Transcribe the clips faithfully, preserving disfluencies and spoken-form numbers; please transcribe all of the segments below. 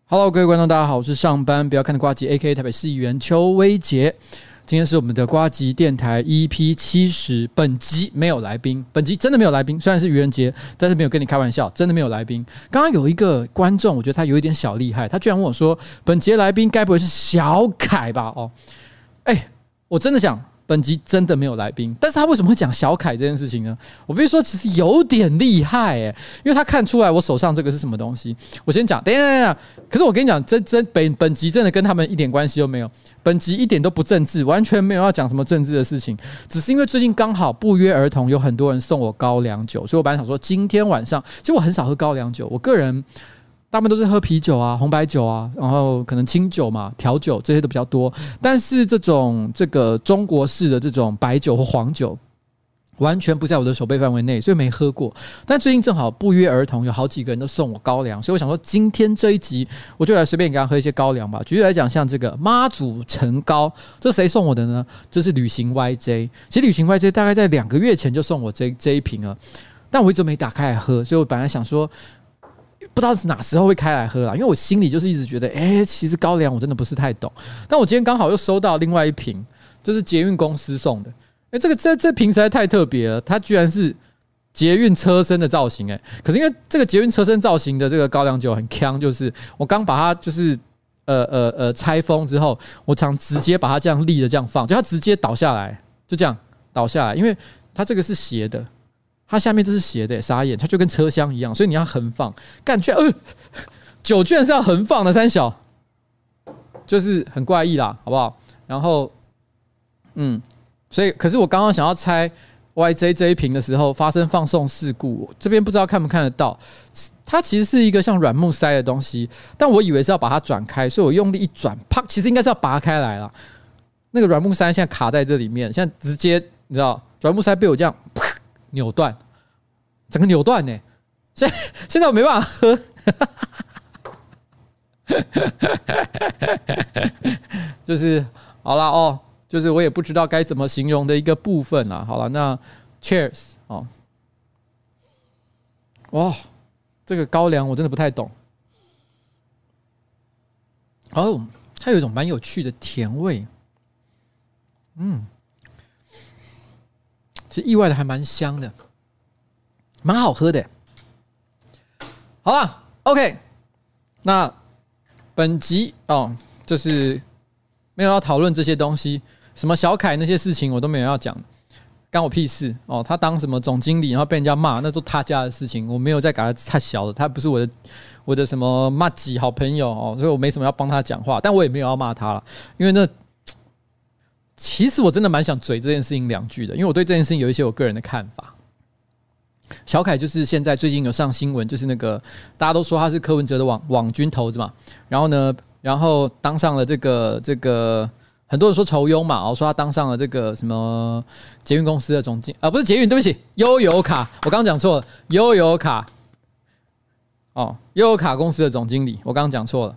Hello， 各位观众，大家好，我是上班不要看的呱吉 A K A 台北市议员邱威杰。今天是我们的呱吉电台 E P 七十，本集没有来宾，本集真的没有来宾，虽然是愚人节，但是没有跟你开玩笑，真的没有来宾。刚刚有一个观众，我觉得他有一点小厉害，他居然问我说：“本节来宾该不会是小凯吧？”哦，哎、欸，我真的想。本集真的没有来宾，但是他为什么会讲小凯这件事情呢？我必须说，其实有点厉害哎，因为他看出来我手上这个是什么东西。我先讲，等一下，等一下。可是我跟你讲，真真本本集真的跟他们一点关系都没有，本集一点都不政治，完全没有要讲什么政治的事情，只是因为最近刚好不约而同有很多人送我高粱酒，所以我本来想说今天晚上，其实我很少喝高粱酒，我个人。大部分都是喝啤酒啊、红白酒啊，然后可能清酒嘛、调酒这些都比较多。但是这种这个中国式的这种白酒或黄酒，完全不在我的手背范围内，所以没喝过。但最近正好不约而同，有好几个人都送我高粱，所以我想说，今天这一集我就来随便给他喝一些高粱吧。举例来讲，像这个妈祖陈高，这谁送我的呢？这是旅行 Y J。其实旅行 Y J 大概在两个月前就送我这这一瓶了，但我一直没打开来喝，所以我本来想说。不知道是哪时候会开来喝啦，因为我心里就是一直觉得，哎、欸，其实高粱我真的不是太懂。但我今天刚好又收到另外一瓶，就是捷运公司送的。哎、欸，这个这这瓶实在太特别了，它居然是捷运车身的造型、欸，哎，可是因为这个捷运车身造型的这个高粱酒很呛，就是我刚把它就是呃呃呃拆封之后，我想直接把它这样立的这样放，就它直接倒下来，就这样倒下来，因为它这个是斜的。它下面这是斜的、欸，傻眼，它就跟车厢一样，所以你要横放。干居然，呃，酒居然是要横放的，三小，就是很怪异啦，好不好？然后，嗯，所以，可是我刚刚想要拆 Y J 这一瓶的时候，发生放送事故，这边不知道看不看得到。它其实是一个像软木塞的东西，但我以为是要把它转开，所以我用力一转，啪，其实应该是要拔开来啦。那个软木塞现在卡在这里面，现在直接你知道，软木塞被我这样。扭断，整个扭断呢、欸！现在现在我没办法喝，就是好啦哦，就是我也不知道该怎么形容的一个部分啦。好了，那 Cheers 哦，哇，这个高粱我真的不太懂。哦，它有一种蛮有趣的甜味，嗯。其实意外的还蛮香的，蛮好喝的。好了 ，OK， 那本集哦，就是没有要讨论这些东西，什么小凯那些事情我都没有要讲，干我屁事哦。他当什么总经理，然后被人家骂，那都他家的事情，我没有再给他太小了，他不是我的我的什么骂几好朋友哦，所以我没什么要帮他讲话，但我也没有要骂他了，因为那。其实我真的蛮想嘴这件事情两句的，因为我对这件事情有一些我个人的看法。小凯就是现在最近有上新闻，就是那个大家都说他是柯文哲的网网军头子嘛，然后呢，然后当上了这个这个很多人说酬庸嘛，我说他当上了这个什么捷运公司的总经啊，不是捷运，对不起，悠游卡，我刚刚讲错了，悠游卡，哦，悠游卡公司的总经理，我刚刚讲错了。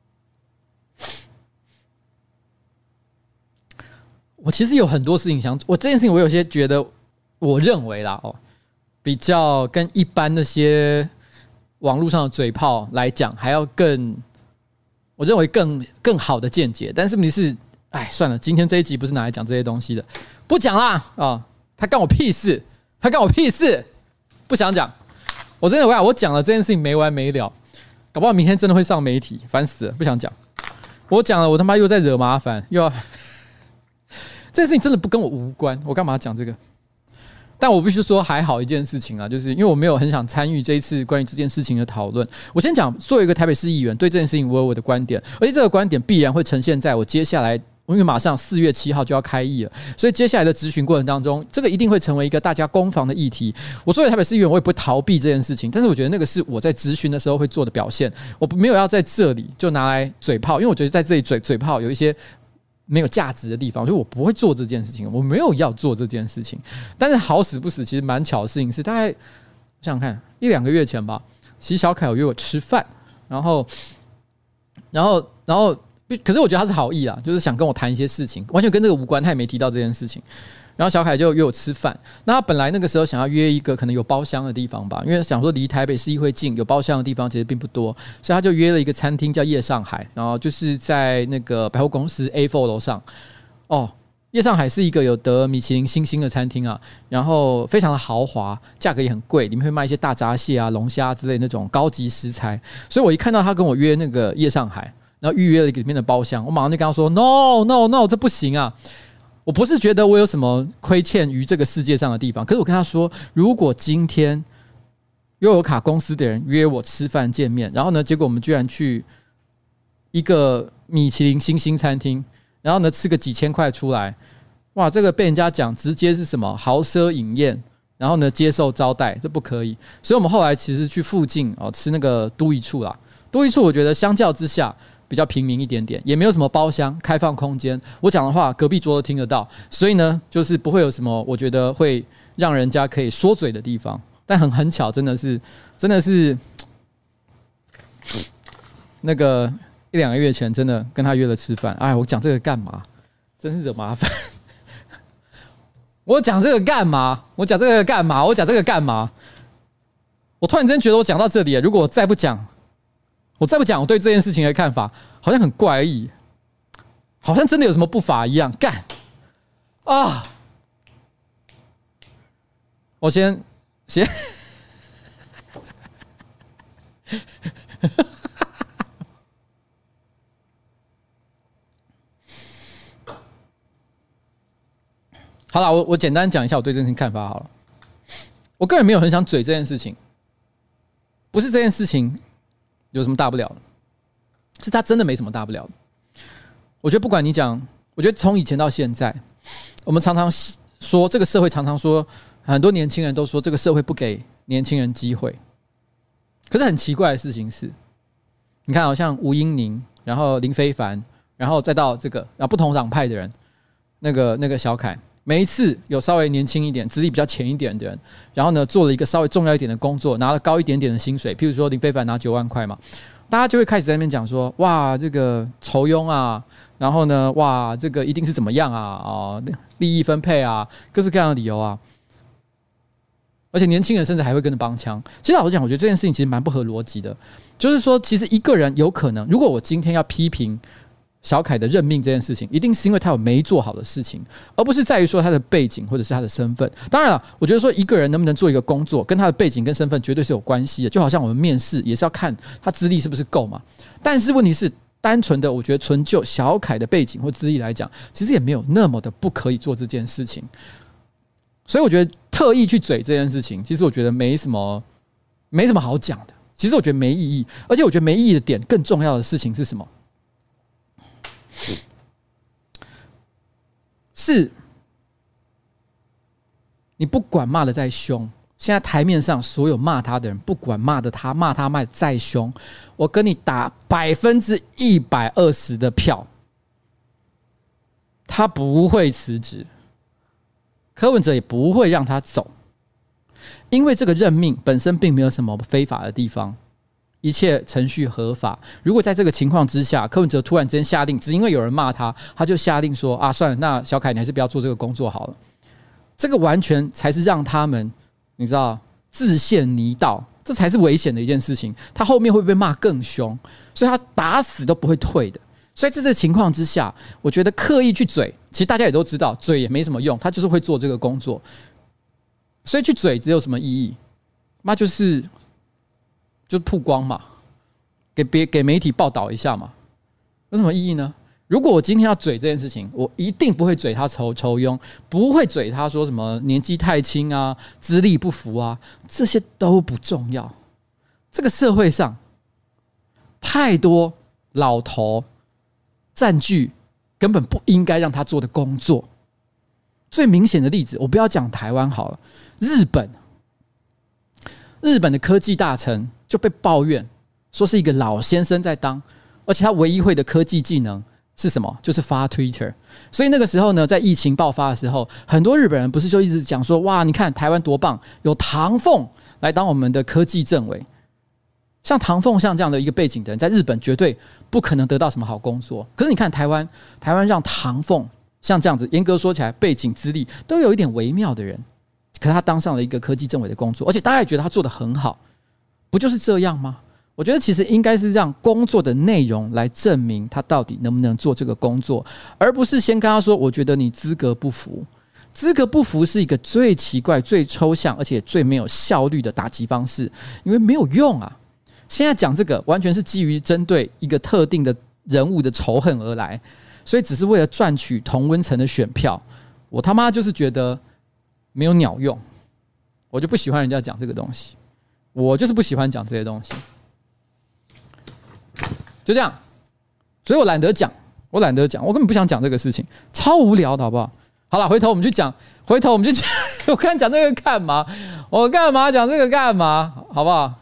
我其实有很多事情想，我这件事情我有些觉得，我认为啦哦，比较跟一般那些网络上的嘴炮来讲，还要更，我认为更更好的见解。但是问题是，哎，算了，今天这一集不是拿来讲这些东西的，不讲啦啊、哦！他干我屁事，他干我屁事，不想讲。我真的我讲，我讲了这件事情没完没了，搞不好明天真的会上媒体，烦死了，不想讲。我讲了，我他妈又在惹麻烦，又要。这件事情真的不跟我无关，我干嘛讲这个？但我必须说还好一件事情啊，就是因为我没有很想参与这一次关于这件事情的讨论。我先讲，作为一个台北市议员，对这件事情我有我的观点，而且这个观点必然会呈现在我接下来，因为马上四月七号就要开议了，所以接下来的质询过程当中，这个一定会成为一个大家攻防的议题。我作为台北市议员，我也不会逃避这件事情，但是我觉得那个是我在质询的时候会做的表现，我没有要在这里就拿来嘴炮，因为我觉得在这里嘴嘴炮有一些。没有价值的地方，所以我不会做这件事情，我没有要做这件事情。但是好死不死，其实蛮巧的事情是，大概我想想看，一两个月前吧，其实小凯有约我吃饭，然后，然后，然后，可是我觉得他是好意啊，就是想跟我谈一些事情，完全跟这个无关，他也没提到这件事情。 然后小凯就约我吃饭。那他本来那个时候想要约一个可能有包厢的地方吧，因为想说离台北市议会近，有包厢的地方其实并不多，所以他就约了一个餐厅叫夜上海，然后就是在那个百货公司 A 四 楼上。哦，夜上海是一个有得米其林星星的餐厅啊，然后非常的豪华，价格也很贵，里面会卖一些大闸蟹啊、龙虾之类那种高级食材。所以我一看到他跟我约那个夜上海，然后预约了一个里面的包厢，我马上就跟他说 ：“No No No， 这不行啊！”我不是觉得我有什么亏欠于这个世界上的地方，可是我跟他说，如果今天悠游卡公司的人约我吃饭见面，然后呢，结果我们居然去一个米其林星星餐厅，然后呢吃个几千块出来，哇，这个被人家讲直接是什么豪奢饮宴，然后呢接受招待，这不可以。所以我们后来其实去附近哦吃那个都一处啦，都一处我觉得相较之下比较平民一点点，也没有什么包厢开放空间，我讲的话隔壁桌都听得到，所以呢就是不会有什么我觉得会让人家可以说嘴的地方。但很很巧，真的是真的是那个一两个月前真的跟他约了吃饭。哎，我讲这个干嘛？真是惹麻烦。我讲这个干嘛？我讲这个干嘛？我讲这个干嘛？我突然间觉得我讲到这里，如果我再不讲，我再不讲我对这件事情的看法，好像很怪异，好像真的有什么不法一样。干啊！我先先。好了，我我简单讲一下我对这件事情看法好了。我个人没有很想嘴这件事情，不是这件事情有什么大不了的，是他真的没什么大不了的。我觉得不管你讲，我觉得从以前到现在，我们常常说这个社会常常说，很多年轻人都说这个社会不给年轻人机会。可是很奇怪的事情是，你看好像吴音宁，然后林非凡，然后再到这个，然后不同党派的人，那个那个小凯，每一次有稍微年轻一点、资历比较浅一点的人，然后呢做了一个稍微重要一点的工作，拿了高一点点的薪水，譬如说林非凡拿九万块嘛，大家就会开始在那边讲说，哇，这个酬庸啊，然后呢，哇，这个一定是怎么样啊，哦，利益分配啊，各式各样的理由啊。而且年轻人甚至还会跟着帮腔。其实老实讲，我觉得这件事情其实蛮不合逻辑的。就是说，其实一个人有可能，如果我今天要批评小凯的任命这件事情，一定是因为他有没做好的事情，而不是在于说他的背景或者是他的身份。当然了，我觉得说一个人能不能做一个工作，跟他的背景跟身份绝对是有关系的。就好像我们面试也是要看他资历是不是够嘛。但是问题是，单纯的我觉得纯就小凯的背景或资历来讲，其实也没有那么的不可以做这件事情。所以我觉得特意去嘴这件事情，其实我觉得没什么，没什么好讲的。其实我觉得没意义，而且我觉得没意义的点，更重要的事情是什么？是，你不管骂的再凶，现在台面上所有骂他的人，不管骂的他骂他骂的再凶，我跟你打百分之一百二十的票，他不会辞职。柯文哲也不会让他走，因为这个任命本身并没有什么非法的地方，一切程序合法。如果在这个情况之下，柯文哲突然之间下令，只因为有人骂他，他就下令说啊，算了，那小凯你还是不要做这个工作好了。这个完全才是让他们，你知道，自陷泥道，这才是危险的一件事情。他后面会被骂更凶，所以他打死都不会退的。所以在这个情况之下，我觉得刻意去嘴，其实大家也都知道，嘴也没什么用，他就是会做这个工作。所以去嘴只有什么意义？那就是就曝光嘛，给别给媒体报道一下嘛，有什么意义呢？如果我今天要嘴这件事情，我一定不会嘴他酬酬庸，不会嘴他说什么年纪太轻啊、资历不符啊，这些都不重要。这个社会上太多老头占据根本不应该让他做的工作。最明显的例子，我不要讲台湾好了，日本，日本的科技大臣就被抱怨说是一个老先生在当，而且他唯一会的科技技能是什么？就是发 Twitter。所以那个时候呢，在疫情爆发的时候，很多日本人不是就一直讲说，哇，你看台湾多棒，有唐凤来当我们的科技政委。像唐凤像这样的一个背景的人，在日本绝对不可能得到什么好工作。可是你看台湾，台湾让唐凤像这样子，严格说起来，背景资历都有一点微妙的人，可是他当上了一个科技政委的工作，而且大家也觉得他做得很好，不就是这样吗？我觉得其实应该是让工作的内容来证明他到底能不能做这个工作，而不是先跟他说我觉得你资格不符。资格不符是一个最奇怪、最抽象而且最没有效率的打击方式，因为没有用啊。现在讲这个完全是基于针对一个特定的人物的仇恨而来，所以只是为了赚取同温层的选票。我他妈就是觉得没有鸟用，我就不喜欢人家讲这个东西，我就是不喜欢讲这些东西。就这样，所以我懒得讲，我懒得讲，我根本不想讲这个事情，超无聊的，好不好？好了，回头我们去讲，回头我们去讲，我看讲这个干嘛？我干嘛讲这个干嘛？好不好？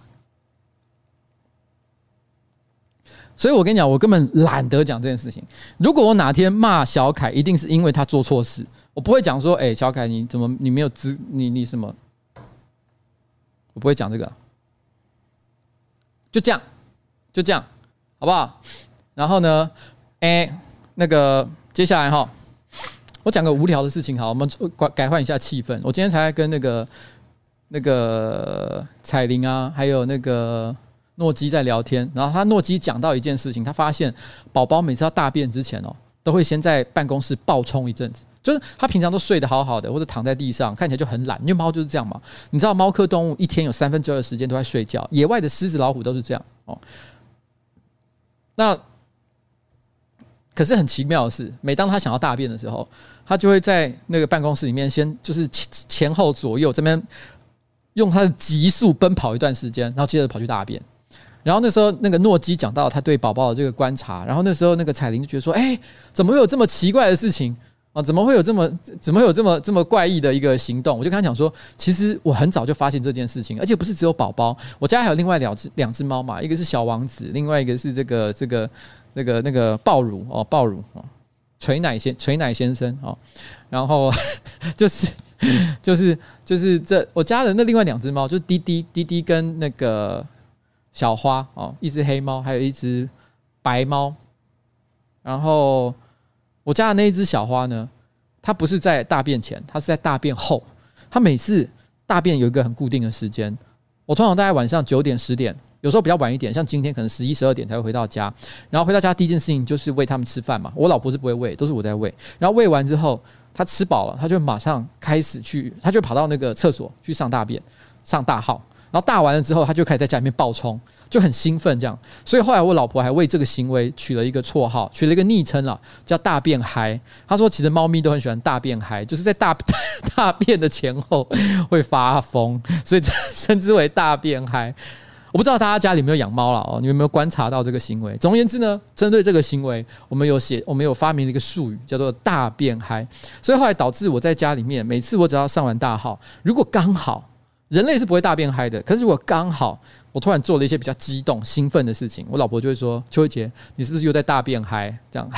所以我跟你讲，我根本懒得讲这件事情。如果我哪天骂小凯，一定是因为他做错事，我不会讲说，哎、欸，小凯你怎么你没有资你你什么？我不会讲这个，就这样，就这样。好不好？然后呢，哎、欸，那个接下来哈，我讲个无聊的事情好，我们改换一下气氛。我今天才跟那个那个彩玲啊，还有那个诺基在聊天，然后他诺基讲到一件事情，他发现宝宝每次要大便之前哦，都会先在办公室暴冲一阵子。就是他平常都睡得好好的，或者躺在地上，看起来就很懒，因为猫就是这样嘛。你知道猫科动物一天有三分之二的时间都在睡觉，野外的狮子、老虎都是这样哦。那可是很奇妙的是，每当他想要大便的时候，他就会在那个办公室里面先就是前后左右这边用他的急速奔跑一段时间，然后接着跑去大便。然后那时候那个诺基讲到他对宝宝的这个观察，然后那时候那个彩玲就觉得说：“哎，怎么会有这么奇怪的事情啊？怎么会有这么怎么会有这么这么怪异的一个行动？”我就跟他讲说：“其实我很早就发现这件事情，而且不是只有宝宝，我家还有另外两只两只猫嘛，一个是小王子，另外一个是这个这个那个那个豹乳哦，豹乳哦，垂奶先垂奶先生哦，然后就是就是就是这我家的那另外两只猫，就是滴滴滴滴跟那个小花哦，一只黑猫，还有一只白猫，然后。”我家的那一只小花呢，它不是在大便前，它是在大便后。它每次大便有一个很固定的时间，我通常大概晚上九点、十点，有时候比较晚一点，像今天可能十一、十二点才会回到家。然后回到家第一件事情就是喂他们吃饭嘛，我老婆是不会喂，都是我在喂。然后喂完之后，它吃饱了，它就马上开始去，它就跑到那个厕所去上大便，上大号。然后大完了之后，它就开始在家里面暴冲，就很兴奋这样。所以后来我老婆还为这个行为取了一个绰号，取了一个昵称啦，叫大便嗨。她说其实猫咪都很喜欢大便嗨，就是在大大便的前后会发疯，所以称之为大便嗨。我不知道大家家里有没有养猫啦哦，你们有没有观察到这个行为？总而言之呢，针对这个行为，我们有写，我们有发明了一个术语，叫做大便嗨。所以后来导致我在家里面，每次我只要上完大号，如果刚好人类是不会大便嗨的，可是如果刚好我突然做了一些比较激动、兴奋的事情，我老婆就会说：“秋杰，你是不是又在大便嗨？”这样。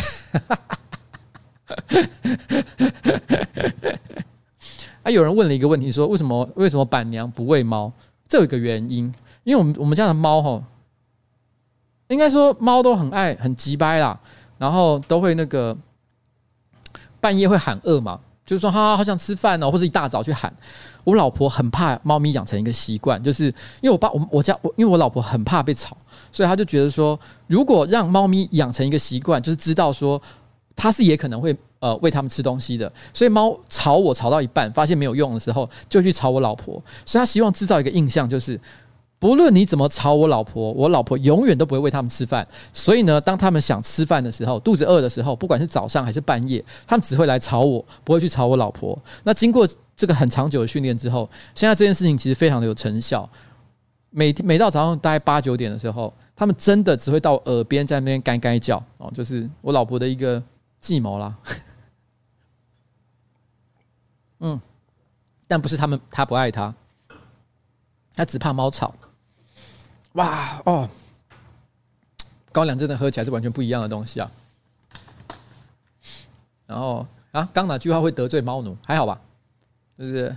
啊，有人问了一个问题，说为什么为什么板娘不喂猫？这有一个原因，因为我们我们家的猫吼，应该说猫都很爱很急掰啦，然后都会那个半夜会喊饿嘛。就是说，哈，好想吃饭哦，或者一大早去喊。我老婆很怕猫咪养成一个习惯，就是因为我爸我我家我因为我老婆很怕被吵，所以她就觉得说，如果让猫咪养成一个习惯，就是知道说它是也可能会呃喂它们吃东西的，所以猫吵我吵到一半，发现没有用的时候，就去吵我老婆，所以她希望制造一个印象，就是不论你怎么吵我老婆，我老婆永远都不会喂他们吃饭。所以呢，当他们想吃饭的时候，肚子饿的时候，不管是早上还是半夜，他们只会来吵我，不会去吵我老婆。那经过这个很长久的训练之后，现在这件事情其实非常的有成效。每每到早上大概八九点的时候，他们真的只会到我耳边在那边干干叫哦，就是我老婆的一个计谋啦。嗯，但不是他们，他不爱他，他只怕猫吵。哇哦，高粱真的喝起来是完全不一样的东西啊！然后啊，刚哪句话会得罪猫奴？还好吧，就是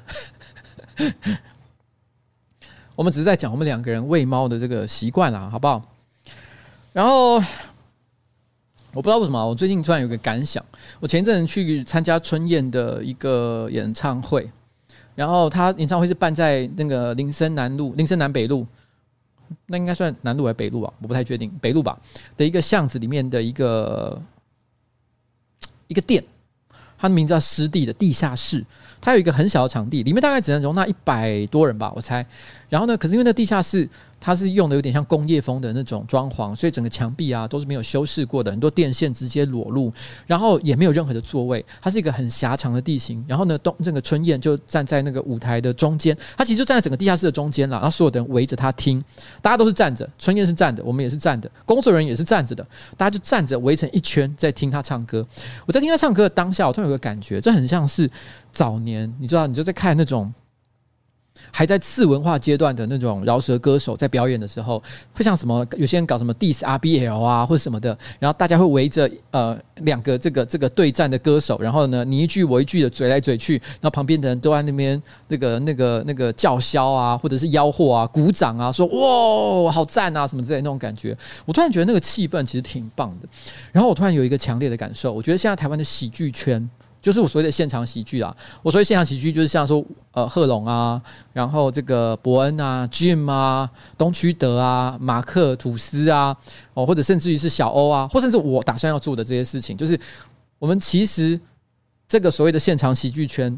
我们只是在讲我们两个人喂猫的这个习惯啦，好不好？然后我不知道为什么，我最近突然有个感想。我前一阵去参加春燕的一个演唱会，然后他演唱会是办在那个林森南路、林森南北路，那应该算南路还是北路啊？我不太确定，北路吧的一个巷子里面的一个一个店，它的名字叫湿地的地下室。它有一个很小的场地，里面大概只能容纳一百多人吧，我猜。然后呢，可是因为那地下室它是用的有点像工业风的那种装潢，所以整个墙壁啊都是没有修饰过的，很多电线直接裸露，然后也没有任何的座位，它是一个很狭长的地形。然后呢，东这个春燕就站在那个舞台的中间，他其实就站在整个地下室的中间啦，然后所有的人围着他听，大家都是站着，春燕是站的，我们也是站的，工作人员也是站着的，大家就站着围成一圈在听他唱歌。我在听他唱歌的当下，我突然有个感觉，这很像是早年你知道，你就在看那种还在次文化阶段的那种饶舌歌手在表演的时候，会像什么有些人搞什么 diss R B L 啊或者什么的，然后大家会围着呃两个这个这个对战的歌手，然后呢你一句我一句的嘴来嘴去，然后旁边的人都在那边那个那个那个叫嚣啊，或者是吆喝啊、鼓掌啊，说哇好赞啊什么之类的那种感觉。我突然觉得那个气氛其实挺棒的。然后我突然有一个强烈的感受，我觉得现在台湾的喜剧圈。就是我所谓的现场喜剧啊，我所谓现场喜剧就是像说呃贺龙啊，然后这个伯恩啊、Jim 啊、东区德啊、马克吐司啊，哦或者甚至于是小欧啊，或甚至我打算要做的这些事情，就是我们其实这个所谓的现场喜剧圈，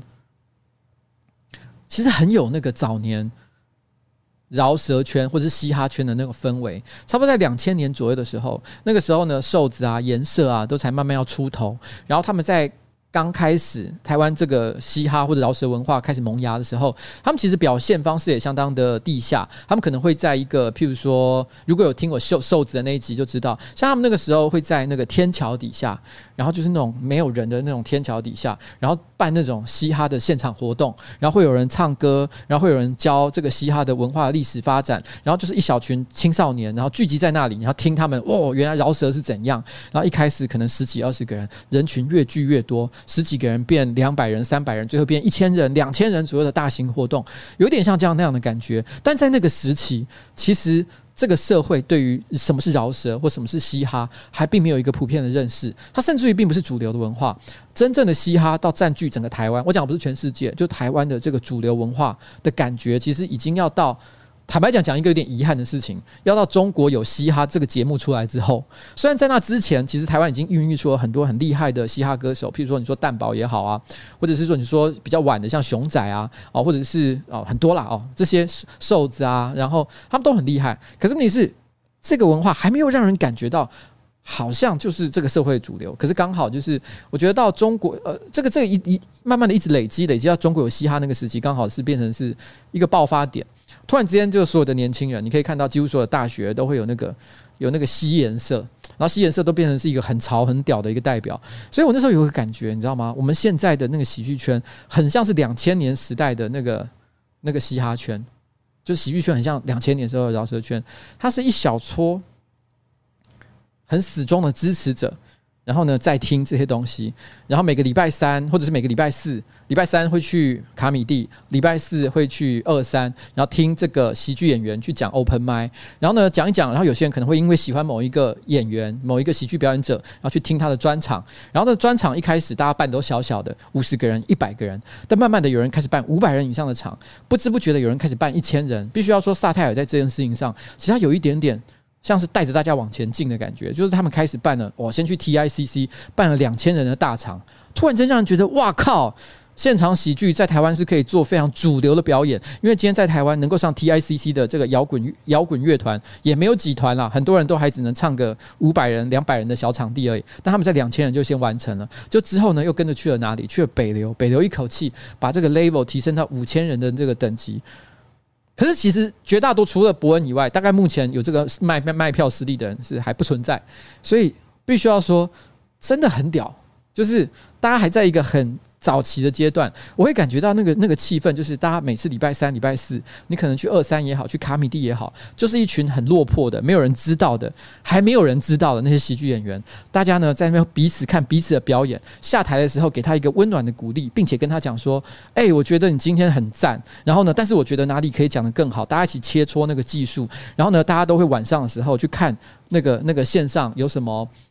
其实很有那个早年饶舌圈或者是嘻哈圈的那个氛围，差不多在两千年左右的时候，那个时候呢，瘦子啊、颜色啊都才慢慢要出头，然后他们在刚开始台湾这个嘻哈或者饶舌文化开始萌芽的时候，他们其实表现方式也相当的地下。他们可能会在一个譬如说，如果有听我瘦瘦子的那一集就知道，像他们那个时候会在那个天桥底下，然后就是那种没有人的那种天桥底下，然后办那种嘻哈的现场活动，然后会有人唱歌，然后会有人教这个嘻哈的文化的历史发展，然后就是一小群青少年，然后聚集在那里，然后听他们哦，原来饶舌是怎样。然后一开始可能十几二十个人，人群越聚越多。十几个人变两百人、三百人，最后变一千人、两千人左右的大型活动，有点像这样那样的感觉。但在那个时期，其实这个社会对于什么是饶舌或什么是嘻哈，还并没有一个普遍的认识。它甚至于并不是主流的文化。真正的嘻哈到占据整个台湾，我讲的不是全世界，就台湾的这个主流文化的感觉，其实已经要到。坦白讲，讲一个有点遗憾的事情，要到中国有嘻哈这个节目出来之后，虽然在那之前，其实台湾已经孕育出了很多很厉害的嘻哈歌手，譬如说你说蛋堡也好啊，或者是说你说比较晚的像熊仔啊，哦，或者是哦很多啦哦这些瘦子啊，然后他们都很厉害。可是问题是，这个文化还没有让人感觉到。好像就是这个社会的主流，可是刚好就是我觉得到中国，呃，这个这个一一慢慢的一直累积累积到中国有嘻哈那个时期，刚好是变成是一个爆发点。突然之间，就所有的年轻人，你可以看到几乎所有的大学都会有那个有那个西颜色，然后西颜色都变成是一个很潮很屌的一个代表。所以我那时候有个感觉，你知道吗？我们现在的那个喜剧圈很像是两千年时代的那个那个嘻哈圈，就喜剧圈很像两千年时候的饶舌圈，它是一小撮。很死忠的支持者，然后呢再听这些东西，然后每个礼拜三或者是每个礼拜四，礼拜三会去卡米蒂，礼拜四会去二三，然后听这个喜剧演员去讲 open mic， 然后呢讲一讲，然后有些人可能会因为喜欢某一个演员、某一个喜剧表演者，然后去听他的专场，然后呢专场一开始大家办都小小的，五十个人、一百个人，但慢慢的有人开始办五百人以上的场，不知不觉的有人开始办一千人，必须要说萨泰尔在这件事情上，其实他有一点点。像是带着大家往前进的感觉，就是他们开始办了，我先去 T I C C 办了两千人的大场，突然间让人觉得哇靠！现场喜剧在台湾是可以做非常主流的表演，因为今天在台湾能够上 T I C C 的这个摇滚摇滚乐团也没有几团啦，很多人都还只能唱个五百人、两百人的小场地而已，但他们在两千人就先完成了，就之后呢又跟着去了哪里？去了北流，北流一口气把这个 level 提升到五千人的这个等级。可是其实绝大多数除了伯恩以外，大概目前有这个卖卖票实力的人是还不存在，所以必须要说真的很屌，就是大家还在一个很早期的阶段，我会感觉到那个那个气氛，就是大家每次礼拜三、礼拜四，你可能去二三也好，去卡米蒂也好，就是一群很落魄的、没有人知道的、还没有人知道的那些喜剧演员，大家呢在那边彼此看彼此的表演，下台的时候给他一个温暖的鼓励，并且跟他讲说：“哎、欸，我觉得你今天很赞，然后呢，但是我觉得哪里可以讲得更好，大家一起切磋那个技术，然后呢，大家都会晚上的时候去看那个那个线上有什么。”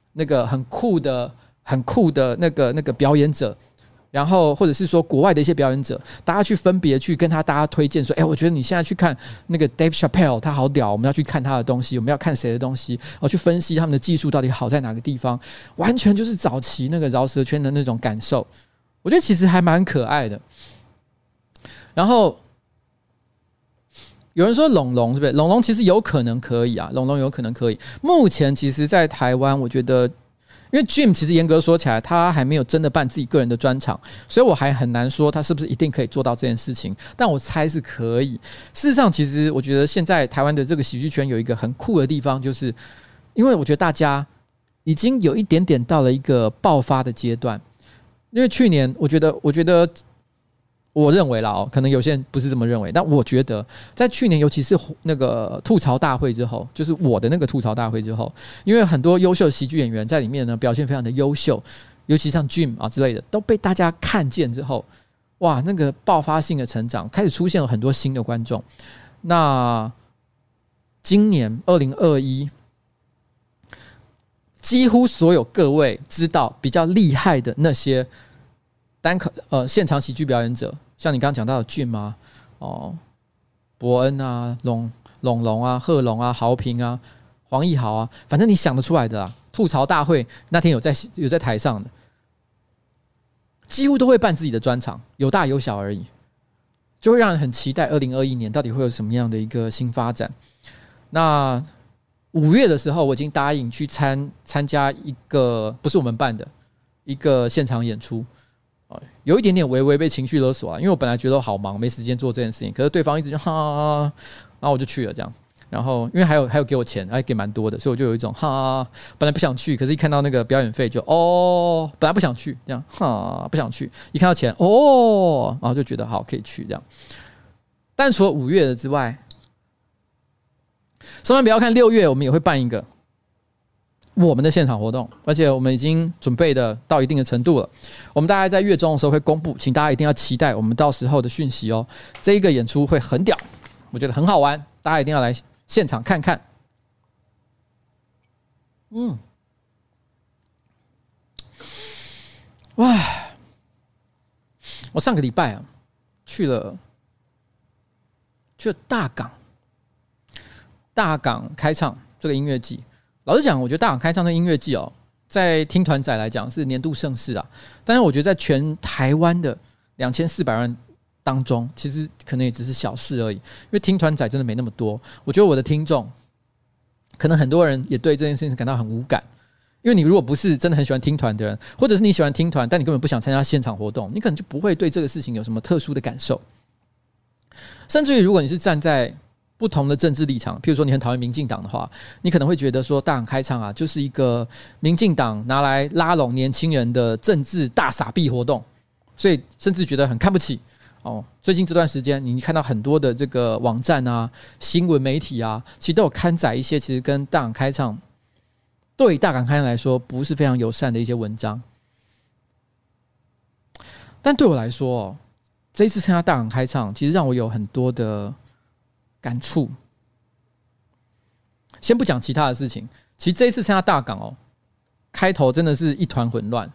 那个很酷的、很酷的那个那个表演者。然后，或者是说国外的一些表演者，大家去分别去跟他大家推荐说，哎，我觉得你现在去看那个 Dave Chappelle， 他好屌，我们要去看他的东西，我们要看谁的东西，然后去分析他们的技术到底好在哪个地方，完全就是早期那个饶舌圈的那种感受，我觉得其实还蛮可爱的。然后有人说龙龙是不是？龙龙其实有可能可以啊，龙龙有可能可以。目前其实，在台湾，我觉得。因为 Jim 其实严格说起来，他还没有真的办自己个人的专场，所以我还很难说他是不是一定可以做到这件事情。但我猜是可以。事实上，其实我觉得现在台湾的这个喜剧圈有一个很酷的地方，就是因为我觉得大家已经有一点点到了一个爆发的阶段。因为去年，我觉得，我觉得。我认为啦哦，可能有些人不是这么认为，但我觉得在去年，尤其是那个吐槽大会之后，就是我的那个吐槽大会之后，因为很多优秀的喜剧演员在里面呢表现非常的优秀，尤其像 Jim 啊之类的，都被大家看见之后，哇，那个爆发性的成长，开始出现了很多新的观众。那今年二零二一，几乎所有各位知道比较厉害的那些。单口呃现场喜剧表演者，像你刚刚讲到的俊啊，哦，伯恩啊，龙龙龙啊，贺龙啊，豪平啊，黄义豪啊，反正你想得出来的啦。吐槽大会那天有在有在台上的，几乎都会办自己的专场，有大有小而已，就会让人很期待二零二一年到底会有什么样的一个新发展。那五月的时候，我已经答应去参参加一个不是我们办的一个现场演出。有一点点微微被情绪勒索啊，因为我本来觉得好忙，没时间做这件事情，可是对方一直就哈，然后我就去了这样，然后因为还有还有给我钱，还给蛮多的，所以我就有一种哈，本来不想去，可是一看到那个表演费就哦，本来不想去这样哈，不想去，一看到钱哦，然后就觉得好可以去这样。但除了五月的之外，千万不要看六月，我们也会办一个。我们的现场活动，而且我们已经准备的到一定的程度了。我们大概在月中的时候会公布，请大家一定要期待我们到时候的讯息哦。这一个演出会很屌，我觉得很好玩，大家一定要来现场看看。嗯，哇！我上个礼拜啊去了去了大港，大港开唱这个音乐季。老实讲，我觉得大港开唱的音乐季哦，在听团仔来讲是年度盛事啊。但是我觉得在全台湾的两千四百万当中，其实可能也只是小事而已。因为听团仔真的没那么多。我觉得我的听众，可能很多人也对这件事情感到很无感。因为你如果不是真的很喜欢听团的人，或者是你喜欢听团，但你根本不想参加现场活动，你可能就不会对这个事情有什么特殊的感受。甚至于，如果你是站在不同的政治立场，譬如说你很讨厌民进党的话，你可能会觉得说大港开唱啊，就是一个民进党拿来拉拢年轻人的政治大撒币活动，所以甚至觉得很看不起哦。最近这段时间，你看到很多的这个网站啊、新闻媒体啊，其实都有刊载一些其实跟大港开唱对大港开唱来说不是非常友善的一些文章。但对我来说哦，这一次参加大港开唱，其实让我有很多的感触。先不讲其他的事情，其实这一次参加大港哦，开头真的是一团混乱。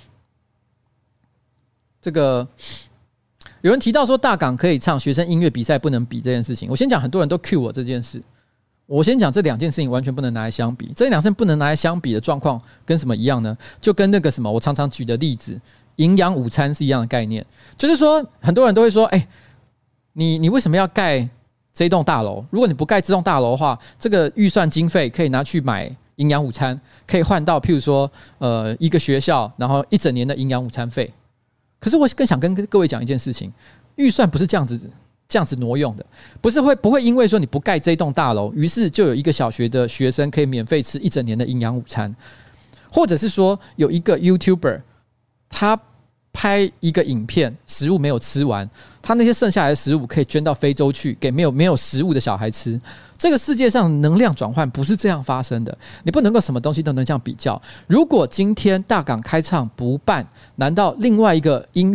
这个有人提到说大港可以唱，学生音乐比赛不能比这件事情，我先讲很多人都 cue 我这件事。我先讲这两件事情完全不能拿来相比，这两件不能拿来相比的状况跟什么一样呢？就跟那个什么我常常举的例子，营养午餐是一样的概念。就是说，很多人都会说，哎、欸，你你为什么要盖这栋大楼？如果你不盖这栋大楼的话，这个预算经费可以拿去买营养午餐，可以换到譬如说，呃，一个学校，然后一整年的营养午餐费。可是我更想跟各位讲一件事情，预算不是这样子。这样子挪用的，不是会不会因为说你不盖这一栋大楼，于是就有一个小学的学生可以免费吃一整年的营养午餐，或者是说有一个 YouTuber 他拍一个影片，食物没有吃完，他那些剩下来的食物可以捐到非洲去，给没有没有食物的小孩吃。这个世界上能量转换不是这样发生的，你不能够什么东西都能这样比较。如果今天大港开唱不办，难道另外一个音乐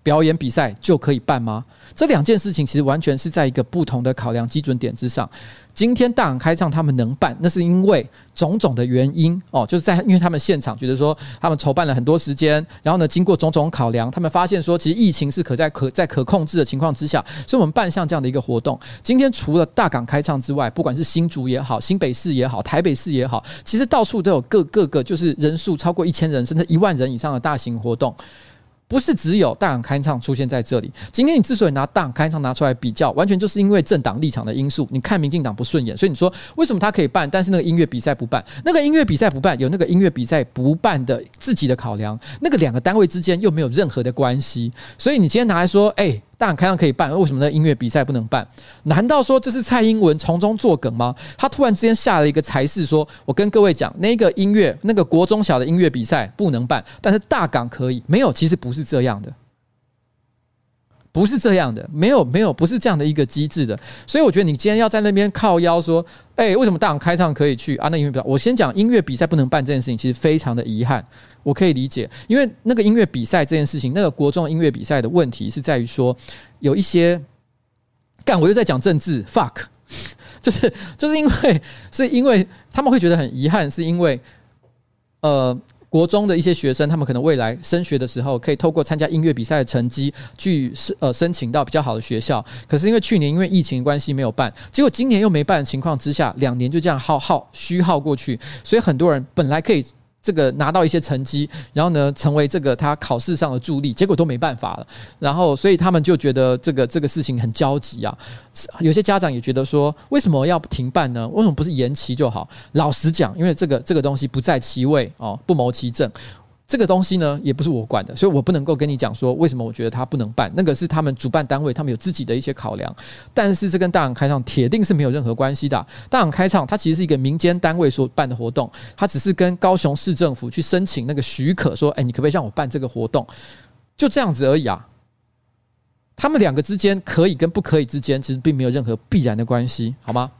表演比赛就可以办吗？这两件事情其实完全是在一个不同的考量基准点之上。今天大港开唱他们能办，那是因为种种的原因哦，就是在因为他们现场觉得说他们筹办了很多时间，然后呢经过种种考量，他们发现说其实疫情是可在可在可控制的情况之下，所以我们办像这样的一个活动。今天除了大港开唱之外，不管是新竹也好，新北市也好，台北市也好，其实到处都有各各个就是人数超过一千人甚至一万人以上的大型活动。不是只有大港开唱出现在这里。今天你之所以拿大港开唱拿出来比较，完全就是因为政党立场的因素。你看民进党不顺眼，所以你说为什么他可以办，但是那个音乐比赛不办？那个音乐比赛不办，有那个音乐比赛不办的自己的考量，那个两个单位之间又没有任何的关系。所以你今天拿来说，哎、欸，大港开唱可以办，为什么那音乐比赛不能办？难道说这是蔡英文从中作梗吗？他突然之间下了一个裁示说，我跟各位讲，那个音乐那个国中小的音乐比赛不能办，但是大港可以。没有，其实不是这样的。不是这样的，没有没有，不是这样的一个机制的，所以我觉得你今天要在那边靠腰说，哎、欸，为什么大港开唱可以去啊？那音乐比赛，我先讲音乐比赛不能办这件事情，其实非常的遗憾，我可以理解，因为那个音乐比赛这件事情，那个国中音乐比赛的问题是在于说，有一些干，我又在讲政治 ，fuck， 就是就是因为是因为他们会觉得很遗憾，是因为呃。国中的一些学生，他们可能未来升学的时候，可以透过参加音乐比赛的成绩去呃申请到比较好的学校。可是因为去年因为疫情关系没有办，结果今年又没办的情况之下，两年就这样耗耗虚耗过去，所以很多人本来可以这个拿到一些成绩，然后呢成为这个他考试上的助力，结果都没办法了。然后所以他们就觉得这个这个事情很焦急啊。有些家长也觉得说，为什么要停办呢？为什么不是延期就好？老实讲，因为这个这个东西不在其位哦，不谋其政。这个东西呢，也不是我管的，所以我不能够跟你讲说为什么我觉得它不能办，那个是他们主办单位，他们有自己的一些考量。但是这跟大港开唱铁定是没有任何关系的、啊。大港开唱它其实是一个民间单位所办的活动，它只是跟高雄市政府去申请那个许可，说，哎，你可不可以让我办这个活动？就这样子而已啊。他们两个之间可以跟不可以之间，其实并没有任何必然的关系，好吗？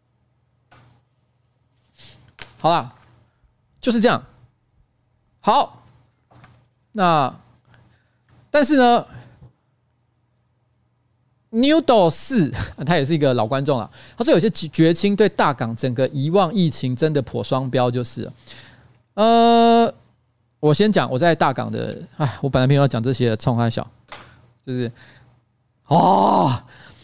好啦，就是这样。好。那，但是呢 ，Noodle 四他也是一个老观众了。他说有些绝青对大港整个遗忘疫情真的颇双标，就是了。呃，我先讲我在大港的，哎，我本来没有要讲这些，冲他小，就是哦，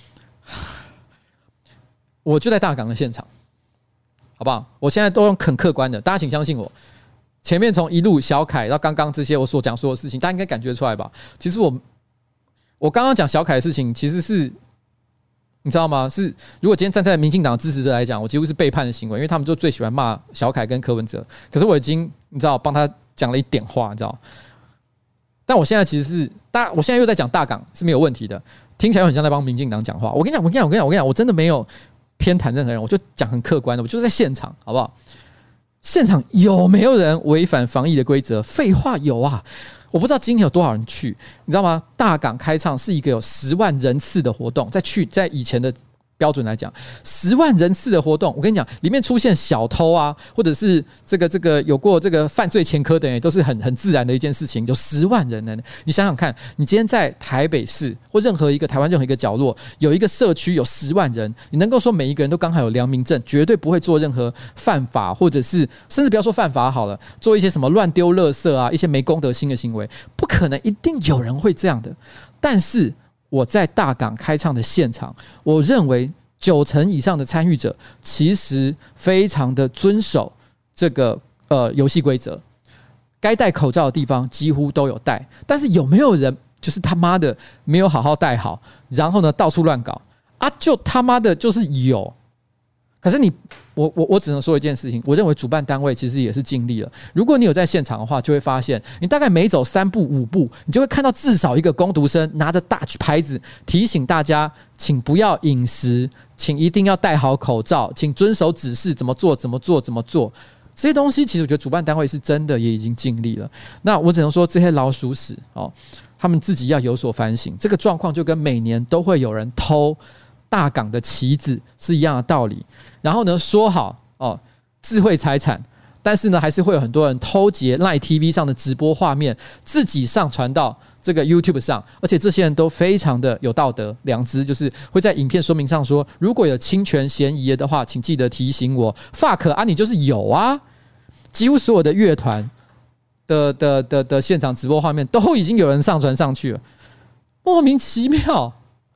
我就在大港的现场，好不好？我现在都用很客观的，大家请相信我。前面从一路小凯到刚刚这些我所讲说的事情，大家应该感觉出来吧？其实我我刚刚讲小凯的事情，其实是你知道吗？是如果今天站在民进党的支持者来讲，我几乎是背叛的行为，因为他们就最喜欢骂小凯跟柯文哲。可是我已经你知道帮他讲了一点话，你知道？但我现在其实是大，我现在又在讲大港是没有问题的，听起来很像在帮民进党讲话。我跟你讲，我跟你讲，我跟你讲，我跟你讲，我真的没有偏袒任何人，我就讲很客观的，我就是在现场，好不好？现场有没有人违反防疫的规则？废话，有啊！我不知道今天有多少人去，你知道吗？大港开唱是一个有十万人次的活动，在去在以前的标准来讲，十万人次的活动，我跟你讲，里面出现小偷啊，或者是这个这个有过这个犯罪前科的人，都是很很自然的一件事情。有十万人呢，你想想看，你今天在台北市或任何一个台湾任何一个角落，有一个社区有十万人，你能够说每一个人都刚好有良民证，绝对不会做任何犯法，或者是甚至不要说犯法好了，做一些什么乱丢垃圾啊，一些没公德心的行为，不可能，一定有人会这样的。但是我在大港开唱的现场，我认为九成以上的参与者其实非常的遵守这个呃游戏规则，该戴口罩的地方几乎都有戴，但是有没有人就是他妈的没有好好戴好，然后呢到处乱搞啊？就他妈的就是有。可是你，我我我只能说一件事情，我认为主办单位其实也是尽力了。如果你有在现场的话，就会发现，你大概每走三步五步，你就会看到至少一个工读生拿着大牌子提醒大家，请不要饮食，请一定要戴好口罩，请遵守指示，怎么做怎么做怎么做。这些东西其实我觉得主办单位是真的也已经尽力了。那我只能说这些老鼠屎哦，他们自己要有所反省。这个状况就跟每年都会有人偷大港的旗子是一样的道理。然后呢，说好哦，智慧财产， 但是呢，还是会有很多人偷截 Line T V 上的直播画面，自己上传到这个 YouTube 上，而且这些人都非常的有道德良知，就是会在影片说明上说，如果有侵权嫌疑的话，请记得提醒我。fuck 啊，你就是有啊！几乎所有的乐团的的的的现场直播画面都已经有人上传上去了，莫名其妙。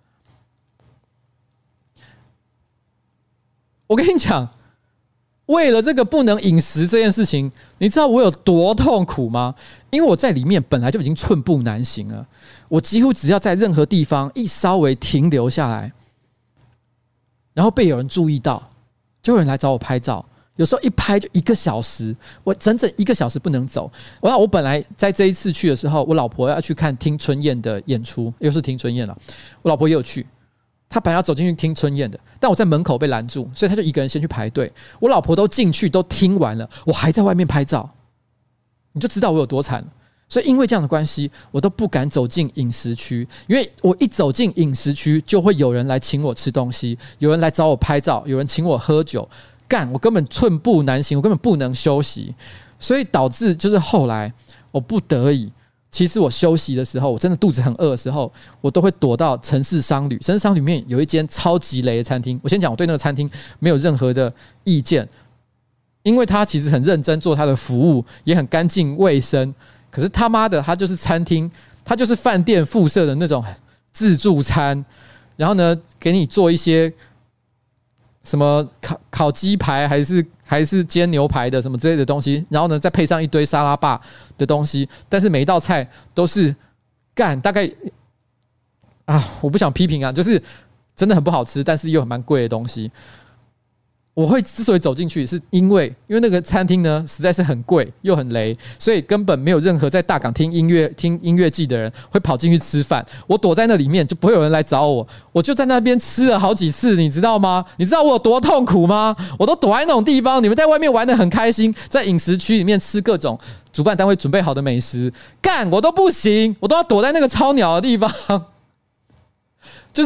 我跟你讲，为了这个不能饮食这件事情，你知道我有多痛苦吗？因为我在里面本来就已经寸步难行了，我几乎只要在任何地方一稍微停留下来，然后被有人注意到，就有人来找我拍照。有时候一拍就一个小时，我整整一个小时不能走。我我本来在这一次去的时候，我老婆要去看听春燕的演出，又是听春燕了，我老婆也有去。他本来要走进去听春燕的，但我在门口被拦住，所以他就一个人先去排队。我老婆都进去都听完了，我还在外面拍照，你就知道我有多惨。所以因为这样的关系，我都不敢走进饮食区，因为我一走进饮食区，就会有人来请我吃东西，有人来找我拍照，有人请我喝酒，干我根本寸步难行，我根本不能休息，所以导致就是后来我不得已。其实我休息的时候，我真的肚子很饿的时候，我都会躲到城市商旅。城市商旅里面有一间超级雷的餐厅。我先讲，我对那个餐厅没有任何的意见，因为他其实很认真做他的服务，也很干净卫生。可是他妈的，他就是餐厅，他就是饭店附设的那种自助餐，然后呢，给你做一些什么烤烤鸡排，还是还是煎牛排的什么之类的东西，然后呢，再配上一堆沙拉吧的东西，但是每一道菜都是干大概啊，我不想批评啊，就是真的很不好吃，但是又很蛮贵的东西。我会之所以走进去，是因为因为那个餐厅呢实在是很贵又很雷，所以根本没有任何在大港听音乐听音乐季的人会跑进去吃饭。我躲在那里面，就不会有人来找我。我就在那边吃了好几次，你知道吗？你知道我有多痛苦吗？我都躲在那种地方，你们在外面玩得很开心，在饮食区里面吃各种主办单位准备好的美食，干我都不行，我都要躲在那个超鸟的地方，就是。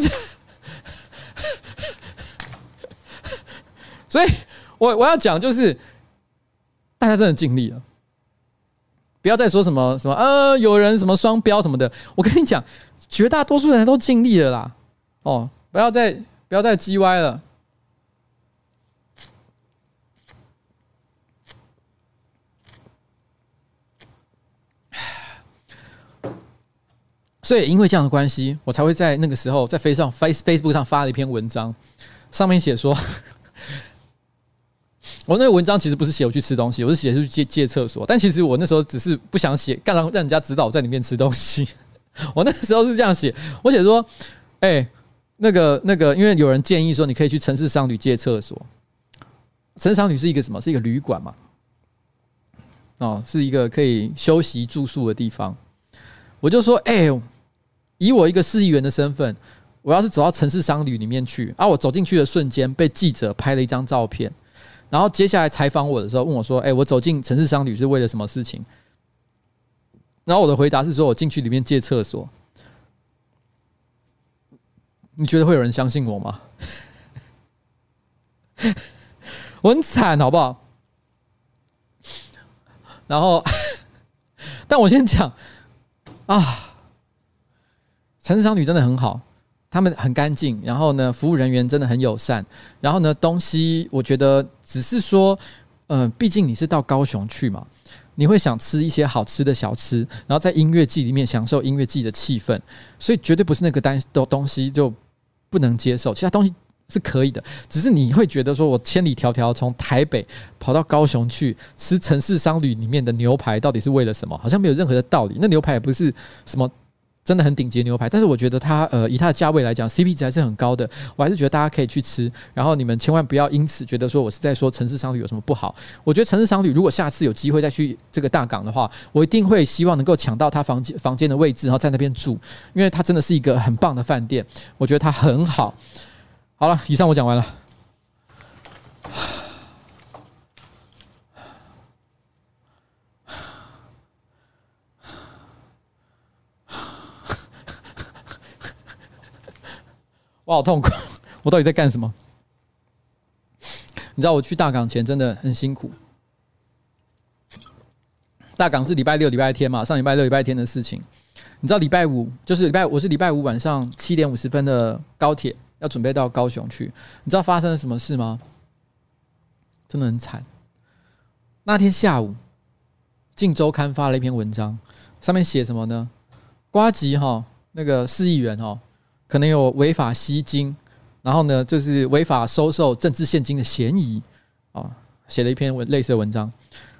所以我我要讲就是，大家真的尽力了，不要再说什么什么呃有人什么双标什么的。我跟你讲，绝大多数人都尽力了啦。哦，不要再不要再叽歪了。所以因为这样的关系，我才会在那个时候在飞上 Facebook 上发了一篇文章，上面写说。我那个文章其实不是写我去吃东西，我是写去借借厕所。但其实我那时候只是不想写，干让让人家知道我在里面吃东西。我那时候是这样写，我写说：“哎、欸，那个那个，因为有人建议说你可以去城市商旅借厕所。城市商旅是一个什么？是一个旅馆嘛？哦，是一个可以休息住宿的地方。我就说：哎、欸，以我一个市议员的身份，我要是走到城市商旅里面去，啊，我走进去的瞬间被记者拍了一张照片。”然后接下来采访我的时候，问我说：“哎、欸，我走进城市商旅是为了什么事情？”然后我的回答是说：“我进去里面借厕所。”你觉得会有人相信我吗？我很惨，好不好？然后，但我先讲啊，城市商旅真的很好。他们很干净，然后呢，服务人员真的很友善，然后呢，东西我觉得只是说，呃，毕竟你是到高雄去嘛，你会想吃一些好吃的小吃，然后在音乐季里面享受音乐季的气氛，所以绝对不是那个单东西就不能接受，其他东西是可以的，只是你会觉得说我千里迢迢从台北跑到高雄去吃城市商旅里面的牛排，到底是为了什么？好像没有任何的道理，那牛排也不是什么。真的很顶级的牛排，但是我觉得它呃以它的价位来讲 ，C P 值还是很高的。我还是觉得大家可以去吃，然后你们千万不要因此觉得说我是在说城市商旅有什么不好。我觉得城市商旅如果下次有机会再去这个大港的话，我一定会希望能够抢到他房间房间的位置，然后在那边住，因为它真的是一个很棒的饭店，我觉得它很好。好了，以上我讲完了。我好痛苦，我到底在干什么？你知道我去大港前真的很辛苦， 大港是礼拜六、礼拜天嘛，上礼拜六、礼拜天的事情。你知道礼拜五就是礼拜，我是礼拜五晚上七点五十分的高铁，要准备到高雄去。你知道发生了什么事吗？真的很惨。那天下午，《镜周刊》发了一篇文章，上面写什么呢？呱吉哈那个市议员哈，可能有违法吸金，然后呢，就是违法收受政治现金的嫌疑啊，写了一篇类似的文章。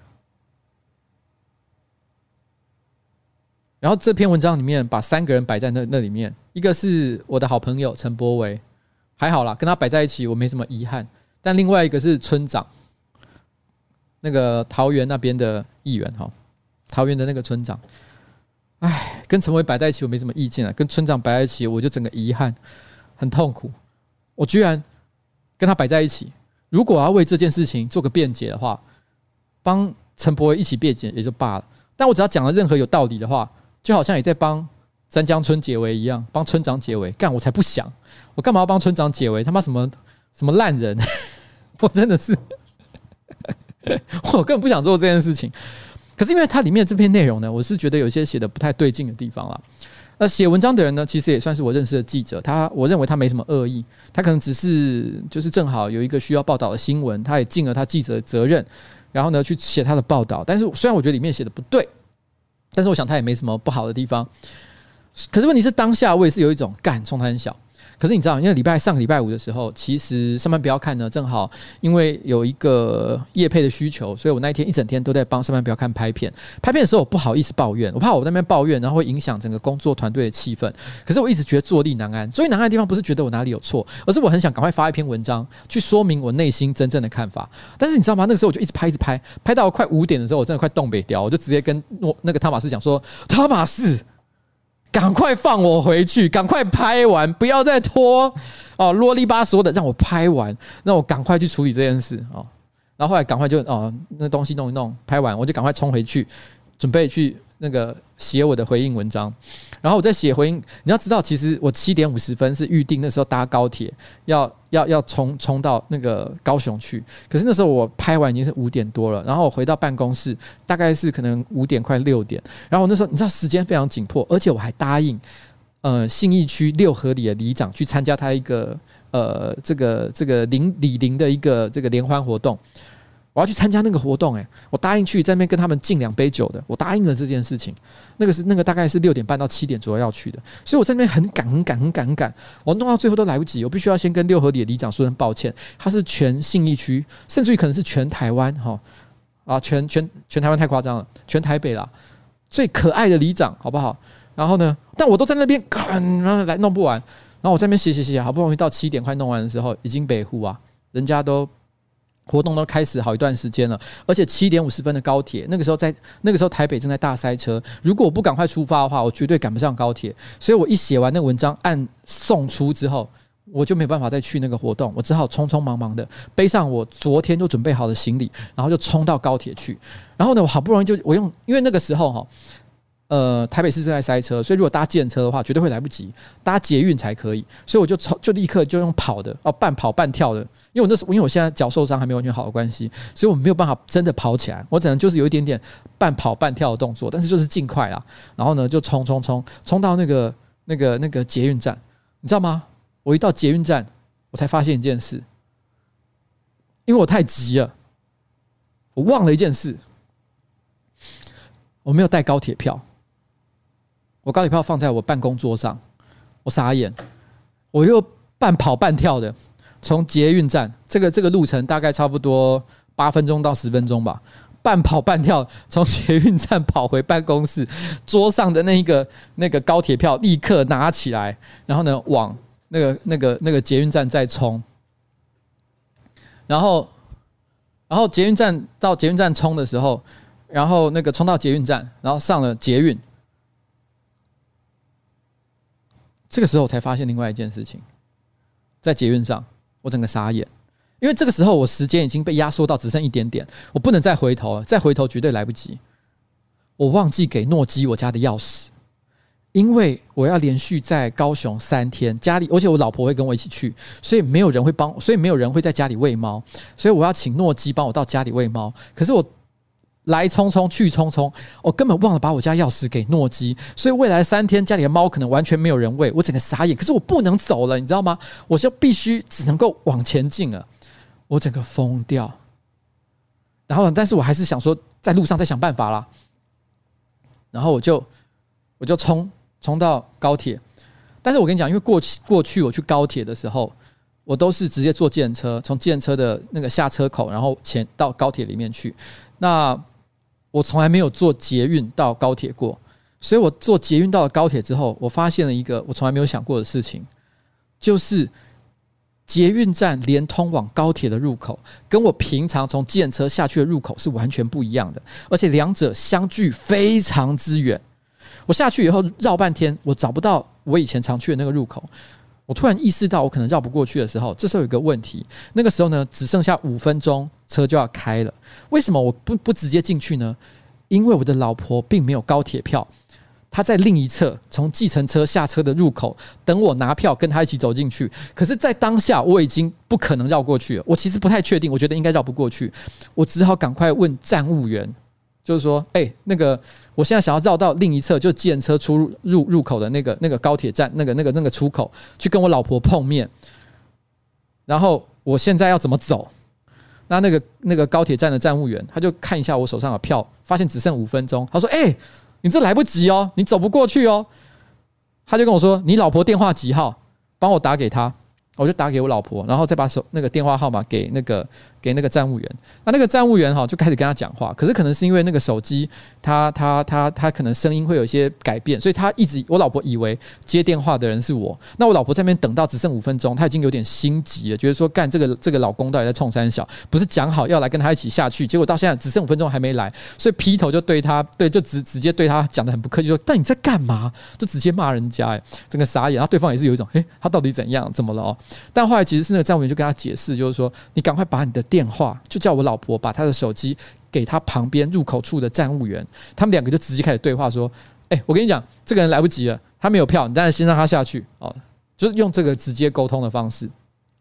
然后这篇文章里面把三个人摆在那那里面，一个是我的好朋友陈柏惟，还好啦，跟他摆在一起我没什么遗憾。但另外一个是村长，那个桃园那边的议员哈，桃园的那个村长，哎，跟陈柏惟摆在一起我没什么意见啊，跟村长摆在一起我就整个遗憾，很痛苦。我居然跟他摆在一起，如果要为这件事情做个辩解的话，帮陈柏惟一起辩解也就罢了，但我只要讲了任何有道理的话，就好像也在帮三江村解围一样，帮村长解围。干，我才不想，我干嘛要帮村长解围？他妈什么什么烂人！我真的是，我根本不想做这件事情。可是因为它里面这篇内容呢，我是觉得有些写的不太对劲的地方啦。那写文章的人呢，其实也算是我认识的记者，他我认为他没什么恶意，他可能只是就是正好有一个需要报道的新闻，他也尽了他记者的责任，然后呢去写他的报道。但是虽然我觉得里面写的不对，但是我想他也没什么不好的地方。可是问题是当下我也是有一种干冲他很小。可是你知道，因为礼拜上个礼拜五的时候，其实上班不要看呢，正好因为有一个业配的需求，所以我那一天一整天都在帮上班不要看拍片。拍片的时候我不好意思抱怨，我怕我在那边抱怨，然后会影响整个工作团队的气氛。可是我一直觉得坐立难安，坐立难安的地方不是觉得我哪里有错，而是我很想赶快发一篇文章去说明我内心真正的看法。但是你知道吗？那个时候我就一直拍，一直拍，拍到快五点的时候，我真的快冻北掉，我就直接跟那个汤马斯讲说：“汤马斯。”赶快放我回去，赶快拍完，不要再拖哦，啰里吧嗦的让我拍完，让我赶快去处理这件事哦。然后后来赶快就哦，那东西弄一弄，拍完我就赶快冲回去，准备去那个写我的回应文章。然后我在写回应，你要知道，其实我七点五十分是预定那时候搭高铁要要要冲冲到那个高雄去，可是那时候我拍完已经是五点多了，然后我回到办公室大概是可能五点快六点，然后我那时候你知道时间非常紧迫，而且我还答应呃信义区六合里的里长去参加他一个呃这个这个邻里邻的一个这个联欢活动。我要去参加那个活动、欸，我答应去在那边跟他们敬两杯酒的，我答应了这件事情。那个是那个大概是六点半到七点左右要去的，所以我在那边很赶、很赶、很赶、很赶，我弄到最后都来不及，我必须要先跟六合里的里长说声抱歉。他是全信义区，甚至于可能是全台湾哈啊，全全全台湾太夸张了，全台北啦最可爱的里长，好不好？然后呢，但我都在那边来弄不完，然后我在那边写写写，好不容易到七点快弄完的时候，已经北湖啊，人家都。活动都开始好一段时间了，而且七点五十分的高铁，那个时候在那个时候台北正在大塞车，如果我不赶快出发的话，我绝对赶不上高铁。所以我一写完那个文章按送出之后，我就没有办法再去那个活动，我只好匆匆忙忙的背上我昨天就准备好的行李，然后就冲到高铁去。然后呢，我好不容易就我用，因为那个时候哈。呃，台北市正在塞车，所以如果搭计程车的话，绝对会来不及，搭捷运才可以。所以我就就立刻就用跑的，哦，半跑半跳的。因为我那时候，因为我现在脚受伤还没完全好的关系，所以我没有办法真的跑起来，我只能就是有一点点半跑半跳的动作，但是就是尽快啦。然后呢，就冲冲冲冲到那个那个那个捷运站，你知道吗？我一到捷运站，我才发现一件事，因为我太急了，我忘了一件事，我没有带高铁票。我高铁票放在我办公桌上，我傻眼，我又半跑半跳的从捷运站，这个这个路程大概差不多八分钟到十分钟吧，半跑半跳从捷运站跑回办公室，桌上的那个那个高铁票立刻拿起来，然后呢往那个那个那个捷运站再冲，然后然后捷运站到捷运站冲的时候，然后那个冲到捷运站，然后上了捷运。这个时候我才发现另外一件事情，在捷运上，我整个傻眼，因为这个时候我时间已经被压缩到只剩一点点，我不能再回头了，再回头绝对来不及。我忘记给诺基我家的钥匙，因为我要连续在高雄三天，家里而且我老婆会跟我一起去，所以没有人会帮，所以没有人会在家里喂猫，所以我要请诺基帮我到家里喂猫。可是我来匆匆去匆匆，我根本忘了把我家钥匙给诺基，所以未来三天家里的猫可能完全没有人喂，我整个傻眼。可是我不能走了，你知道吗？我就必须只能够往前进了，我整个疯掉。然后，但是我还是想说，在路上再想办法啦。然后我就我就冲冲到高铁，但是我跟你讲，因为过去过去我去高铁的时候，我都是直接坐计程车，从计程车的那个下车口，然后前到高铁里面去。那我从来没有坐捷运到高铁过，所以我坐捷运到了高铁之后，我发现了一个我从来没有想过的事情，就是捷运站连通往高铁的入口，跟我平常从计程车下去的入口是完全不一样的，而且两者相距非常之远。我下去以后绕半天，我找不到我以前常去的那个入口。我突然意识到我可能绕不过去的时候，这时候有一个问题，那个时候呢，只剩下五分钟车就要开了。为什么我不不直接进去呢？因为我的老婆并没有高铁票，她在另一侧从计程车下车的入口等我拿票，跟她一起走进去。可是，在当下我已经不可能绕过去了。我其实不太确定，我觉得应该绕不过去，我只好赶快问站务员，就是说，哎、欸，那个。我现在想要绕到另一侧，就计程车出入 入, 入口的那个那个高铁站那个那个那个出口，去跟我老婆碰面。然后我现在要怎么走？那那个那个高铁站的站务员，他就看一下我手上的票，发现只剩五分钟，他说：“哎、欸，你这来不及哦，你走不过去哦。”他就跟我说：“你老婆电话几号？帮我打给他。”我就打给我老婆，然后再把手那个电话号码给那个给那个站务员。那那个站务员哈就开始跟他讲话，可是可能是因为那个手机他他他他可能声音会有一些改变，所以他一直我老婆以为接电话的人是我。那我老婆在那边等到只剩五分钟，她已经有点心急了，觉得说干这个这个老公到底在冲三小，不是讲好要来跟他一起下去，结果到现在只剩五分钟还没来，所以劈头就对他对就直直接对他讲得很不客气，说但你在干嘛？就直接骂人家，哎，整个傻眼。然后对方也是有一种，哎，他到底怎样？怎么了哦？但后来其实是那个站务员就跟他解释，就是说你赶快把你的电话，就叫我老婆把她的手机给他旁边入口处的站务员，他们两个就直接开始对话说：“哎、欸，我跟你讲，这个人来不及了，他没有票，你当然先让他下去哦。”就是用这个直接沟通的方式。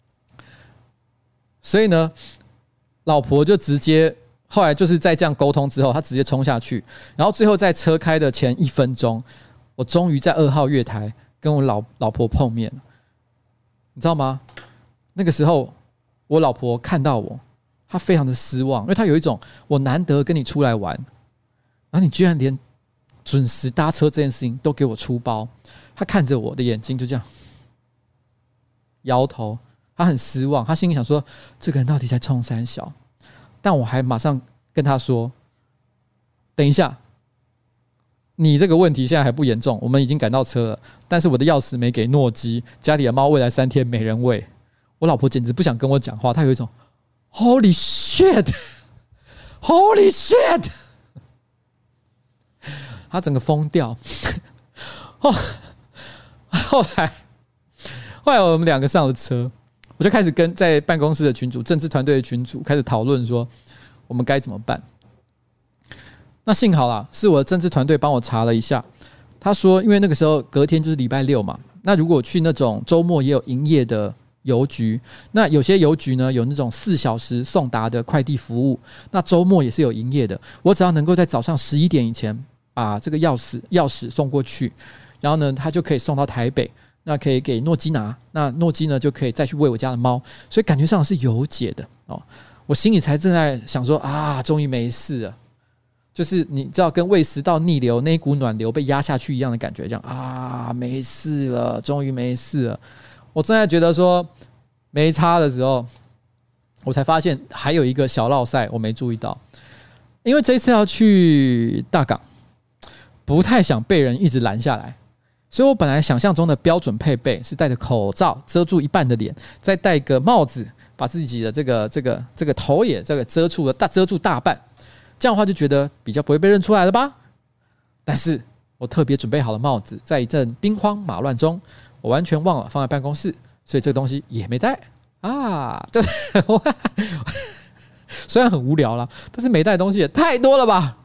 所以呢，老婆就直接后来就是在这样沟通之后，他直接冲下去，然后最后在车开的前一分钟，我终于在二号月台跟我老老婆碰面了。你知道吗？那个时候，我老婆看到我，她非常的失望，因为她有一种我难得跟你出来玩，然后你居然连准时搭车这件事情都给我出包。她看着我的眼睛就这样摇头，她很失望，她心里想说这个人到底在冲三小？但我还马上跟她说，等一下。你这个问题现在还不严重，我们已经赶到车了，但是我的钥匙没给诺基，家里的猫未来三天没人喂。我老婆简直不想跟我讲话，她有一种 Holy shit Holy shit 她整个疯掉。后来后来我们两个上了车，我就开始跟在办公室的群组政治团队的群组开始讨论说我们该怎么办。那幸好啦，是我的政治团队帮我查了一下，他说因为那个时候隔天就是礼拜六嘛，那如果去那种周末也有营业的邮局，那有些邮局呢有那种四小时送达的快递服务，那周末也是有营业的，我只要能够在早上十一点以前把这个钥匙钥匙送过去，然后呢他就可以送到台北，那可以给诺基拿，那诺基呢就可以再去喂我家的猫，所以感觉上是有解的哦。我心里才正在想说啊，终于没事了。就是你知道跟胃食道逆流那一股暖流被压下去一样的感觉，这样啊，没事了，终于没事了。我正在觉得说没差的时候，我才发现还有一个小落赛我没注意到，因为这一次要去大港，不太想被人一直拦下来，所以我本来想象中的标准配备是戴着口罩遮住一半的脸，再戴个帽子，把自己的这个这个这个头也这个遮住了大遮住大半。这样的话就觉得比较不会被认出来了吧？但是我特别准备好了帽子，在一阵兵荒马乱中，我完全忘了放在办公室，所以这个东西也没带啊。这虽然很无聊啦，但是没带的东西也太多了吧？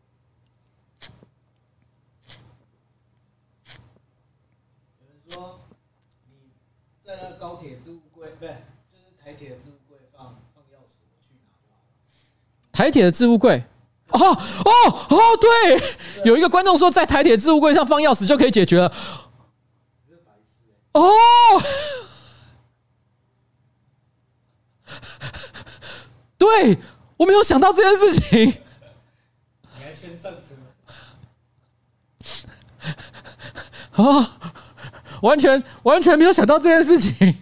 有人说你在那个高铁置物柜，不对，就是台铁的置物柜放放钥匙，我去拿就好了。 台铁的置物柜。 哦哦哦，对，有一个观众说在台铁置物柜上放钥匙就可以解决了。哦，对，我没有想到这件事情。 你还先上车？ 哦，完全完全没有想到这件事情。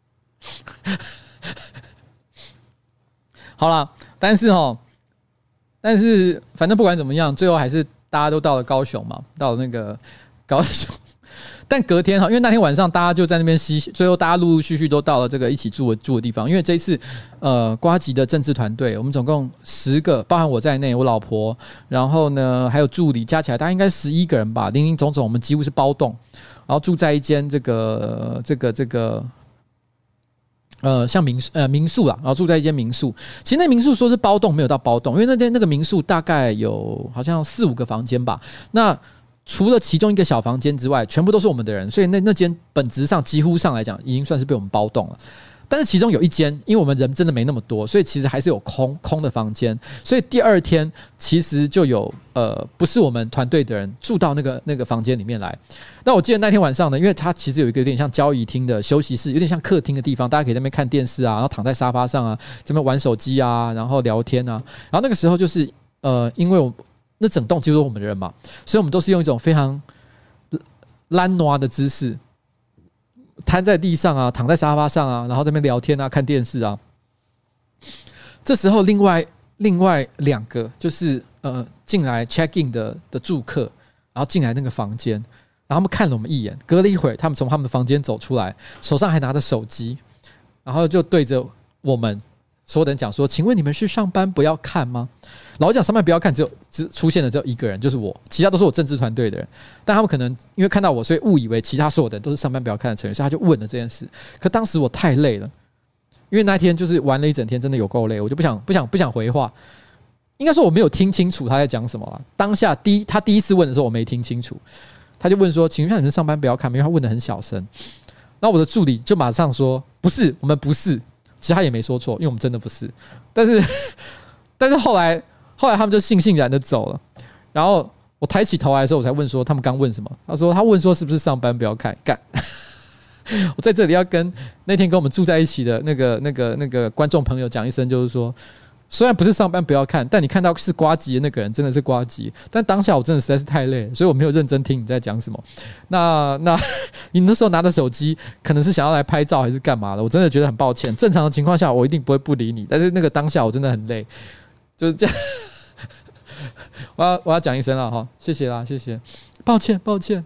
好啦，但是哦。但是反正不管怎么样，最后还是大家都到了高雄嘛，到了那个高雄。但隔天哈，因为那天晚上大家就在那边嬉，最后大家陆陆续续都到了这个一起住的住的地方。因为这一次，呃，呱吉的政治团队，我们总共十个，包含我在内，我老婆，然后呢还有助理，加起来大概应该十一个人吧，零零总总，我们几乎是包栋，然后住在一间这个这个这个。呃，像民呃民宿啦，然后住在一间民宿。其实那民宿说是包栋，没有到包栋，因为那间那个民宿大概有好像四五个房间吧。那除了其中一个小房间之外，全部都是我们的人，所以那那间本质上几乎上来讲，已经算是被我们包栋了。但是其中有一间，因为我们人真的没那么多，所以其实还是有空空的房间。所以第二天其实就有呃不是我们团队的人住到那个那个房间里面来。那我记得那天晚上呢，因为它其实有一个有点像交易厅的休息室，有点像客厅的地方，大家可以在那边看电视啊，然后躺在沙发上啊，这边玩手机啊，然后聊天啊。然后那个时候就是呃，因为我那整栋几乎都是我们的人嘛，所以我们都是用一种非常懒惰的姿势。瘫在地上啊，躺在沙发上啊，然后在那边聊天啊，看电视啊。这时候，另外另外两个就是呃进来 check in 的的住客，然后进来那个房间，然后他们看了我们一眼，隔了一会儿，他们从他们的房间走出来，手上还拿着手机，然后就对着我们所有人讲说：“请问你们是上班不要看吗？”老实讲，上班不要看，只有只出现的只有一个人，就是我，其他都是我政治团队的人。但他们可能因为看到我，所以误以为其他所有的人都是上班不要看的成员，所以他就问了这件事。可当时我太累了，因为那天就是玩了一整天，真的有够累，我就不想不想不想回话。应该说我没有听清楚他在讲什么了。当下第一他第一次问的时候，我没听清楚，他就问说：“请问你们上班不要看吗？”因为他问的很小声。然后我的助理就马上说：“不是，我们不是。”其实他也没说错，因为我们真的不是。但是但是后来。后来他们就悻悻然的走了，然后我抬起头来的时候，我才问说他们刚问什么？他说他问说是不是上班不要看干。我在这里要跟那天跟我们住在一起的那个那个那个观众朋友讲一声，就是说，虽然不是上班不要看，但你看到是呱吉的那个人真的是呱吉，但当下我真的实在是太累了，所以我没有认真听你在讲什么。那那你那时候拿着手机，可能是想要来拍照还是干嘛的？我真的觉得很抱歉。正常的情况下，我一定不会不理你，但是那个当下我真的很累，就是这样。我要我要讲一声了哈，谢谢啦，谢谢，抱歉抱歉。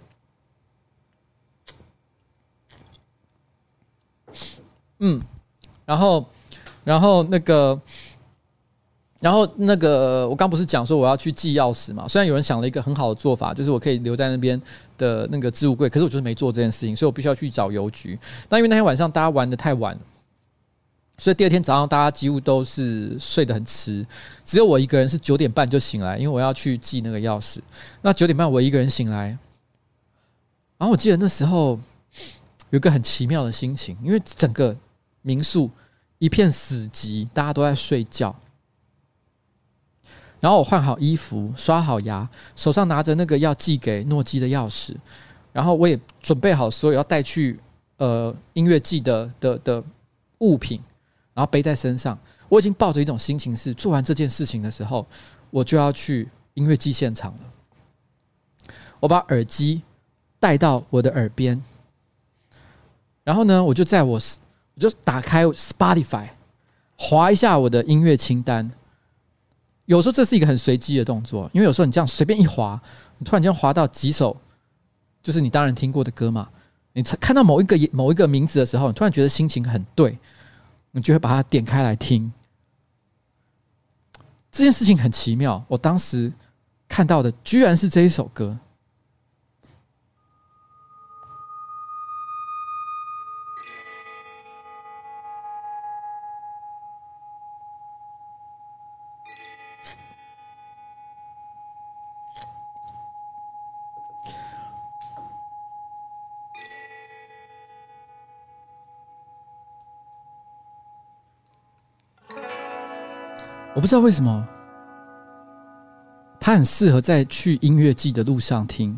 嗯，然后然后那个然后那个我刚不是讲说我要去寄钥匙嘛？虽然有人想了一个很好的做法，就是我可以留在那边的那个置物柜，可是我就是没做这件事情，所以我必须要去找邮局。那因为那天晚上大家玩得太晚了，所以第二天早上大家几乎都是睡得很迟，只有我一个人是九点半就醒来，因为我要去寄那个钥匙。那九点半我一个人醒来，然后我记得那时候有一个很奇妙的心情，因为整个民宿一片死寂，大家都在睡觉。然后我换好衣服，刷好牙，手上拿着那个要寄给诺基的钥匙，然后我也准备好所有要带去呃音乐季的的的物品。然后背在身上，我已经抱着一种心情是，做完这件事情的时候，我就要去音乐季现场了。我把耳机带到我的耳边，然后呢，我就在我我就打开 Spotify， 滑一下我的音乐清单。有时候这是一个很随机的动作，因为有时候你这样随便一滑，你突然间滑到几首，就是你当然听过的歌嘛。你看到某一个某一个名字的时候，你突然觉得心情很对。你就会把它点开来听。这件事情很奇妙，我当时看到的居然是这一首歌。我不知道为什么， 它很适合在去音乐季的路上听。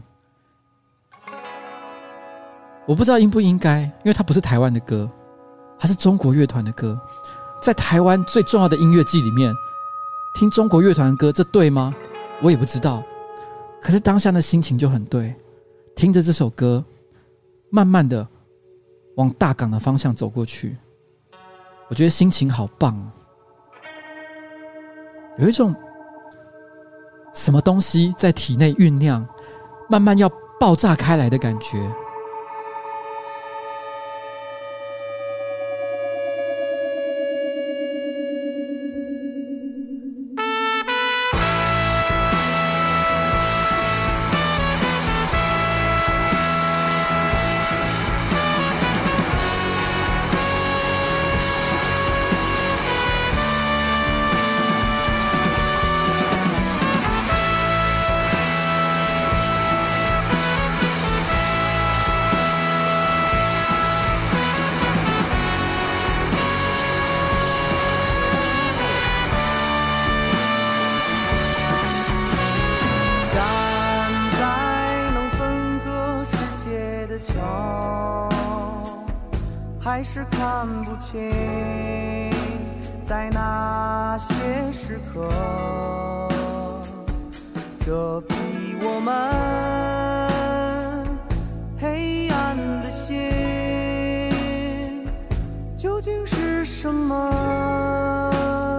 我不知道应不应该，因为它不是台湾的歌，它是中国乐团的歌。在台湾最重要的音乐季里面，听中国乐团的歌，这对吗？我也不知道。可是当下的心情就很对，听着这首歌，慢慢的往大港的方向走过去，我觉得心情好棒哦，有一种什么东西在体内酝酿，慢慢要爆炸开来的感觉。 还是看不清，在那些时刻，这逼我们黑暗的心究竟是什么？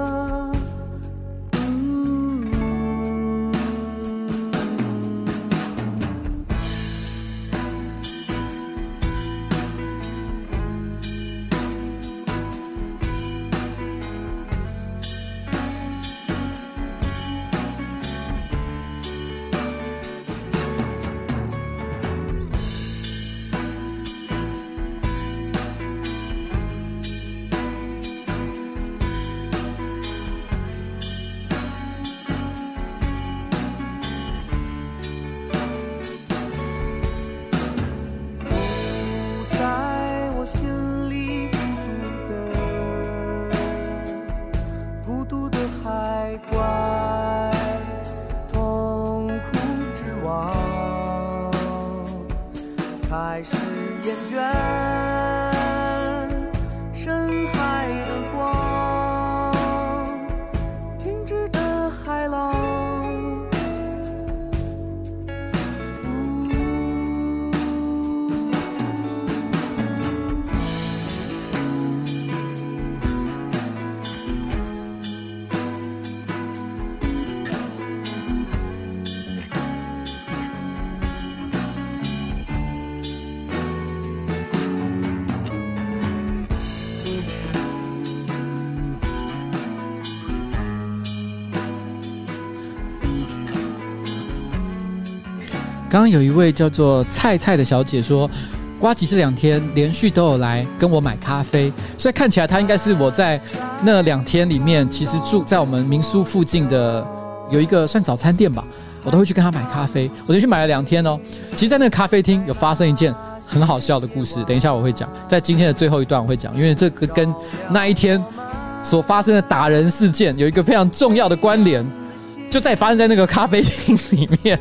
开始厌倦深海的光，停止的海浪， 刚刚有一位叫做菜菜的小姐说，呱吉这两天连续都有来跟我买咖啡，所以看起来她应该是我在那两天里面，其实住在我们民宿附近的有一个算早餐店吧，我都会去跟她买咖啡。我连续买了两天哦。其实，在那个咖啡厅有发生一件很好笑的故事，等一下我会讲，在今天的最后一段我会讲，因为这个跟那一天所发生的打人事件有一个非常重要的关联，就在发生在那个咖啡厅里面。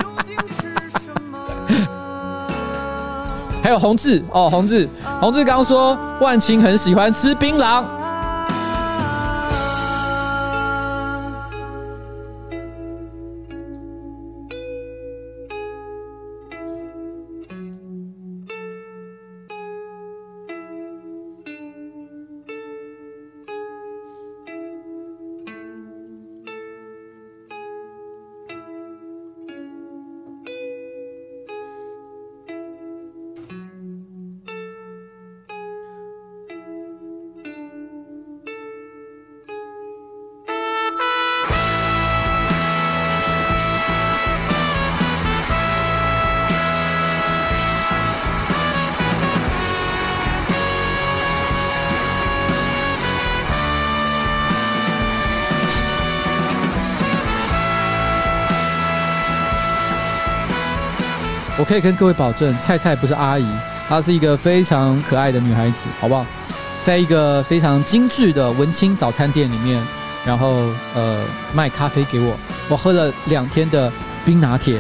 还有宏志哦，宏志，宏志刚刚说万晴很喜欢吃槟榔。我可以跟各位保证，菜菜不是阿姨，她是一个非常可爱的女孩子，好不好？在一个非常精致的文青早餐店里面，然后呃卖咖啡给我， 我喝了两天的冰拿铁。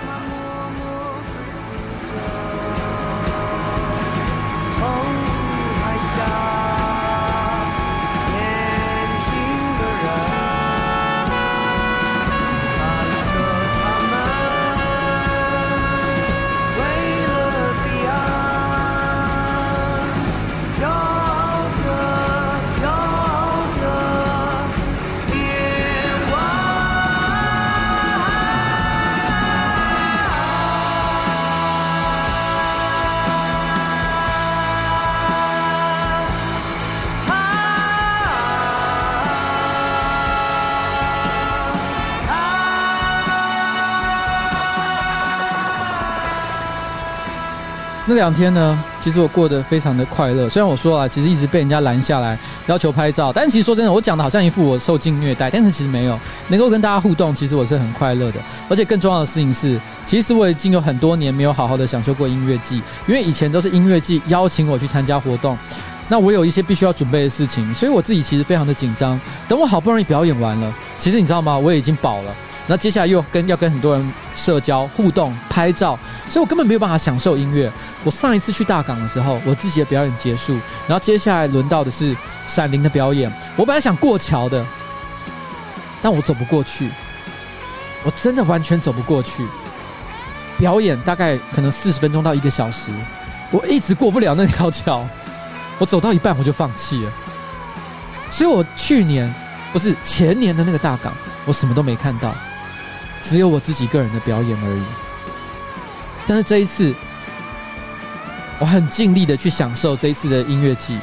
那两天呢，其实我过得非常的快乐。虽然我说啊，其实一直被人家拦下来要求拍照，但其实说真的，我讲的好像一副我受尽虐待，但是其实没有，能够跟大家互动，其实我是很快乐的。而且更重要的事情是，其实我已经有很多年没有好好的享受过音乐季，因为以前都是音乐季邀请我去参加活动，那我有一些必须要准备的事情，所以我自己其实非常的紧张。等我好不容易表演完了，其实你知道吗？我也已经饱了。然后接下来又跟要跟很多人社交互动拍照，所以我根本没有办法享受音乐。我上一次去大港的时候，我自己的表演结束，然后接下来轮到的是闪灵的表演。我本来想过桥的，但我走不过去，我真的完全走不过去。表演大概可能四十分钟到一个小时，我一直过不了那条桥，我走到一半我就放弃了。所以我去年不是前年的那个大港，我什么都没看到。只有我自己个人的表演而已。但是这一次，我很尽力的去享受这一次的音乐季。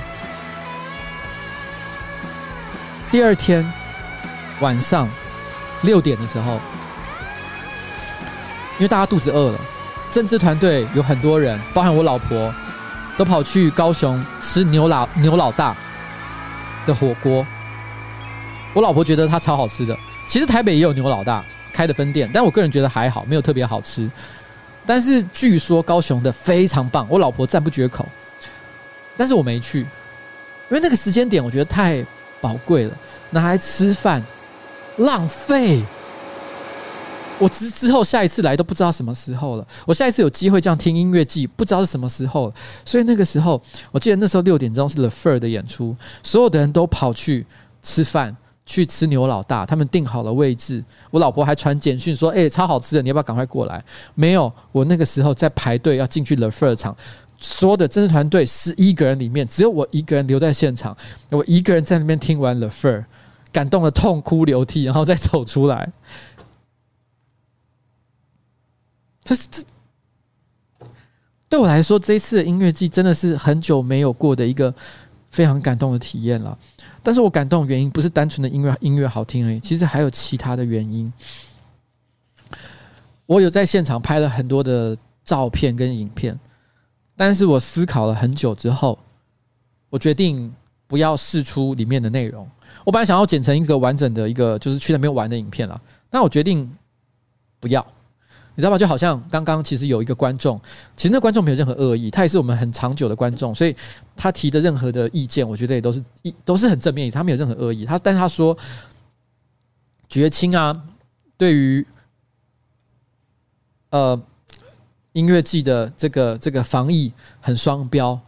第二天晚上六点的时候，因为大家肚子饿了，政治团队有很多人，包含我老婆，都跑去高雄吃牛老牛老大的火锅。我老婆觉得它超好吃的。其实台北也有牛老大开的分店，但我个人觉得还好，没有特别好吃。但是据说高雄的非常棒，我老婆赞不绝口。但是我没去，因为那个时间点我觉得太宝贵了，拿来吃饭浪费。我之之后下一次来都不知道什么时候了，我下一次有机会这样听音乐季，不知道是什么时候了。所以那个时候，我记得那时候六点钟是 The Fur 的演出，所有的人都跑去吃饭。去吃牛老大，他们订好了位置，我老婆还传简讯说：“哎、欸，超好吃的，你要不要赶快过来？”没有，我那个时候在排队要进去 The Fur 场，所有的政治团队十一个人里面，只有我一个人留在现场，我一个人在那边听完 The Fur， 感动的痛哭流涕，然后再走出来。这是这对我来说，这一次的音乐季真的是很久没有过的一个非常感动的体验了。但是我感动的原因不是单纯的音乐音乐好听而已，其实还有其他的原因。我有在现场拍了很多的照片跟影片，但是我思考了很久之后，我决定不要释出里面的内容。我本来想要剪成一个完整的一个就是去那边玩的影片啦，但我决定不要。你知道吗？就好像刚刚其实有一个观众，其实那观众没有任何恶意，他也是我们很长久的观众，所以他提的任何的意见，我觉得也都是都是很正面，他没有任何恶意。他但是他说，绝青啊，对于呃音乐季的这个这个防疫很双标，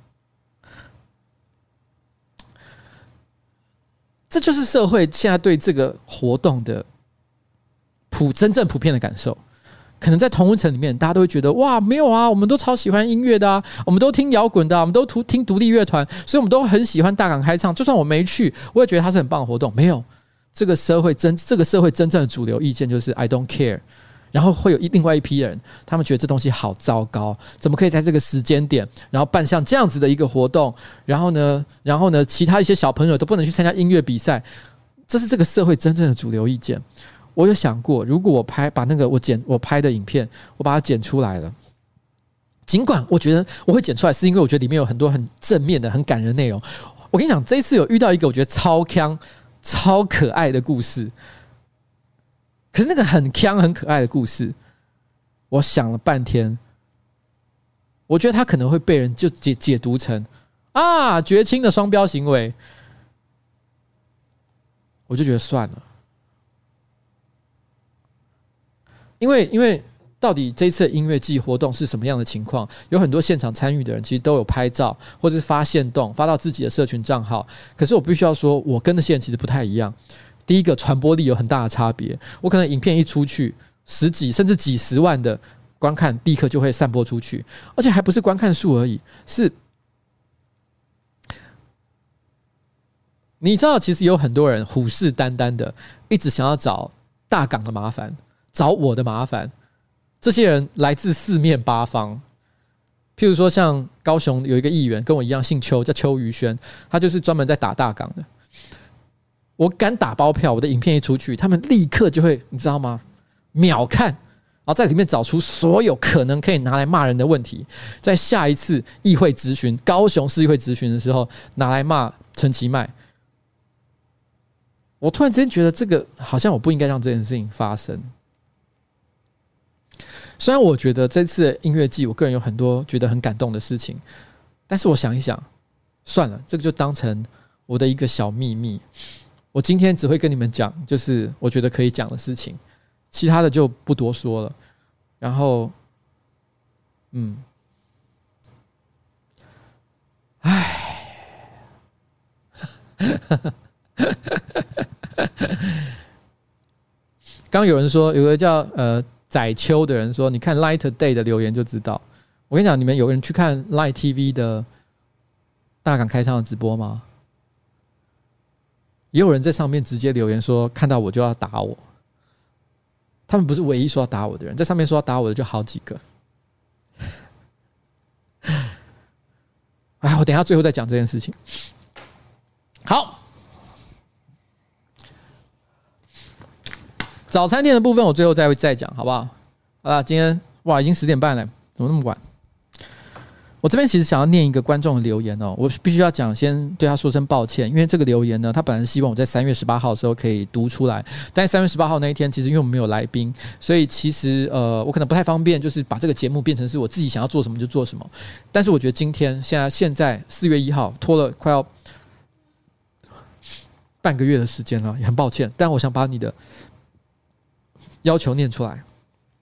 这就是社会现在对这个活动的普真正普遍的感受。可能在同温层里面，大家都会觉得哇，没有啊，我们都超喜欢音乐的啊，我们都听摇滚的啊，我们都听独立乐团，所以我们都很喜欢大港开唱。就算我没去，我也觉得它是很棒的活动。没有，这个社会真这个社会真正的主流意见就是 I don't care。然后会有另外一批人，他们觉得这东西好糟糕，怎么可以在这个时间点，然后办像这样子的一个活动？然后呢，然后呢，其他一些小朋友都不能去参加音乐比赛，这是这个社会真正的主流意见。我有想过，如果我拍把那个我剪我拍的影片，我把它剪出来了，尽管我觉得我会剪出来，是因为我觉得里面有很多很正面的、很感人的内容。我跟你讲，这一次有遇到一个我觉得超鏘、超可爱的故事，可是那个很鏘、很可爱的故事，我想了半天，我觉得他可能会被人就解解读成啊绝青的双标行为，我就觉得算了。 因为因为到底这一次的音乐季活动是什么样的情况？有很多现场参与的人其实都有拍照，或者是发限动，发到自己的社群账号。可是我必须要说，我跟那些人其实不太一样。第一个，传播力有很大的差别。我可能影片一出去，十几甚至几十万的观看，立刻就会散播出去，而且还不是观看数而已，是你知道，其实有很多人虎视眈眈的，一直想要找大港的麻烦，找我的麻烦。这些人来自四面八方，譬如说像高雄有一个议员跟我一样姓邱，叫邱于轩，他就是专门在打大港的。我敢打包票，我的影片一出去，他们立刻就会，你知道吗？秒看，然后在里面找出所有可能可以拿来骂人的问题，在下一次议会质询，高雄市议会质询的时候，拿来骂陈其迈。我突然之间觉得，这个好像我不应该让这件事情发生。虽然我觉得这次的音乐季，我个人有很多觉得很感动的事情，但是我想一想，算了，这个就当成我的一个小秘密。我今天只会跟你们讲，就是我觉得可以讲的事情，其他的就不多说了。然后，嗯，唉，刚有人说，有个叫呃。宰秋的人说：“你看 Light Day 的留言就知道。”我跟你讲，你们有人去看 Light T V 的大港开唱的直播吗？也有人在上面直接留言说：“看到我就要打我。”他们不是唯一说要打我的人，在上面说要打我的就好几个。哎，我等一下最后再讲这件事情。好。早餐店的部分我最后再再讲好不好？好啦，今天哇已经十点半了，怎么那么晚？我这边其实想要念一个观众的留言哦，我必须要讲，先对他说声抱歉，因为这个留言呢，他本来是希望我在三月十八号的时候可以读出来，但是三月十八号那一天，其实因为我们没有来宾，所以其实呃我可能不太方便，就是把这个节目变成是我自己想要做什么就做什么。但是我觉得今天现在现在四月一号拖了快要半个月的时间了，也很抱歉，但我想把你的要求念出来。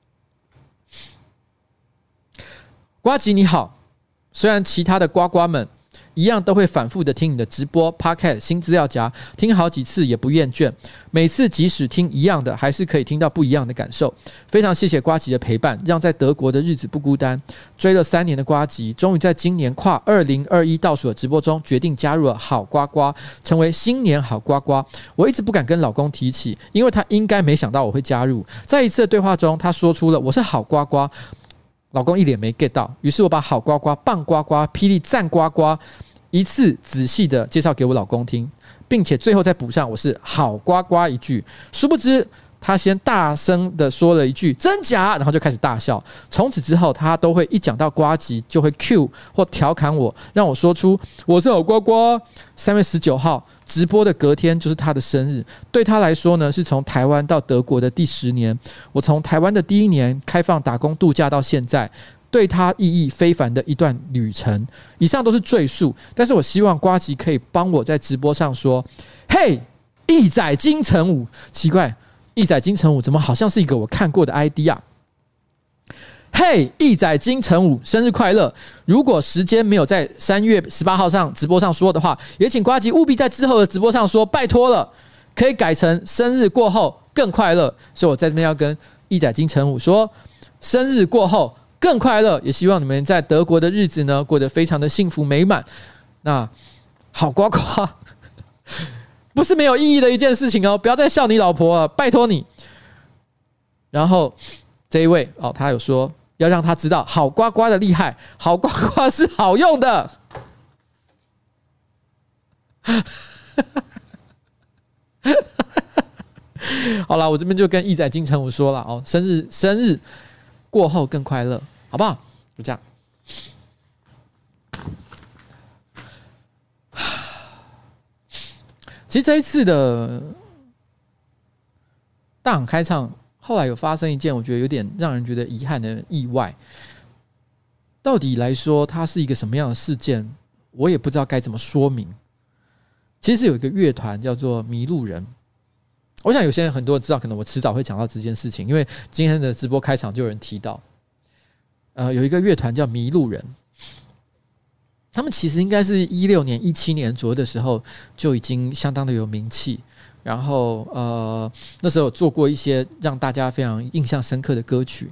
呱吉你好，虽然其他的呱呱们一样都会反复的听你的直播 podcast 新资料夹，听好几次也不厌倦，每次即使听一样的还是可以听到不一样的感受。非常谢谢呱吉的陪伴，让在德国的日子不孤单。追了三年的呱吉，终于在今年跨二零二一倒数的直播中决定加入了好呱呱，成为新年好呱呱。我一直不敢跟老公提起，因为他应该没想到我会加入。在一次的对话中，他说出了我是好呱呱，老公一脸没 get 到，于是我把好呱呱、棒呱呱、霹雳赞呱呱一次仔细的介绍给我老公听，并且最后再补上我是好呱呱一句。殊不知他先大声的说了一句真假，然后就开始大笑。从此之后他都会一讲到呱吉就会 cue 或调侃我，让我说出我是好呱呱。三月十九号直播的隔天就是他的生日，对他来说呢，是从台湾到德国的第十年。我从台湾的第一年开放打工度假到现在，对他意义非凡的一段旅程。以上都是赘述，但是我希望呱吉可以帮我在直播上说：“嘿，义载金城武。”奇怪，义载金城武怎么好像是一个我看过的 I D 啊？嘿，义载金城武，生日快乐！如果时间没有在三月十八号上直播上说的话，也请呱吉务必在之后的直播上说，拜托了，可以改成生日过后更快乐。所以我在这边要跟义载金城武说，生日过后更快乐，也希望你们在德国的日子呢过得非常的幸福美满。那好呱呱不是没有意义的一件事情哦，不要再笑你老婆了，拜托你。然后这一位哦，他有说要让他知道好呱呱的厉害，好呱呱是好用的。好啦，我这边就跟义载金城武说了哦，生日生日过后更快乐，好不好？就这样。其实这一次的大港开唱，后来有发生一件我觉得有点让人觉得遗憾的意外。到底来说，它是一个什么样的事件，我也不知道该怎么说明。其实有一个乐团叫做迷路人， 我想有些人很多人知道，可能我迟早会讲到这件事情，因为今天的直播开场就有人提到，呃，有一个乐团叫迷路人，他们其实应该是一六年、一七年左右的时候就已经相当的有名气，然后呃那时候有做过一些让大家非常印象深刻的歌曲。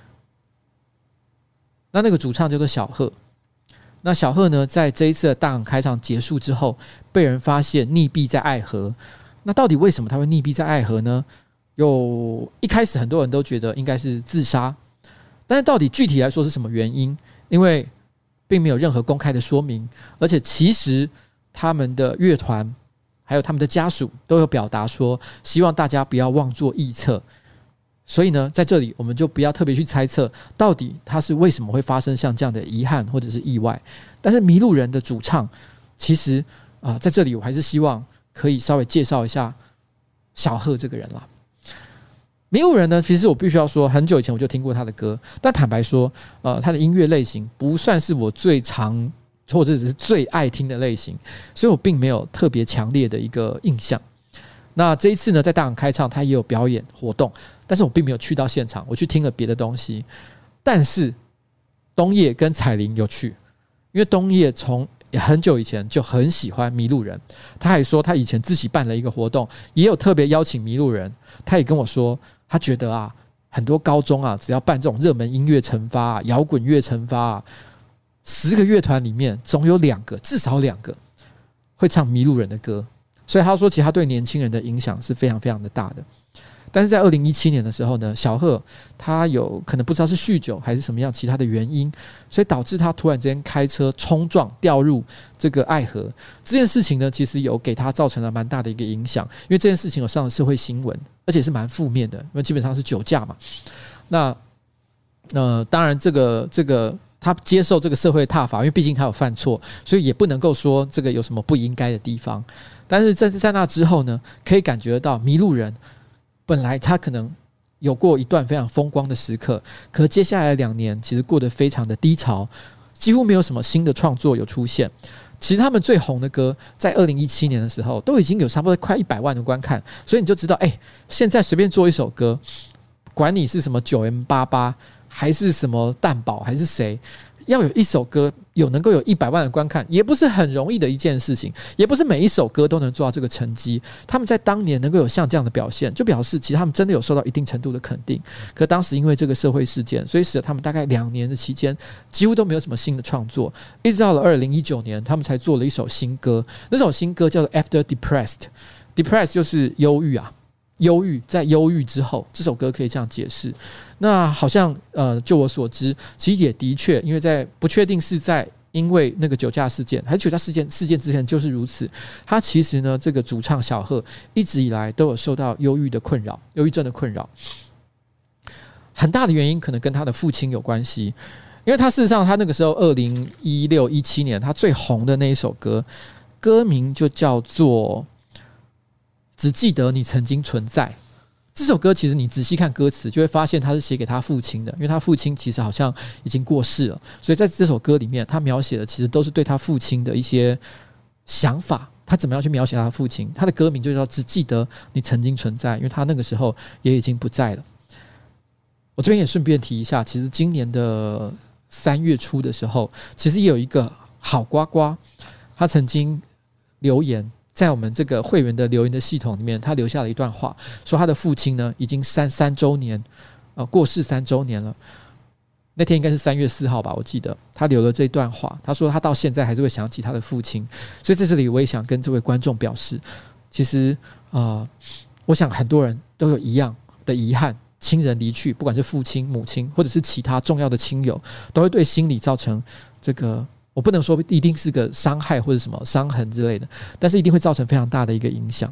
那那个主唱叫做小贺，那小贺呢，在这一次的大港开唱结束之后，被人发现溺毙在爱河。那到底为什么他会溺毙在爱河呢？有一开始很多人都觉得应该是自杀，但是到底具体来说是什么原因？因为并没有任何公开的说明，而且其实他们的乐团还有他们的家属都有表达说，希望大家不要妄作臆测。所以呢，在这里我们就不要特别去猜测到底他是为什么会发生像这样的遗憾或者是意外。但是迷路人的主唱，其实啊、呃，在这里我还是希望可以稍微介绍一下小贺这个人啦。迷路人呢，其实我必须要说，很久以前我就听过他的歌，但坦白说，呃，他的音乐类型不算是我最常或者只是最爱听的类型，所以我并没有特别强烈的一个印象。那这一次呢，在大港开唱，他也有表演活动，但是我并没有去到现场，我去听了别的东西。但是东叶跟彩玲有去，因为东叶从很久以前就很喜欢迷路人，他还说他以前自己办了一个活动，也有特别邀请迷路人。他也跟我说，他觉得啊，很多高中啊，只要办这种热门音乐惩罚啊、摇滚乐惩罚啊，十个乐团里面总有两个，至少两个会唱迷路人的歌。所以他说，其实他对年轻人的影响是非常非常的大的。但是在二零一七年的时候呢，小贺他有可能不知道是酗酒还是什么样其他的原因，所以导致他突然之间开车冲撞掉入这个爱河。这件事情呢，其实有给他造成了蛮大的一个影响，因为这件事情有上了社会新闻，而且是蛮负面的，因为基本上是酒驾嘛。那呃，当然这个这个他接受这个社会挞伐，因为毕竟他有犯错，所以也不能够说这个有什么不应该的地方。但是在在那之后呢，可以感觉到迷路人本来他可能有过一段非常风光的时刻，可是接下来两年其实过得非常的低潮，几乎没有什么新的创作有出现。其实他们最红的歌在二零一七年的时候都已经有差不多快一百万的观看，所以你就知道，哎、欸，现在随便做一首歌，管你是什么九 M 八八还是什么蛋堡还是谁，要有一首歌有能够有一百万的观看，也不是很容易的一件事情，也不是每一首歌都能做到这个成绩。他们在当年能够有像这样的表现，就表示其实他们真的有受到一定程度的肯定。可当时因为这个社会事件，所以使得他们大概两年的期间几乎都没有什么新的创作，一直到了二零一九年，他们才做了一首新歌。那首新歌叫做 After Depressed，Depressed 就是忧郁啊。忧郁，在忧郁之后，这首歌可以这样解释。那好像呃，就我所知，其实也的确，因为在不确定是在因为那个酒驾事件，还是酒驾事件事件之前就是如此。他其实呢，这个主唱小贺一直以来都有受到忧郁的困扰，忧郁症的困扰。很大的原因可能跟他的父亲有关系，因为他事实上他那个时候二零一六一七年他最红的那一首歌，歌名就叫做只记得你曾经存在。这首歌其实你仔细看歌词就会发现他是写给他父亲的，因为他父亲其实好像已经过世了，所以在这首歌里面他描写的其实都是对他父亲的一些想法，他怎么样去描写他的父亲。他的歌名就叫只记得你曾经存在，因为他那个时候也已经不在了。我这边也顺便提一下，其实今年的三月初的时候，其实也有一个好呱呱，他曾经留言在我们这个会员的留言的系统里面，他留下了一段话，说他的父亲呢已经三三周年，呃，过世三周年了。那天应该是三月四号吧，我记得他留了这段话，他说他到现在还是会想起他的父亲。所以在这里我也想跟这位观众表示，其实呃，我想很多人都有一样的遗憾，亲人离去，不管是父亲、母亲，或者是其他重要的亲友，都会对心理造成这个。我不能说一定是个伤害或者什么伤痕之类的，但是一定会造成非常大的一个影响。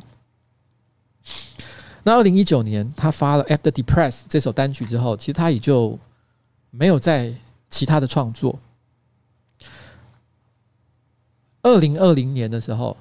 那二零一九年他发了 After Depressed 这首单曲之后，其实他也就没有在其他的创作。二零二零年的时候，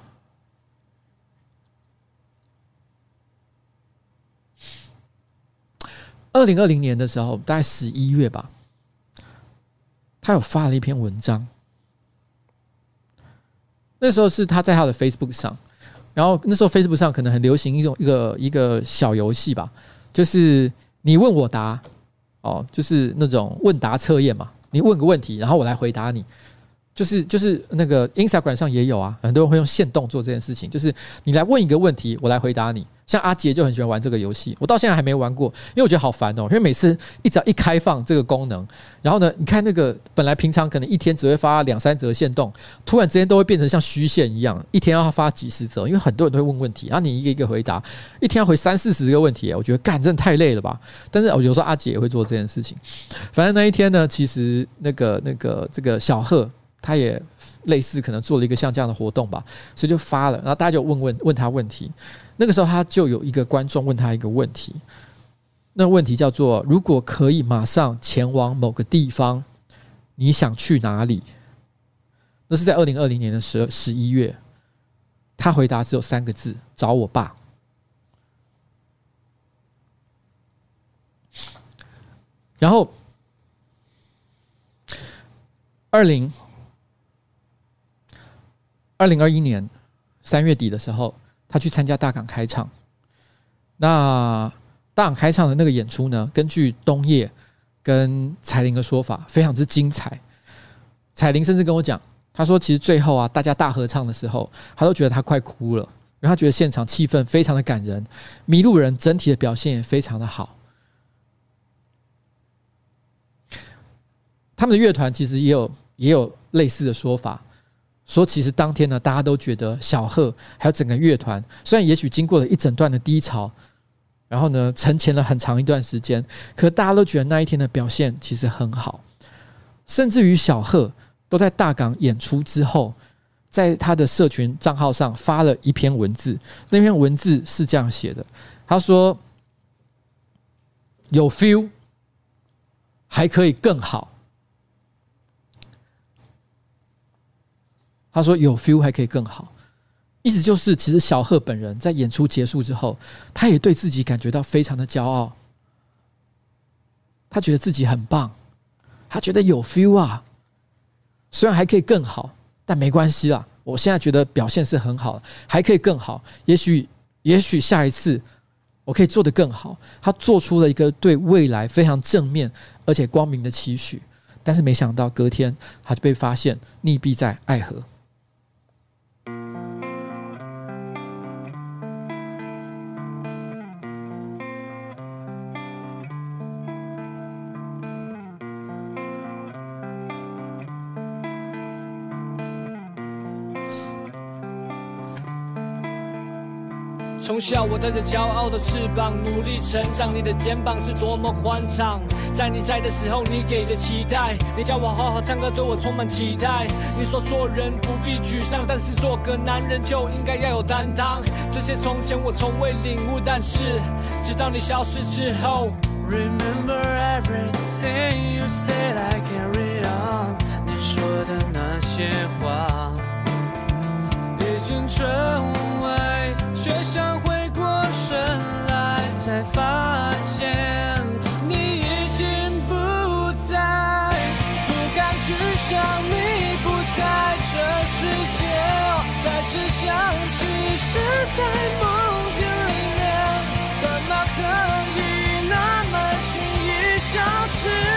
二零二零年的时候，大概十一月吧，他有发了一篇文章。那时候是他在他的 Facebook 上， 然后那时候 Facebook 上可能很流行一种一个一个小游戏吧，就是你问我答，哦，就是那种问答测验嘛，你问个问题，然后我来回答你。就是就是那个 Instagram 上也有啊，很多人会用限动做这件事情，就是你来问一个问题，我来回答你。像阿杰就很喜欢玩这个游戏，我到现在还没玩过，因为我觉得好烦哦。因为每次一只要一开放这个功能，然后呢，你看那个本来平常可能一天只会发两三则限动，突然之间都会变成像虚线一样，一天要发几十则，因为很多人都会问问题，然后你一个一个回答，一天要回三四十个问题，我觉得干真的太累了吧。但是有时候阿杰也会做这件事情。反正那一天呢，其实那个那个这个小贺。他也类似可能做了一个像这样的活动吧，所以就发了，然后大家就问问问他问题。那个时候他就有一个观众问他一个问题，那问题叫做：如果可以马上前往某个地方，你想去哪里？那是在二零二零年的十十一月。他回答只有三个字：找我爸。然后二零。二零二一年三月底的时候，他去参加大港开唱。那大港开唱的那个演出呢，根据东野跟彩玲的说法，非常之精彩。彩玲甚至跟我讲，他说其实最后啊，大家大合唱的时候，他都觉得他快哭了，因为他觉得现场气氛非常的感人，迷路人整体的表现也非常的好。他们的乐团其实也有也有类似的说法。说其实当天呢，大家都觉得小贺还有整个乐团，虽然也许经过了一整段的低潮，然后呢沉潜了很长一段时间，可大家都觉得那一天的表现其实很好，甚至于小贺都在大港演出之后，在他的社群账号上发了一篇文字，那篇文字是这样写的，他说有 feel 还可以更好。他说有 feel 还可以更好，意思就是其实小贺本人在演出结束之后，他也对自己感觉到非常的骄傲，他觉得自己很棒，他觉得有 feel 啊，虽然还可以更好，但没关系啦，我现在觉得表现是很好，还可以更好，也许也许下一次我可以做得更好。他做出了一个对未来非常正面而且光明的期许，但是没想到隔天他就被发现溺毙在爱河。 从小我带着骄傲的翅膀努力成长，你的肩膀是多么宽敞，在你在的时候你给的期待，你叫我好好唱歌对我充满期待，你说做人不必沮丧，但是做个男人就应该要有担当，这些从前我从未领悟，但是直到你消失之后 Remember everything you said I carry on， 你说的那些话已经成为学想回过神来，才发现你已经不在，不敢去想你不在这世界，再次想起是在梦境里面，怎么可以那么轻易消失？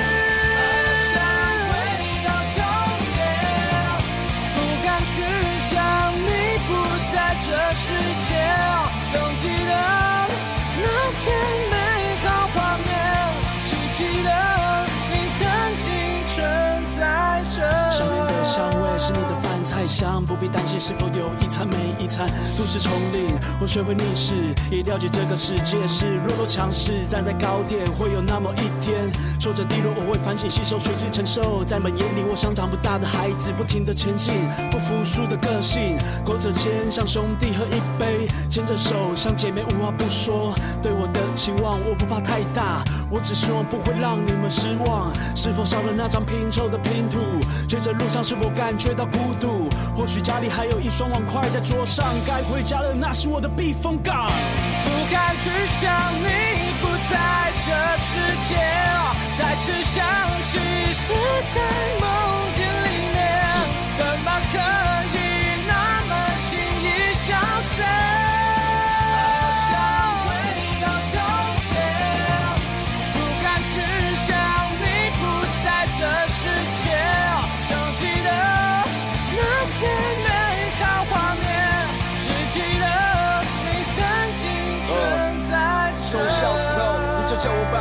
这世界总记得那些美好画面，只记得你曾经存在这。想念的香味是你的饭菜香，不必担心是否有一餐没一餐。都市丛林，我学会逆势，也了解这个世界是弱肉强势。站在高点，会有那么一天，挫折低落我会反省吸收，学习承受。在你们眼里，我像长不大的孩子，不停地前进，不服输的个性。勾着肩，像兄弟喝一杯，牵着手，像姐妹无话不说。对我的期望，我不怕太大，我只希望不会让你们失望。是否少了那张拼凑的拼图？追着路上是否感觉到孤独？或许家里还有一双碗筷在桌上，该回家了，那是我的避风港。不敢去想你不在这世界，再次想起是在梦境里面，怎么可以那么轻易消失？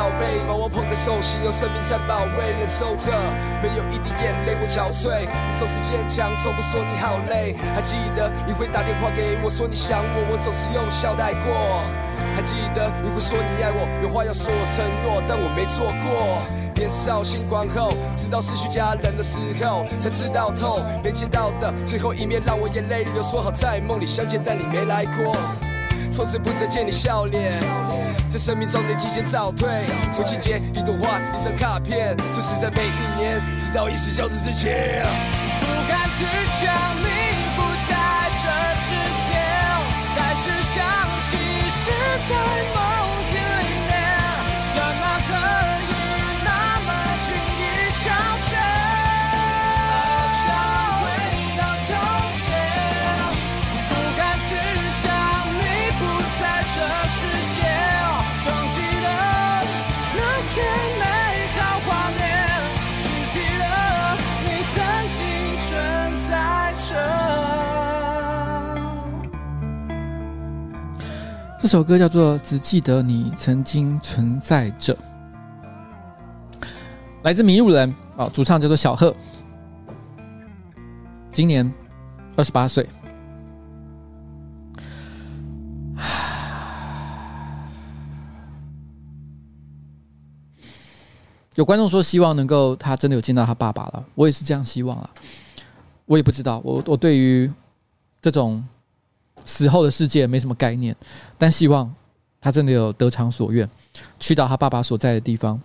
宝贝，把我捧在手心，用生命在保卫，忍受着没有一滴眼泪或憔悴。你总是坚强，从不说你好累。还记得你会打电话给我说你想我，我总是用笑带过。还记得你会说你爱我，有话要说我承诺，但我没做过。年少轻狂后，直到失去家人的时候，才知道痛。没见到的最后一面，让我眼泪流。说好在梦里相见，但你没来过。从此不再见你笑脸，在生命中你提前早退。父亲节一朵花，一张卡片，就是在每一年，直到一时消失之前。 不敢去想你不在这世界，才是想起是在梦境里面，怎么可以那么轻易消失？想回到从前，不敢去想你不在这世界，忘记了那些美好画面，记起了你曾经存在着。 这首歌叫做《只记得你曾经存在着》，来自迷路人哦，主唱叫做小贺，今年二十八岁。有观众说希望能够他真的有见到他爸爸了，我也是这样希望了。我也不知道，我我对于这种死后的世界没什么概念，但希望他真的有得偿所愿，去到他爸爸所在的地方。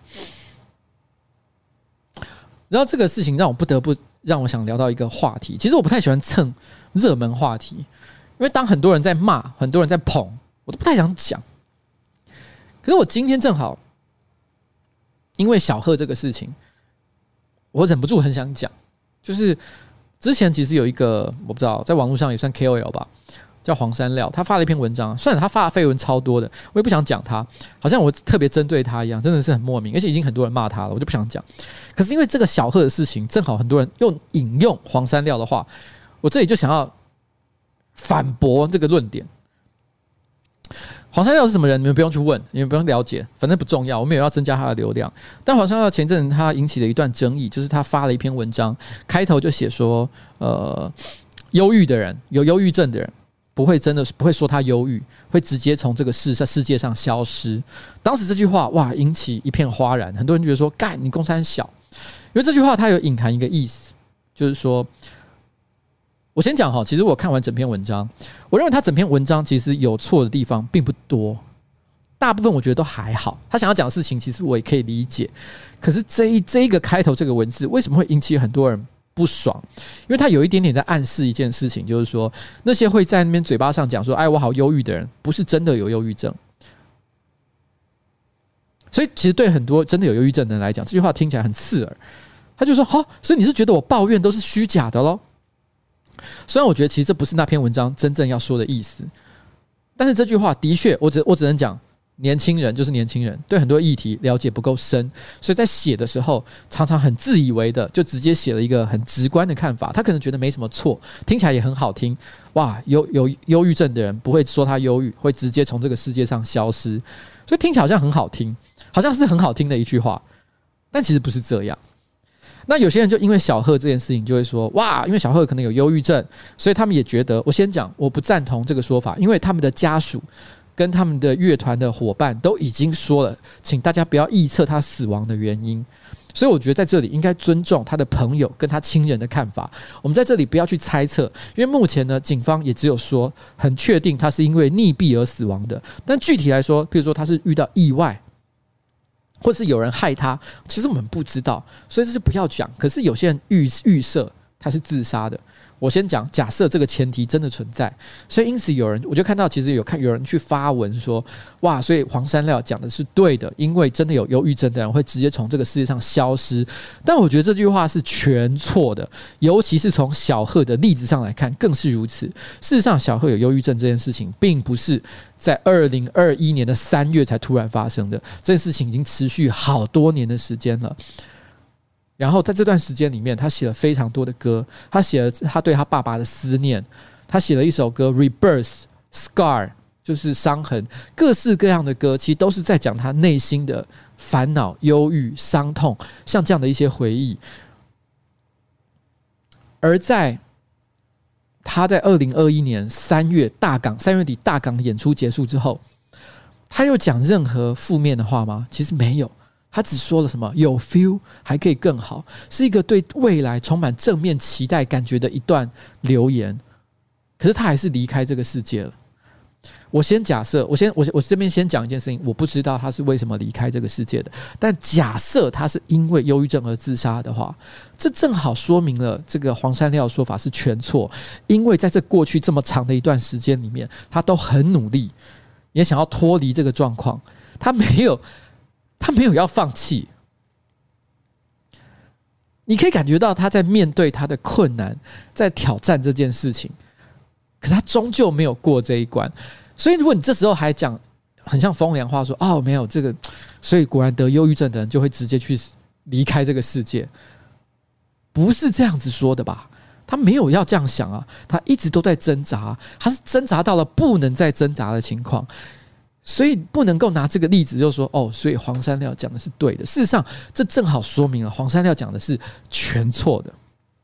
然后这个事情让我不得不让我想聊到一个话题。其实我不太喜欢蹭热门话题，因为当很多人在骂，很多人在捧，我都不太想讲。可是我今天正好因为小贺这个事情，我忍不住很想讲。就是之前其实有一个我不知道，在网络上也算 K O L 吧，叫黄山料，他发了一篇文章，虽然他发的绯闻超多的，我也不想讲他，好像我特别针对他一样，真的是很莫名，而且已经很多人骂他了，我就不想讲。可是因为这个小贺的事情，正好很多人用引用黄山料的话，我这里就想要反驳这个论点。黄山料是什么人？你们不用去问，你们不用了解，反正不重要。我们也要增加他的流量。但黄山料前阵他引起了一段争议，就是他发了一篇文章，开头就写说，呃，忧郁的人，有忧郁症的人，不会真的不会说他忧郁，会直接从这个世世界上消失。当时这句话哇，引起一片哗然，很多人觉得说，干你公三小，因为这句话它有隐含一个意思，就是说。我先讲哈，其实我看完整篇文章，我认为他整篇文章其实有错的地方并不多，大部分我觉得都还好。他想要讲的事情，其实我也可以理解。可是这一这一个开头这个文字，为什么会引起很多人不爽？因为他有一点点在暗示一件事情，就是说那些会在那边嘴巴上讲说“哎，我好忧郁”的人，不是真的有忧郁症。所以其实对很多真的有忧郁症的人来讲，这句话听起来很刺耳。他就说：“好，所以你是觉得我抱怨都是虚假的咯？”虽然我觉得其实这不是那篇文章真正要说的意思，但是这句话的确，我只我只能讲，年轻人就是年轻人，对很多议题了解不够深，所以在写的时候常常很自以为的就直接写了一个很直观的看法，他可能觉得没什么错，听起来也很好听。哇，有有忧郁症的人不会说他忧郁，会直接从这个世界上消失，所以听起来好像很好听，好像是很好听的一句话，但其实不是这样。那有些人就因为小贺这件事情就会说，哇，因为小贺可能有忧郁症，所以他们也觉得，我先讲，我不赞同这个说法，因为他们的家属跟他们的乐团的伙伴都已经说了，请大家不要臆测他死亡的原因。所以我觉得在这里应该尊重他的朋友跟他亲人的看法，我们在这里不要去猜测，因为目前呢，警方也只有说很确定他是因为溺毙而死亡的，但具体来说，譬如说他是遇到意外，或是有人害他，其实我们不知道，所以这是不要讲。可是有些人预预设他是自杀的，我先讲，假设这个前提真的存在，所以因此有人我就看到，其实有看有人去发文说，哇，所以黄山料讲的是对的，因为真的有忧郁症的人会直接从这个世界上消失。但我觉得这句话是全错的，尤其是从小贺的例子上来看，更是如此。事实上，小贺有忧郁症这件事情，并不是在二零二一年的三月才突然发生的，这件事情已经持续好多年的时间了。然后在这段时间里面，他写了非常多的歌，他写了他对他爸爸的思念，他写了一首歌《Rebirth Scar》， 就是伤痕，各式各样的歌，其实都是在讲他内心的烦恼、忧郁、伤痛，像这样的一些回忆。而在他在二零二一年三月大港三月底大港演出结束之后，他又讲任何负面的话吗？其实没有，他只说了什么有 feel 还可以更好，是一个对未来充满正面期待感觉的一段留言。可是他还是离开这个世界了。我先假设，我先我我这边先讲一件事情，我不知道他是为什么离开这个世界的，但假设他是因为忧郁症而自杀的话，这正好说明了这个黄山料的说法是全错，因为在这过去这么长的一段时间里面，他都很努力，也想要脱离这个状况，他没有他没有要放弃。你可以感觉到他在面对他的困难，在挑战这件事情，可是他终究没有过这一关。所以如果你这时候还讲很像风凉话说哦没有这个，所以果然得忧郁症的人就会直接去离开这个世界，不是这样子说的吧？他没有要这样想啊，他一直都在挣扎，他是挣扎到了不能再挣扎的情况，所以不能够拿这个例子就说哦，所以黄山料讲的是对的。事实上，这正好说明了黄山料讲的是全错的。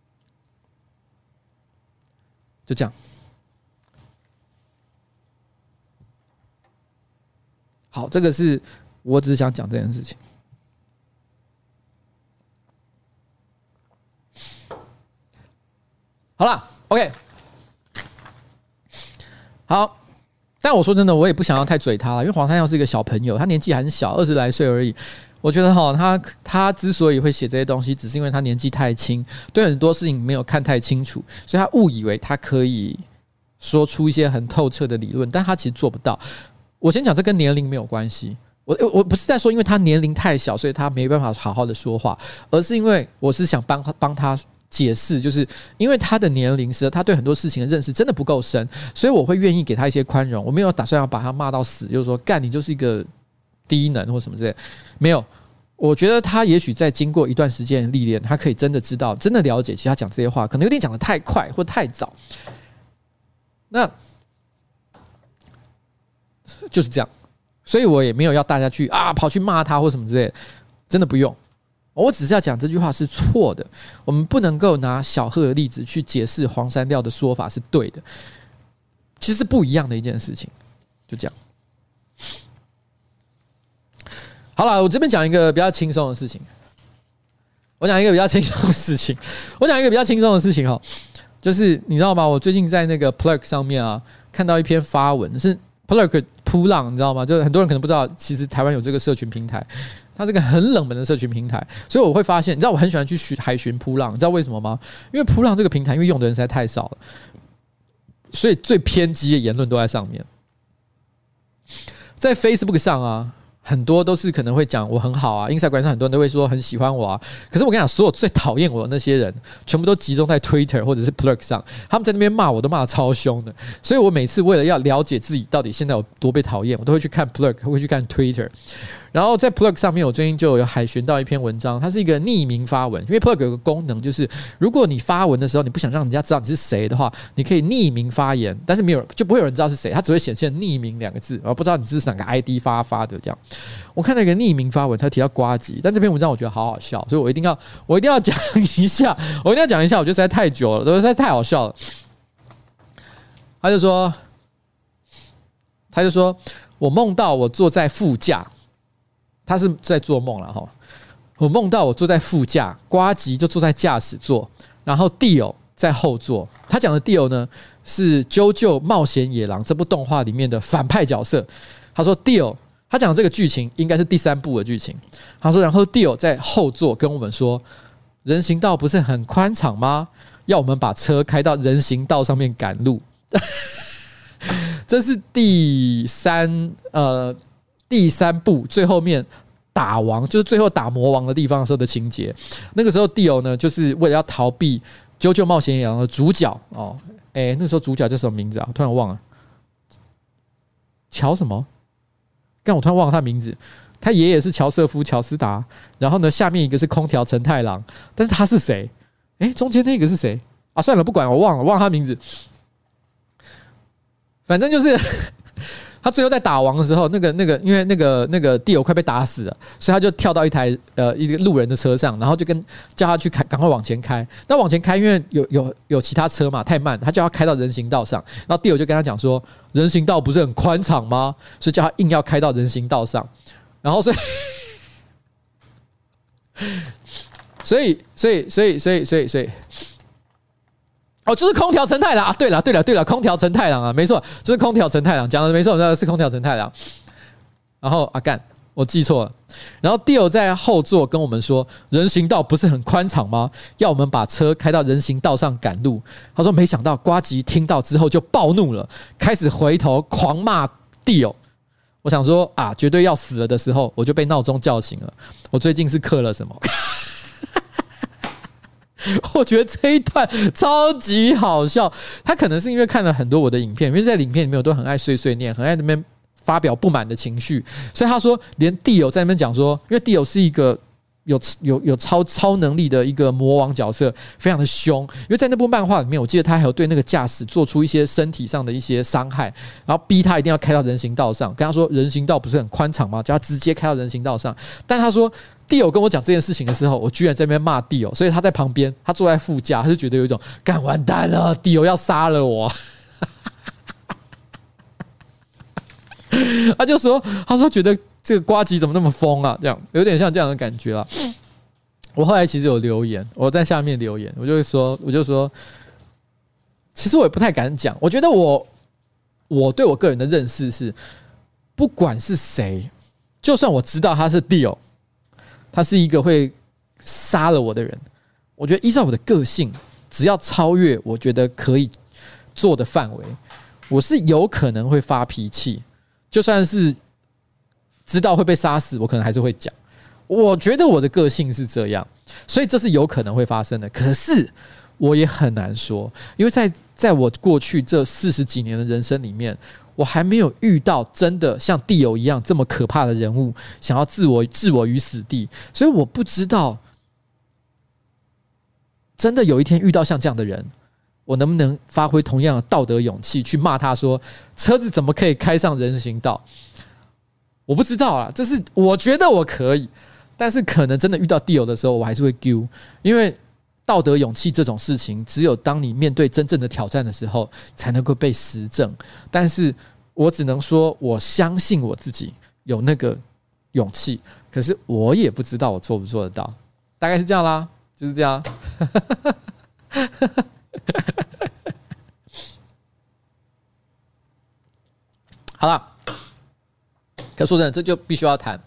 就这样。好，这个是我只是想讲这件事情。好啦 OK 好，但我说真的，我也不想要太嘴他了，因为黄山料是一个小朋友，他年纪很小，二十来岁而已。我觉得哈，他他之所以会写这些东西，只是因为他年纪太轻，对很多事情没有看太清楚，所以他误以为他可以说出一些很透彻的理论，但他其实做不到。我先讲，这跟年龄没有关系。我我不是在说，因为他年龄太小，所以他没办法好好的说话，而是因为我是想帮他帮他解释，就是因为他的年龄是他对很多事情的认识真的不够深，所以我会愿意给他一些宽容。我没有打算要把他骂到死，就是说干你就是一个低能或什么之类的，没有。我觉得他也许在经过一段时间的历练，他可以真的知道，真的了解，其实他讲这些话可能有点讲得太快或太早。那就是这样，所以我也没有要大家去啊跑去骂他或什么之类的，真的不用。我只是要讲这句话是错的，我们不能够拿小贺的例子去解释黄山料的说法是对的，其实是不一样的一件事情。就这样。好了，我这边讲一个比较轻松的事情。我讲一个比较轻松的事情，我讲一个比较轻松的事情哈，就是你知道吗？我最近在那个 Plurk 上面啊，看到一篇发文是。Plurk 扑浪，你知道吗？就是很多人可能不知道，其实台湾有这个社群平台，它是个很冷门的社群平台，所以我会发现，你知道我很喜欢去海巡扑浪，你知道为什么吗？因为扑浪这个平台，因为用的人实在太少了，所以最偏激的言论都在上面。在 Facebook 上啊，很多都是可能会讲我很好啊 ，Instagram 上很多人都会说很喜欢我啊。可是我跟你讲，所有最讨厌我的那些人，全部都集中在 Twitter 或者是 Plurk 上，他们在那边骂我都骂得超凶的。所以我每次为了要了解自己到底现在有多被讨厌，我都会去看 Plurk， 会去看 Twitter。然后在 Plurk 上面，我最近就有海巡到一篇文章，它是一个匿名发文，因为 Plurk 有个功能，就是如果你发文的时候，你不想让人家知道你是谁的话，你可以匿名发言，但是没有就不会有人知道是谁，它只会显现匿名两个字，然后不知道你是哪个 I D 发发的这样。我看到一个匿名发文，他提到呱吉，但这篇文章我觉得好好笑，所以我一定要我一定要讲一下，我一定要讲一下，我觉得实在太久了，实在太好笑了。他就说，他就说我梦到我坐在副驾。他是在做梦了哈，我梦到我坐在副驾，呱吉就坐在驾驶座，然后 Dio 在后座。他讲的 Dio 呢是《JoJo 冒险野狼》这部动画里面的反派角色。他说 Dio， 他讲的这个剧情应该是第三部的剧情。他说，然后 Dio 在后座跟我们说，人行道不是很宽敞吗？要我们把车开到人行道上面赶路。这是第三呃。第三部最后面打王，就是最后打魔王的地方的时候的情节。那个时候 Dio 呢，就是为了要逃避《JoJo 冒险野狼》的主角哦，哎、欸，那时候主角叫什么名字啊？我突然忘了，乔什么？但我突然忘了他名字。他爷爷是乔瑟夫·乔斯达，然后呢，下面一个是空调承太郎，但是他是谁？哎、欸，中间那个是谁啊？算了，不管，我忘了，忘了他名字。反正就是。 他最后在打王的时候，那个那个因为那个那个地友快被打死了，所以他就跳到一台呃一个路人的车上，然后就跟叫他去开，赶快往前开。那往前开，因为有有有其他车嘛，太慢，他叫他开到人行道上。然后地友就跟他讲说，人行道不是很宽敞吗？所以叫他硬要开到人行道上。然后所以所以所以所以所以所以所以。哦，就是空调陈太郎啊！对了，对了，对了，空调陈太郎啊，没错，就是空调陈太郎讲的没错，那是空调陈太郎。然后啊干，我记错了。然后 Dio 在后座跟我们说，人行道不是很宽敞吗？要我们把车开到人行道上赶路。他说，没想到呱吉听到之后就暴怒了，开始回头狂骂 Dio。我想说啊，绝对要死了的时候，我就被闹钟叫醒了。我最近是嗑了什么？我觉得这一段超级好笑，他可能是因为看了很多我的影片，因为在影片里面我都很爱碎碎念，很爱那边发表不满的情绪，所以他说连地友在那边讲说，因为地友是一个有有有超超能力的一个魔王角色，非常的凶，因为在那部漫画里面，我记得他还有对那个驾驶做出一些身体上的一些伤害，然后逼他一定要开到人行道上，跟他说人行道不是很宽敞吗？叫他直接开到人行道上，但他说。地友跟我讲这件事情的时候，我居然在那边骂地友，所以他在旁边，他坐在副驾，他就觉得有一种干完蛋了，地友要杀了我。他就说，他说觉得这个呱吉怎么那么疯啊？这样有点像这样的感觉啊。我后来其实有留言，我在下面留言，我就会说，我就说，其实我也不太敢讲，我觉得我我对我个人的认识是，不管是谁，就算我知道他是地友。他是一个会杀了我的人，我觉得依照我的个性，只要超越我觉得可以做的范围，我是有可能会发脾气，就算是知道会被杀死，我可能还是会讲。我觉得我的个性是这样，所以这是有可能会发生的。可是我也很难说，因为在在我过去这四十几年的人生里面。我还没有遇到真的像地友一样这么可怕的人物，想要置我置我于死地，所以我不知道，真的有一天遇到像这样的人，我能不能发挥同样的道德勇气去骂他说，车子怎么可以开上人行道？我不知道啦，这是我觉得我可以，但是可能真的遇到地友的时候，我还是会丢，因为。道德勇气这种事情，只有当你面对真正的挑战的时候，才能够被实证。但是我只能说，我相信我自己有那个勇气，可是我也不知道我做不做得到。大概是这样啦，就是这样。好啦，可说真的，这就必须要谈。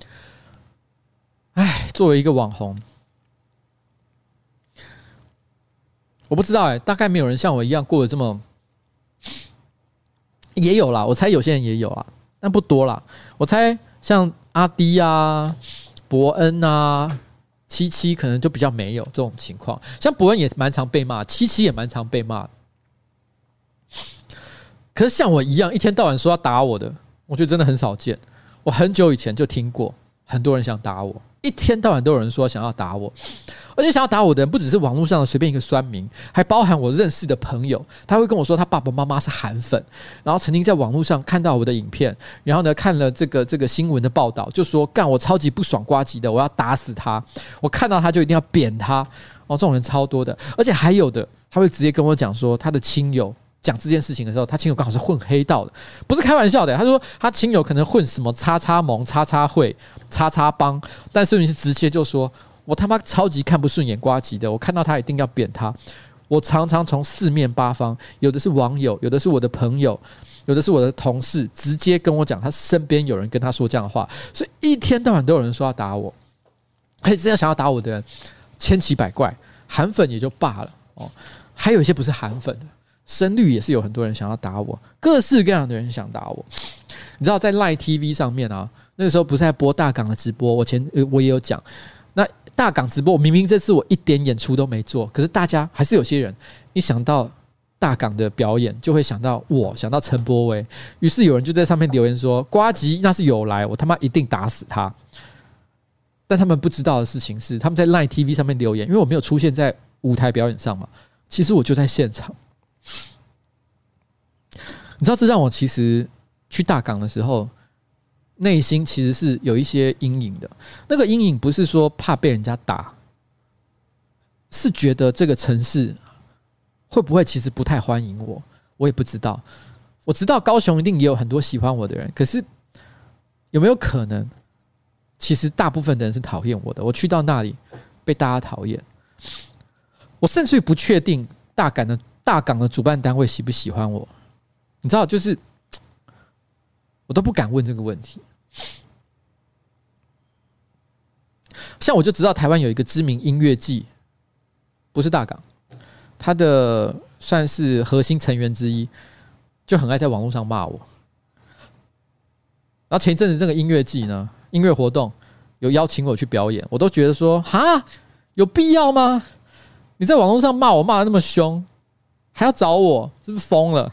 哎，作为一个网红。我不知道哎、欸，大概没有人像我一样过得这么，也有啦，我猜有些人也有啦，但不多啦。我猜像阿滴啊、伯恩啊、七七可能就比较没有这种情况。像伯恩也蛮常被骂，七七也蛮常被骂。可是像我一样一天到晚说要打我的，我觉得真的很少见。我很久以前就听过很多人想打我，一天到晚都有人说想要打我。而且想要打我的人不只是网络上的随便一个酸民，还包含我认识的朋友。他会跟我说他爸爸妈妈是韩粉，然后曾经在网络上看到我的影片，然后呢看了这个这个新闻的报道，就说干我超级不爽呱吉的，我要打死他，我看到他就一定要扁他。哦，这种人超多的，而且还有的他会直接跟我讲说他的亲友。讲这件事情的时候，他亲友刚好是混黑道的，不是开玩笑的。他说他亲友可能混什么叉叉盟、叉叉会、叉叉帮，但是你是直接就说。我他妈超级看不顺眼呱吉的，我看到他一定要扁他。我常常从四面八方，有的是网友，有的是我的朋友，有的是我的同事，直接跟我讲他身边有人跟他说这样的话，所以一天到晚都有人说要打我，而且这样想要打我的人千奇百怪，韩粉也就罢了哦，还有一些不是韩粉的，深绿也是有很多人想要打我，各式各样的人想打我。你知道在 Line T V 上面啊，那个时候不是在播大港的直播，我前我也有讲。那大港直播，明明这次我一点演出都没做，可是大家还是有些人一想到大港的表演，就会想到我，想到陈柏惟，于是有人就在上面留言说：“呱吉那是有来，我他妈一定打死他。”但他们不知道的事情是，他们在 Line T V 上面留言，因为我没有出现在舞台表演上嘛，其实我就在现场。你知道，这让我其实去大港的时候，内心其实是有一些阴影的。那个阴影不是说怕被人家打，是觉得这个城市会不会其实不太欢迎我，我也不知道。我知道高雄一定也有很多喜欢我的人，可是有没有可能，其实大部分的人是讨厌我的？我去到那里被大家讨厌，我甚至于不确定大港的大港的主办单位喜不喜欢我。你知道，就是我都不敢问这个问题。像我就知道台湾有一个知名音乐季，不是大港，他的算是核心成员之一，就很爱在网络上骂我。然后前一阵子这个音乐季呢，音乐活动有邀请我去表演，我都觉得说，哈，有必要吗？你在网络上骂我骂得那么凶，还要找我，是不是疯了？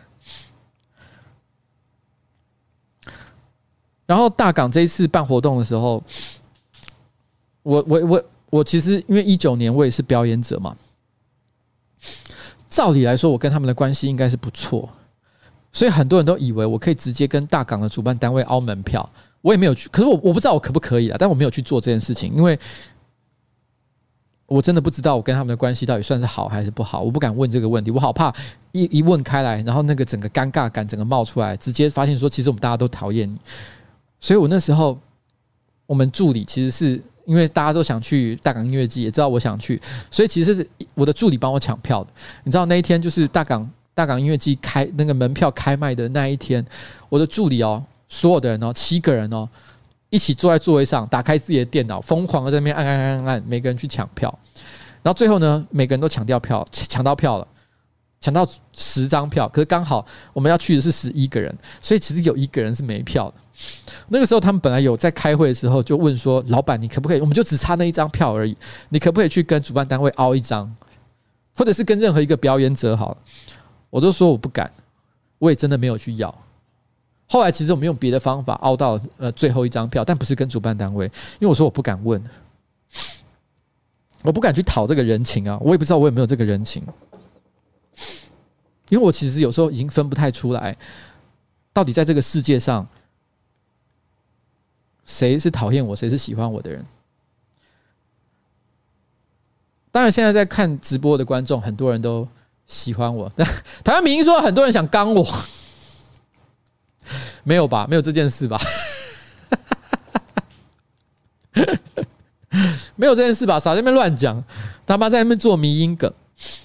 然后大港这一次办活动的时候，我我我我其实因为一九年我也是表演者嘛，照理来说我跟他们的关系应该是不错，所以很多人都以为我可以直接跟大港的主办单位凹门票，我也没有去，可是我我不知道我可不可以啊，但我没有去做这件事情，因为我真的不知道我跟他们的关系到底算是好还是不好，我不敢问这个问题，我好怕一一问开来，然后那个整个尴尬感整个冒出来，直接发现说其实我们大家都讨厌你。所以我那时候我们助理其实是因为大家都想去大港音乐季，也知道我想去，所以其实是我的助理帮我抢票的。你知道那一天就是大港大港音乐季开那个门票开卖的那一天，我的助理哦，所有的人哦，七个人哦，一起坐在座位上，打开自己的电脑，疯狂的在那边按按按按，每个人去抢票。然后最后呢，每个人都抢掉票，抢到票了，抢到十张票，可是刚好我们要去的是十一个人，所以其实有一个人是没票的。那个时候他们本来有在开会的时候就问说，老板你可不可以，我们就只差那一张票而已，你可不可以去跟主办单位凹一张，或者是跟任何一个表演者好了。我都说我不敢，我也真的没有去要。后来其实我们用别的方法凹到呃最后一张票，但不是跟主办单位，因为我说我不敢问，我不敢去讨这个人情啊，我也不知道我有没有这个人情，因为我其实有时候已经分不太出来，到底在这个世界上谁是讨厌我，谁是喜欢我的人。当然，现在在看直播的观众，很多人都喜欢我。台湾民说很多人想刚我，没有吧？没有这件事吧？没有这件事吧？少在那边乱讲，他妈在那边做迷因梗。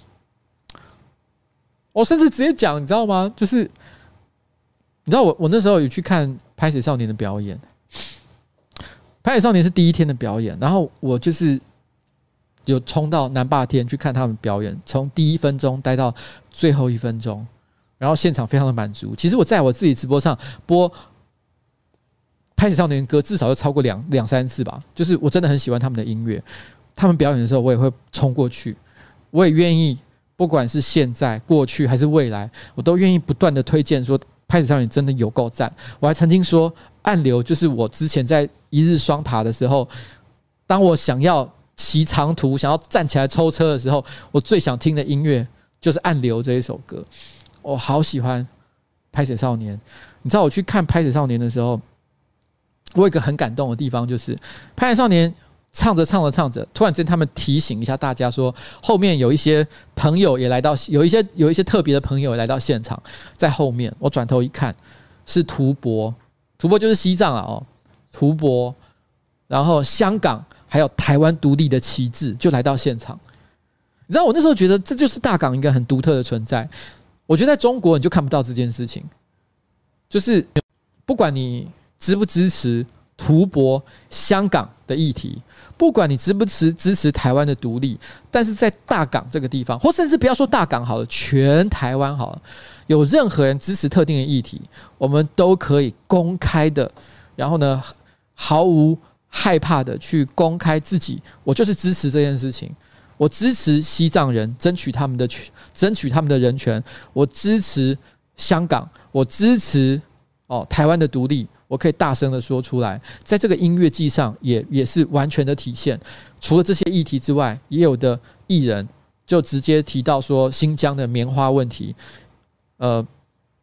我甚至直接讲，你知道吗？就是你知道我我那时候有去看《拍水少年》的表演，《拍水少年》是第一天的表演，然后我就是有冲到南霸天去看他们表演，从第一分钟待到最后一分钟，然后现场非常的满足。其实我在我自己直播上播《拍水少年》歌，至少要超过两两三次吧。就是我真的很喜欢他们的音乐，他们表演的时候我也会冲过去，我也愿意，不管是现在、过去还是未来，我都愿意不断的推荐说《拍水少年》真的有够赞。我还曾经说，暗流就是我之前在一日双塔的时候，当我想要骑长途想要站起来抽车的时候，我最想听的音乐就是《暗流》这一首歌。我好喜欢《拍水少年》。你知道我去看《拍水少年》的时候，我有一个很感动的地方，就是《拍水少年》唱着唱着唱着，突然间他们提醒一下大家说，后面有一些朋友也来到，有一些有一些特别的朋友也来到现场，在后面。我转头一看，是图博，图博就是西藏啊哦，图博，然后香港。还有台湾独立的旗帜就来到现场，你知道我那时候觉得这就是大港一个很独特的存在。我觉得在中国你就看不到这件事情，就是不管你支不支持图博香港的议题，不管你支不支支持台湾的独立，但是在大港这个地方，或甚至不要说大港好了，全台湾好了，有任何人支持特定的议题，我们都可以公开的，然后呢毫无害怕的去公开自己，我就是支持这件事情，我支持西藏人争取他们的争取他们的人权，我支持香港，我支持哦台湾的独立，我可以大声的说出来。在这个音乐季上也也是完全的体现。除了这些议题之外，也有的艺人就直接提到说新疆的棉花问题，呃，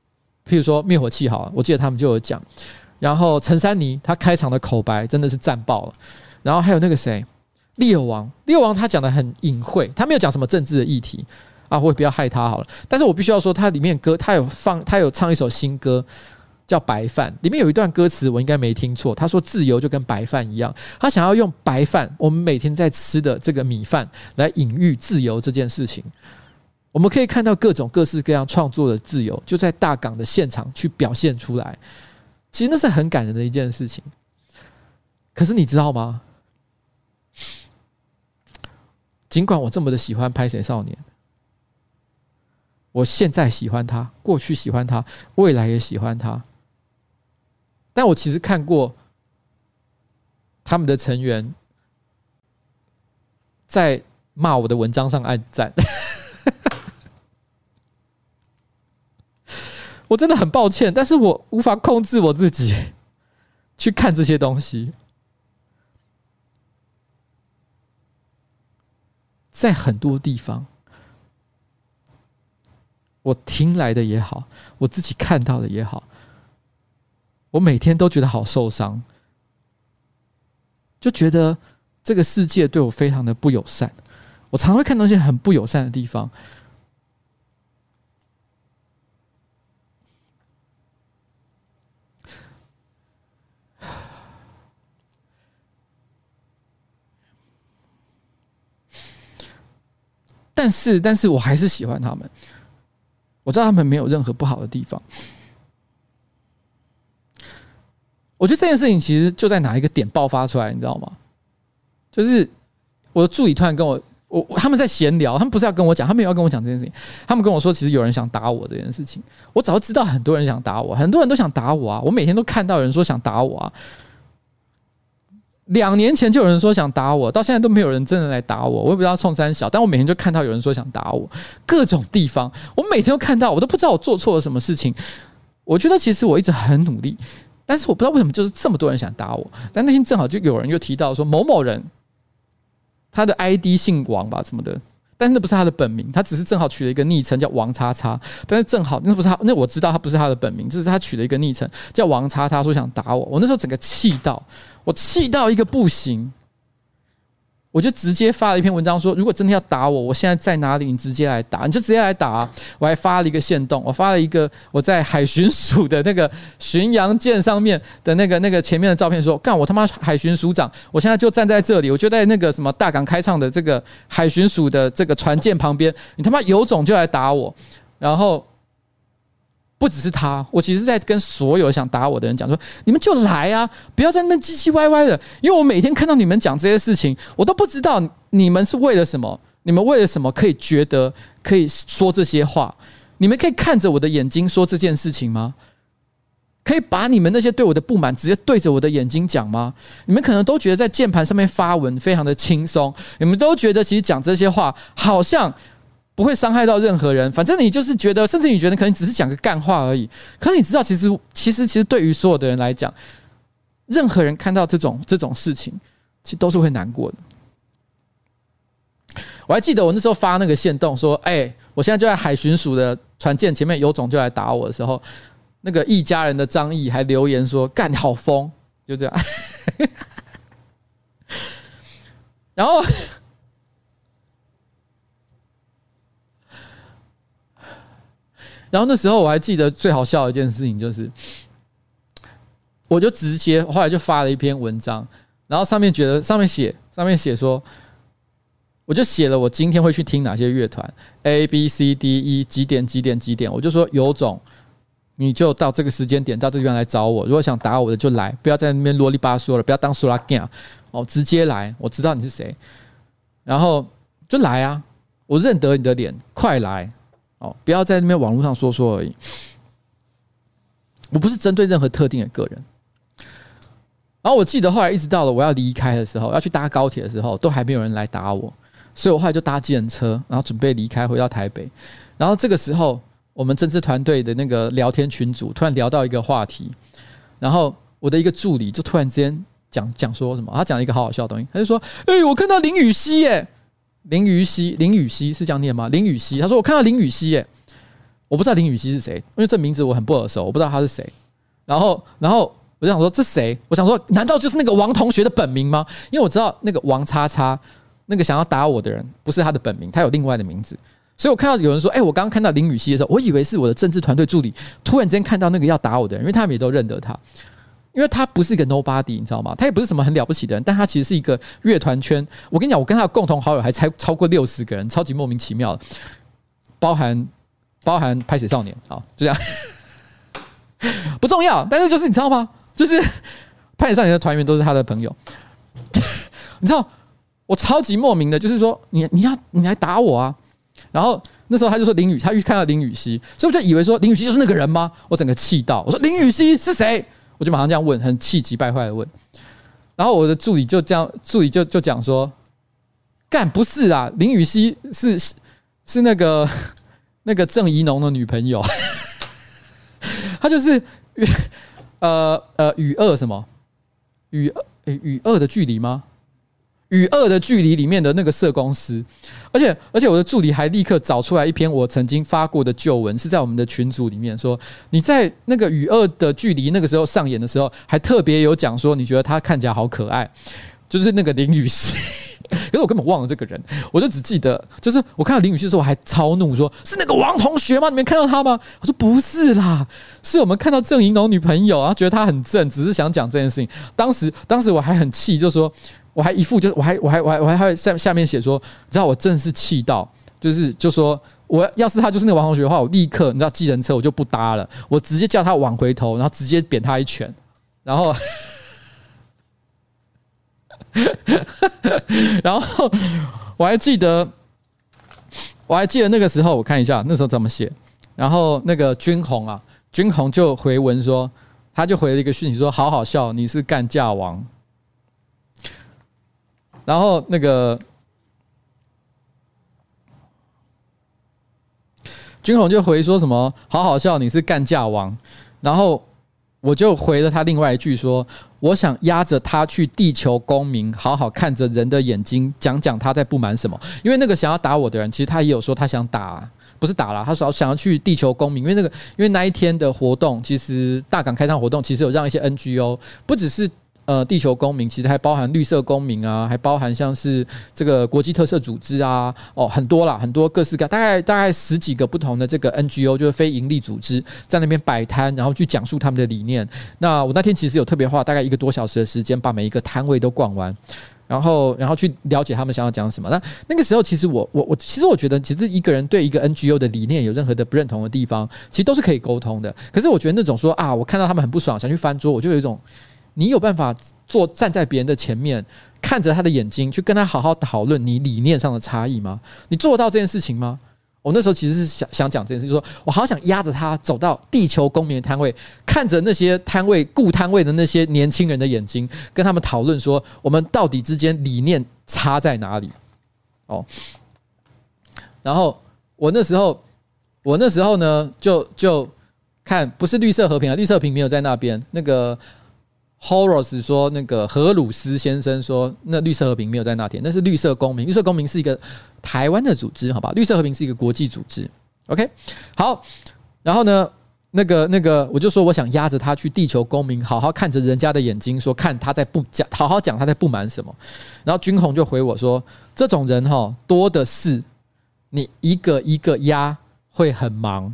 譬如说灭火器好了，我记得他们就有讲。然后陈珊妮他开场的口白真的是赞爆了。然后还有那个谁，利友王，利友王他讲的很隐晦，他没有讲什么政治的议题啊，我也不要害他好了。但是我必须要说，他里面歌他有放，他有唱一首新歌。叫白饭，里面有一段歌词我应该没听错，他说自由就跟白饭一样，他想要用白饭我们每天在吃的这个米饭来隐喻自由这件事情。我们可以看到各种各式各样创作的自由就在大港的现场去表现出来，其实那是很感人的一件事情。可是你知道吗，尽管我这么的喜欢拍谁少年，我现在喜欢他，过去喜欢他，未来也喜欢他，但我其实看过他们的成员在骂我的文章上按赞我真的很抱歉，但是我无法控制我自己去看这些东西。在很多地方我听来的也好，我自己看到的也好，我每天都觉得好受伤，就觉得这个世界对我非常的不友善。我常会看到一些很不友善的地方。但是，但是我还是喜欢他们。我知道他们没有任何不好的地方。我觉得这件事情其实就在哪一个点爆发出来，你知道吗？就是我的助理突然跟我，我他们在闲聊，他们不是要跟我讲，他们也要跟我讲这件事情。他们跟我说，其实有人想打我这件事情。我早就知道很多人想打我，很多人都想打我啊！我每天都看到有人说想打我啊。两年前就有人说想打我，到现在都没有人真的来打我。我也不知道冲三小，但我每天就看到有人说想打我，各种地方我每天都看到，我都不知道我做错了什么事情。我觉得其实我一直很努力，但是我不知道为什么就是这么多人想打我。但那天正好就有人又提到说某某人，他的 I D 姓王吧什么的，但是那不是他的本名，他只是正好取了一个昵称叫王叉叉，但是正好那不是他，那我知道他不是他的本名，这是他取了一个昵称叫王叉叉，说想打我。我那时候整个气到，我气到一个不行，我就直接发了一篇文章说，如果真的要打我，我现在在哪里，你直接来打，你就直接来打啊。我还发了一个限动，我发了一个我在海巡署的那个巡洋舰上面的那个那个前面的照片，说干我他妈海巡署长，我现在就站在这里，我就在那个什么大港开唱的这个海巡署的这个船舰旁边，你他妈有种就来打我。然后不只是他，我其实在跟所有想打我的人讲说，你们就来啊，不要在那边唧唧歪歪的，因为我每天看到你们讲这些事情，我都不知道你们是为了什么，你们为了什么可以觉得可以说这些话？你们可以看着我的眼睛说这件事情吗？可以把你们那些对我的不满直接对着我的眼睛讲吗？你们可能都觉得在键盘上面发文非常的轻松，你们都觉得其实讲这些话好像不会伤害到任何人，反正你就是觉得，甚至你觉得可能只是讲个干话而已。可是你知道，其实其实其实对于所有的人来讲，任何人看到这种这种事情，其实都是会难过的。我还记得我那时候发那个限动说，哎、欸，我现在就在海巡署的船舰前面，有种就来打我的时候，那个一家人的张毅还留言说，干你好疯，就这样。然后。然后那时候我还记得最好笑的一件事情就是，我就直接后来就发了一篇文章，然后上面觉得上面写上面写说，我就写了我今天会去听哪些乐团 A B C D E 几点几点几点，我就说有种你就到这个时间点到这个地方来找我，如果想打我的就来，不要在那边啰里吧嗦了，不要当苏拉干哦，直接来，我知道你是谁，然后就来啊，我认得你的脸，快来。哦，不要在那边网络上说说而已。我不是针对任何特定的个人。然后我记得后来一直到了我要离开的时候，要去搭高铁的时候，都还没有人来打我，所以我后来就搭计程车，然后准备离开回到台北。然后这个时候，我们政治团队的那个聊天群组突然聊到一个话题，然后我的一个助理就突然之间讲讲说什么，他讲了一个好好笑的东西，他就说：“哎、欸，我看到林雨熙耶。”林雨熙，林雨熙是这样念吗？林雨熙，他说我看到林雨熙耶， 我不知道林雨熙是谁，因为这名字我很不耳熟，我不知道他是谁。然后，然后我就想说这谁？我想说，难道就是那个王同学的本名吗？因为我知道那个王叉叉，那个想要打我的人不是他的本名，他有另外的名字。所以我看到有人说，哎、欸，我刚刚看到林雨熙的时候，我以为是我的政治团队助理，突然之间看到那个要打我的人，因为他们也都认得他。因为他不是一个 nobody， 你知道吗？他也不是什么很了不起的人，但他其实是一个乐团圈。我跟你讲，我跟他的共同好友还超超过六十个人，超级莫名其妙的，包含包含拍水少年，好，就这样，不重要。但是就是你知道吗？就是拍水少年的团员都是他的朋友，你知道，我超级莫名的，就是说你你要你来打我啊！然后那时候他就说林雨，他一看到林雨熙，所以我就以为说林雨熙就是那个人吗？我整个气到，我说林雨熙是谁？我就马上这样问，很气急败坏的问。然后我的助理就这样，助理就就讲说：“干不是啦，林雨熙是是那个那个郑怡农的女朋友，她就是呃呃与恶什么与与恶的距离吗？与恶的距离里面的那个社公司，而且而且我的助理还立刻找出来一篇我曾经发过的旧文，是在我们的群组里面说，你在那个与恶的距离那个时候上演的时候，还特别有讲说你觉得他看起来好可爱，就是那个林雨熙。可是我根本忘了这个人，我就只记得，就是我看到林雨熙的时候，我还超怒说：“是那个王同学吗？你没看到他吗？”我说：“不是啦，是我们看到郑怡农女朋友，然后觉得他很正，只是想讲这件事情。”当时，当时我还很气，就说。我还一副就我还我还我还我还下下面写说，你知道我真的是气到，就是就说我要是他就是那个王同学的话，我立刻你知道计程车我就不搭了，我直接叫他往回头，然后直接扁他一拳，然后然后我还记得我还记得那个时候我看一下那时候怎么写，然后那个军红啊，军红就回文说，他就回了一个讯息说，好好笑，你是干架王。然后那个军红就回说什么好好笑，你是干架王。然后我就回了他另外一句说，我想压着他去地球公民，好好看着人的眼睛，讲讲他在不满什么。因为那个想要打我的人，其实他也有说他想打，不是打啦，他说想要去地球公民。因为那个因为那一天的活动，其实大港开唱活动，其实有让一些 N G O， 不只是。呃，地球公民其实还包含绿色公民啊，还包含像是这个国际特色组织啊，哦，很多啦，很多各式各，大概大概十几个不同的这个 N G O， 就是非营利组织，在那边摆摊，然后去讲述他们的理念。那我那天其实有特别花大概一个多小时的时间，把每一个摊位都逛完，然后然后去了解他们想要讲什么。那那个时候，其实我我我其实我觉得，其实一个人对一个 N G O 的理念有任何的不认同的地方，其实都是可以沟通的。可是我觉得那种说啊，我看到他们很不爽，想去翻桌，我就有一种。你有办法坐站在别人的前面，看着他的眼睛，去跟他好好讨论你理念上的差异吗？你做得到这件事情吗？我那时候其实是想想讲这件事，就是说我好想压着他走到地球公民的摊位，看着那些摊位顾摊位的那些年轻人的眼睛，跟他们讨论说，我们到底之间理念差在哪里？哦，然后我那时候，我那时候呢，就就看不是绿色和平啊，绿色和平没有在那边，那个。Horace 说，那个荷鲁斯先生说，那绿色和平没有在那天，那是绿色公民。绿色公民是一个台湾的组织，好吧？绿色和平是一个国际组织。OK， 好，然后呢，那个那个，我就说我想压着他去地球公民，好好看着人家的眼睛，说看他在不讲，好好讲他在不满什么。然后军红就回我说，这种人哈多的是，你一个一个压会很忙。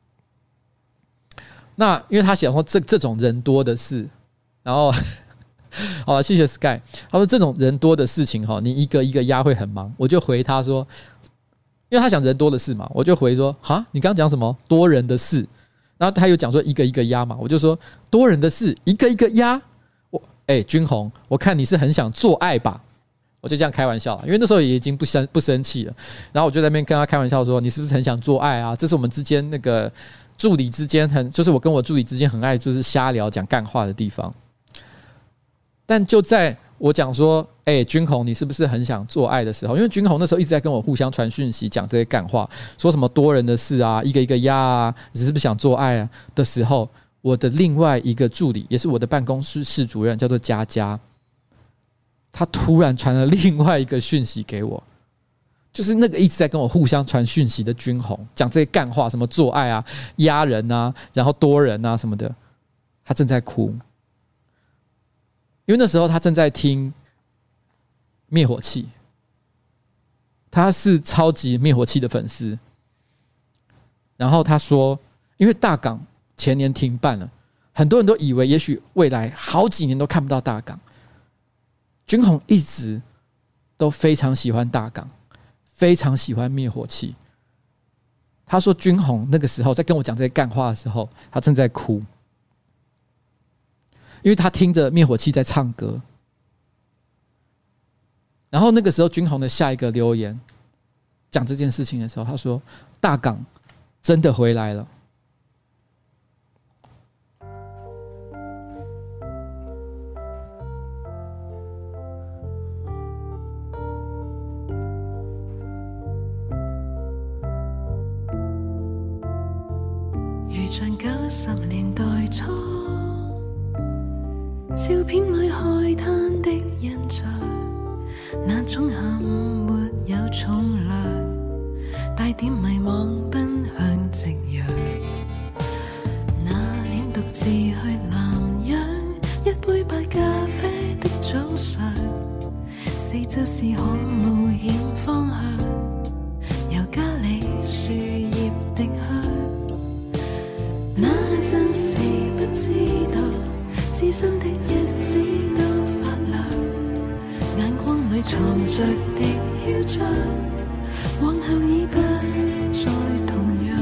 那因为他想说这这种人多的是。然后，好，谢谢 Sky。他说这种人多的事情哈，你一个一个压会很忙。我就回他说，因为他想人多的事嘛，我就回说，哈，你刚刚讲什么多人的事？然后他又讲说一个一个压嘛，我就说多人的事一个一个压。我哎、欸，军红，我看你是很想做爱吧？我就这样开玩笑，因为那时候也已经不生不生气了。然后我就在那边跟他开玩笑说，你是不是很想做爱啊？这是我们之间那个助理之间很，就是我跟我助理之间很爱就是瞎聊讲干话的地方。但就在我讲说，哎、欸，军红，你是不是很想做爱的时候？因为军红那时候一直在跟我互相传讯息，讲这些干话，说什么多人的事啊，一个一个压啊，你是不是想做爱啊的时候，我的另外一个助理，也是我的办公室室主任，叫做佳佳，他突然传了另外一个讯息给我， 就是那个一直在跟我互相传讯息的军红，讲这些干话，什么做爱啊、压人啊，然后多人啊什么的，他正在哭，因为那时候他正在听灭火器，他是超级灭火器的粉丝。然后他说，因为大港前年停办了，很多人都以为也许未来好几年都看不到大港。军红一直都非常喜欢大港，非常喜欢灭火器。他说军红那个时候在跟我讲这些干话的时候，他正在哭，因为他听着灭火器在唱歌。然后那个时候军红的下一个留言讲这件事情的时候，他说大港真的回来了。 如像九十年代初照片里海灘的印象，那種下午沒有重量，帶點迷惘奔向夕陽。那年獨自去南洋，一杯白咖啡的早上，四周是可冒險方向，由家裏樹葉滴香。那陣時不知道，自身的日子都發亮，眼光裏藏着的囂張，往後已不再同樣。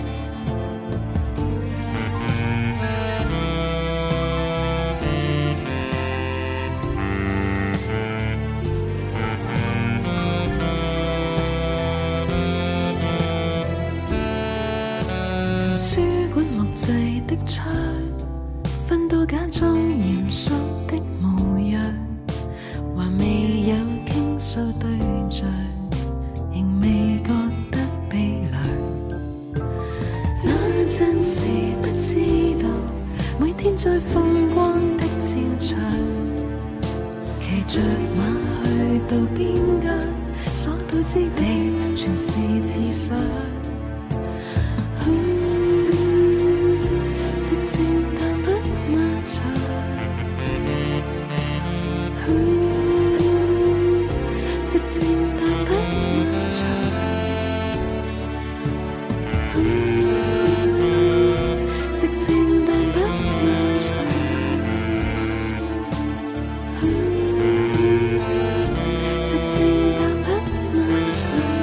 圖書館木製的窗，瞓到假裝嚴肅的模樣，還未有傾訴對象，仍未覺得悲涼。那陣時不知道，每天在風光的戰場，騎着馬去到邊疆，所到之地全是刺傷。寂靜但不漫長，寂靜但不漫長，寂靜但不漫長，寂靜但不漫長。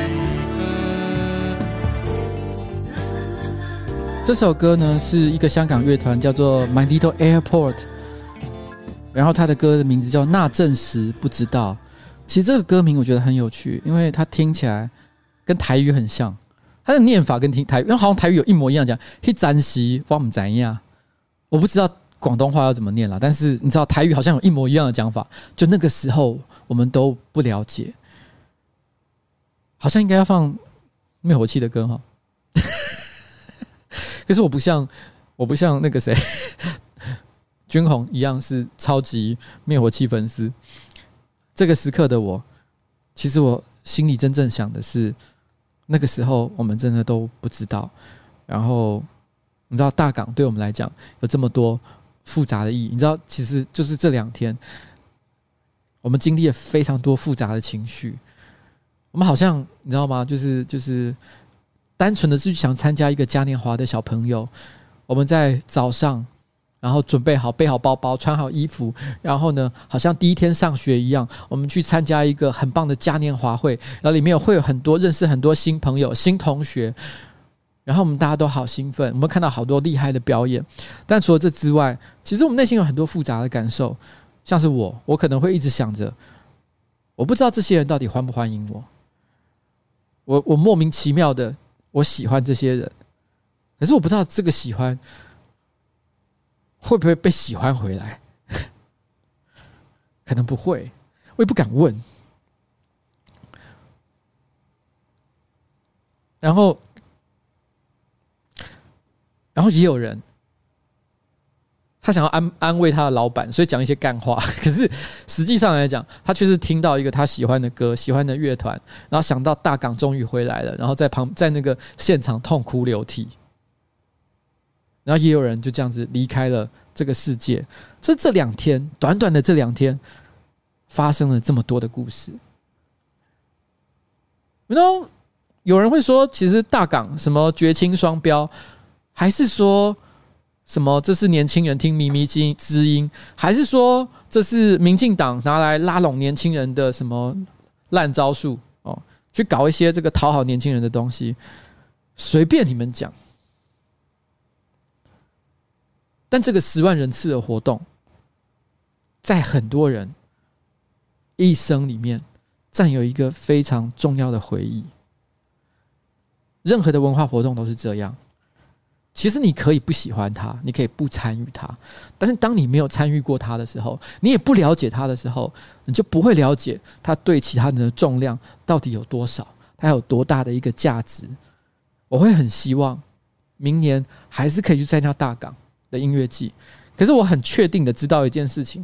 这首歌呢是一个香港乐团叫做 My Little Airport， 然后他的歌的名字叫那阵时不知道。其实这个歌名我觉得很有趣，因为它听起来跟台语很像，它的念法跟听台语，因为好像台语有一模一样讲迄阵时我不知道，我不知道广东话要怎么念啦，但是你知道台语好像有一模一样的讲法，就那个时候我们都不了解，好像应该要放灭火器的歌哈。可是我不像我不像那个谁军红一样是超级灭火器粉丝。这个时刻的我，其实我心里真正想的是，那个时候我们真的都不知道。然后你知道大港对我们来讲有这么多复杂的意义，你知道其实就是这两天我们经历了非常多复杂的情绪。我们好像你知道吗？就是就是单纯的是想参加一个嘉年华的小朋友，我们在早上，然后准备好背好包包，穿好衣服，然后呢，好像第一天上学一样，我们去参加一个很棒的嘉年华会，然后里面有会有很多认识很多新朋友、新同学，然后我们大家都好兴奋，我们看到好多厉害的表演。但除了这之外，其实我们内心有很多复杂的感受，像是我，我可能会一直想着，我不知道这些人到底欢不欢迎我，我我莫名其妙的。我喜欢这些人，可是我不知道这个喜欢会不会被喜欢回来，可能不会，我也不敢问。然后，然后也有人， 他想要安安慰他的老板，所以讲一些干话。可是实际上来讲，他却是听到一个他喜欢的歌、喜欢的乐团，然后想到大港终于回来了，然后在旁在那个现场痛哭流涕。然后也有人就这样子离开了这个世界。这这两天，短短的这两天，发生了这么多的故事。然后有人会说，其实大港什么绝青双标，还是说什么这是年轻人听靡靡之音，还是说这是民进党拿来拉拢年轻人的什么烂招数哦，去搞一些这个讨好年轻人的东西，随便你们讲。但这个十万人次的活动，在很多人一生里面占有一个非常重要的回忆。任何的文化活动都是这样。其实你可以不喜欢它，你可以不参与它，但是当你没有参与过它的时候，你也不了解它的时候，你就不会了解它对其他人的重量到底有多少，它有多大的一个价值。我会很希望明年还是可以去参加大港的音乐季，可是我很确定的知道一件事情，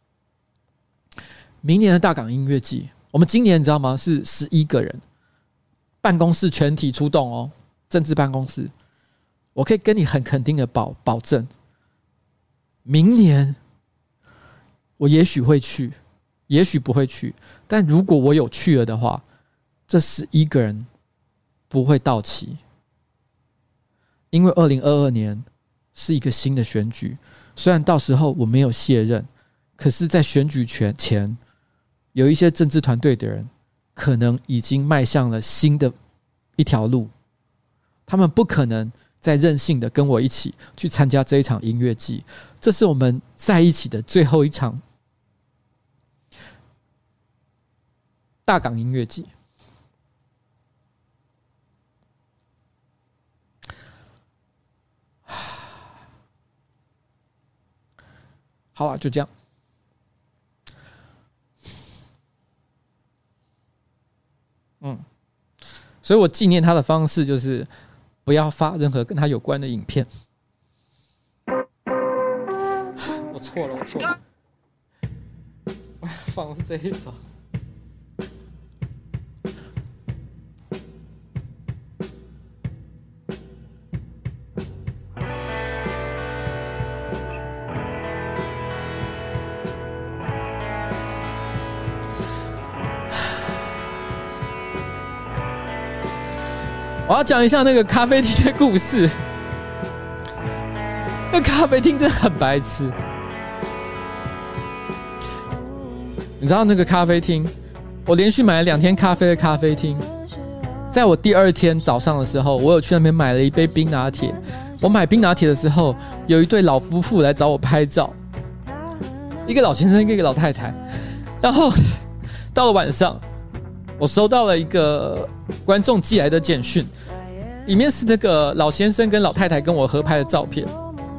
明年的大港音乐季，我们今年你知道吗？是十一个人，办公室全体出动哦，政治办公室，我可以跟你很肯定的保保证，明年我也许会去，也许不会去，但如果我有去了的话，这十一个人不会到齐，因为二零二二年是一个新的选举，虽然到时候我没有卸任，可是在选举前，有一些政治团队的人可能已经迈向了新的一条路，他们不可能再任性的跟我一起去参加这一场音乐季，这是我们在一起的最后一场大港音乐季。好啊，就这样。嗯，所以我纪念他的方式就是不要发任何跟他有关的影片。我错了，我错了，我放的是这一首。我要讲一下那个咖啡厅的故事。那咖啡厅真的很白痴。你知道那个咖啡厅，我连续买了两天咖啡的咖啡厅，在我第二天早上的时候，我有去那边买了一杯冰拿铁。我买冰拿铁的时候，有一对老夫妇来找我拍照，一个老先生，一个老太太。然后到了晚上，我收到了一个观众寄来的简讯，里面是那个老先生跟老太太跟我合拍的照片。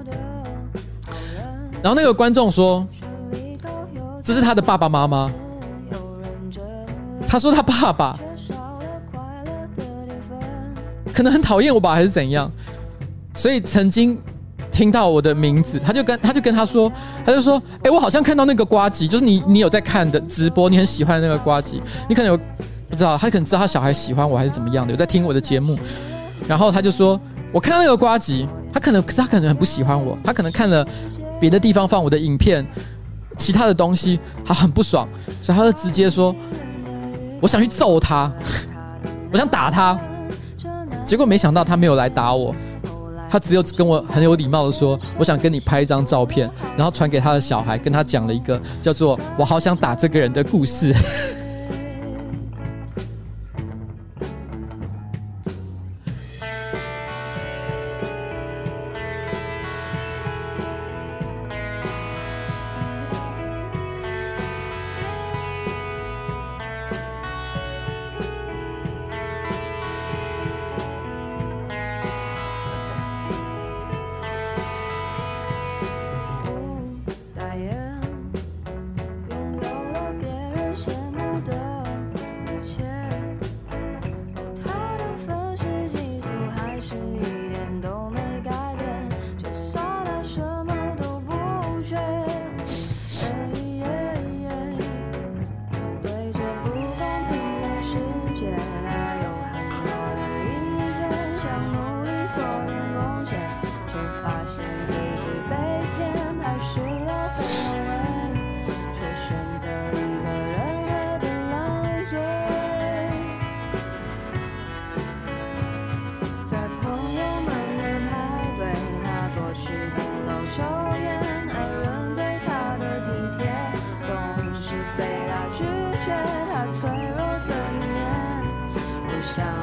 然后那个观众说，这是他的爸爸妈妈。他说他爸爸可能很讨厌我吧，还是怎样，所以曾经听到我的名字，他就跟他就跟他说，他就说，哎、欸，我好像看到那个呱吉，就是你你有在看的直播，你很喜欢的那个呱吉，你可能有不知道，他可能知道他小孩喜欢我还是怎么样的，有在听我的节目。然后他就说，我看到那个呱吉，他可能可是他可能很不喜欢我，他可能看了别的地方放我的影片，其他的东西他很不爽，所以他就直接说，我想去揍他，我想打他。结果没想到他没有来打我，他只有跟我很有礼貌的说，我想跟你拍一张照片，然后传给他的小孩，跟他讲了一个叫做我好想打这个人的故事。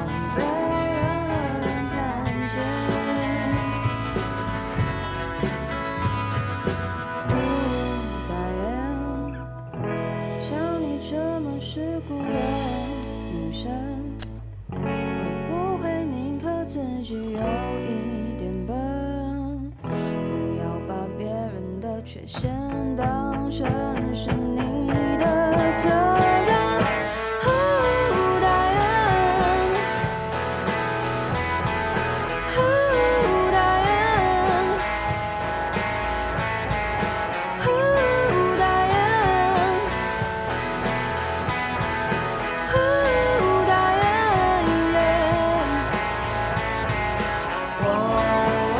被人看见。不代言，像你这么世故的女生，会不会宁可自己有一点笨？不要把别人的缺陷当成是你的责任。不代言，不代言，不代言，不代言。哦哦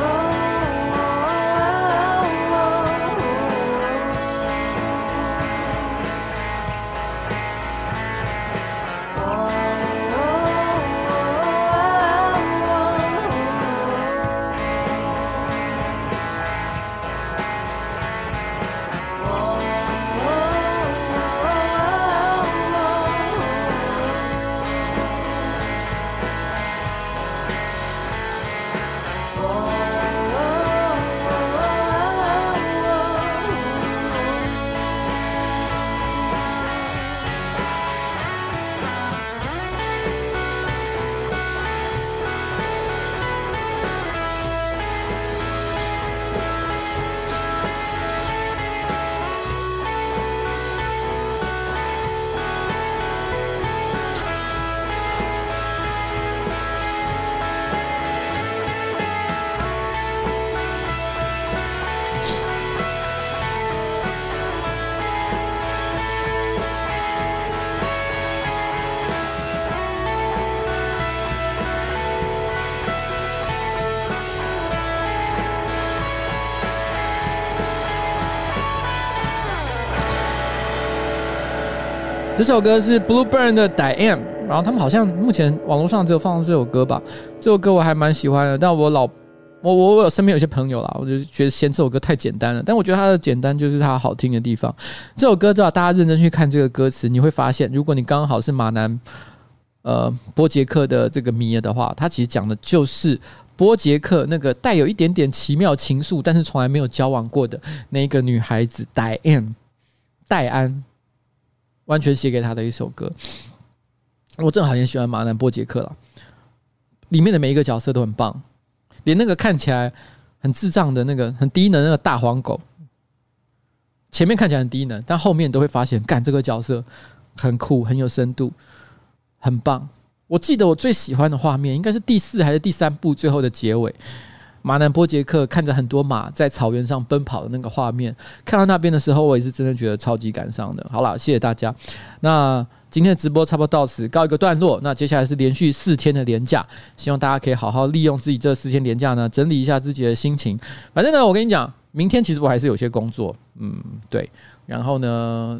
这首歌是 Blueburn 的 Diane， 然后他们好像目前网络上只有放这首歌吧。这首歌我还蛮喜欢的，但我老我我我有身边有些朋友啦，我就觉得嫌这首歌太简单了。但我觉得它的简单就是它好听的地方。这首歌的话，大家认真去看这个歌词，你会发现，如果你刚好是马南呃波杰克的这个迷的话，它其实讲的就是波杰克那个带有一点点奇妙情愫，但是从来没有交往过的那个女孩子 Diane 戴安。完全写给他的一首歌，我正好很喜欢马南波杰克啦，里面的每一个角色都很棒，连那个看起来很智障的那个很低能的那个大黄狗，前面看起来很低能，但后面都会发现，干这个角色很酷，很有深度，很棒。我记得我最喜欢的画面应该是第四还是第三部最后的结尾。马南波杰克看着很多马在草原上奔跑的那个画面，看到那边的时候，我也是真的觉得超级感伤的。好啦，谢谢大家。那今天的直播差不多到此告一个段落。那接下来是连续四天的连假，希望大家可以好好利用自己这四天连假呢，整理一下自己的心情。反正呢，我跟你讲，明天其实我还是有些工作，嗯，对。然后呢，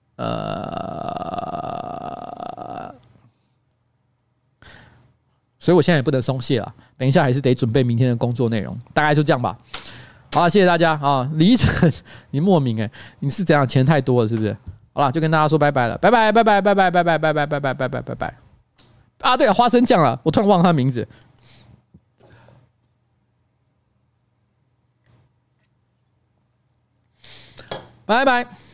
呃。所以我现在也不能松懈了，等一下还是得准备明天的工作内容，大概就这样吧。好了，谢谢大家啊！李晨，你莫名哎、欸，你是怎样钱太多了是不是？好了，就跟大家说拜拜了，拜拜拜拜拜拜拜拜拜拜拜拜拜拜拜拜。啊，对了，花生酱了，我突然忘了他名字。拜拜。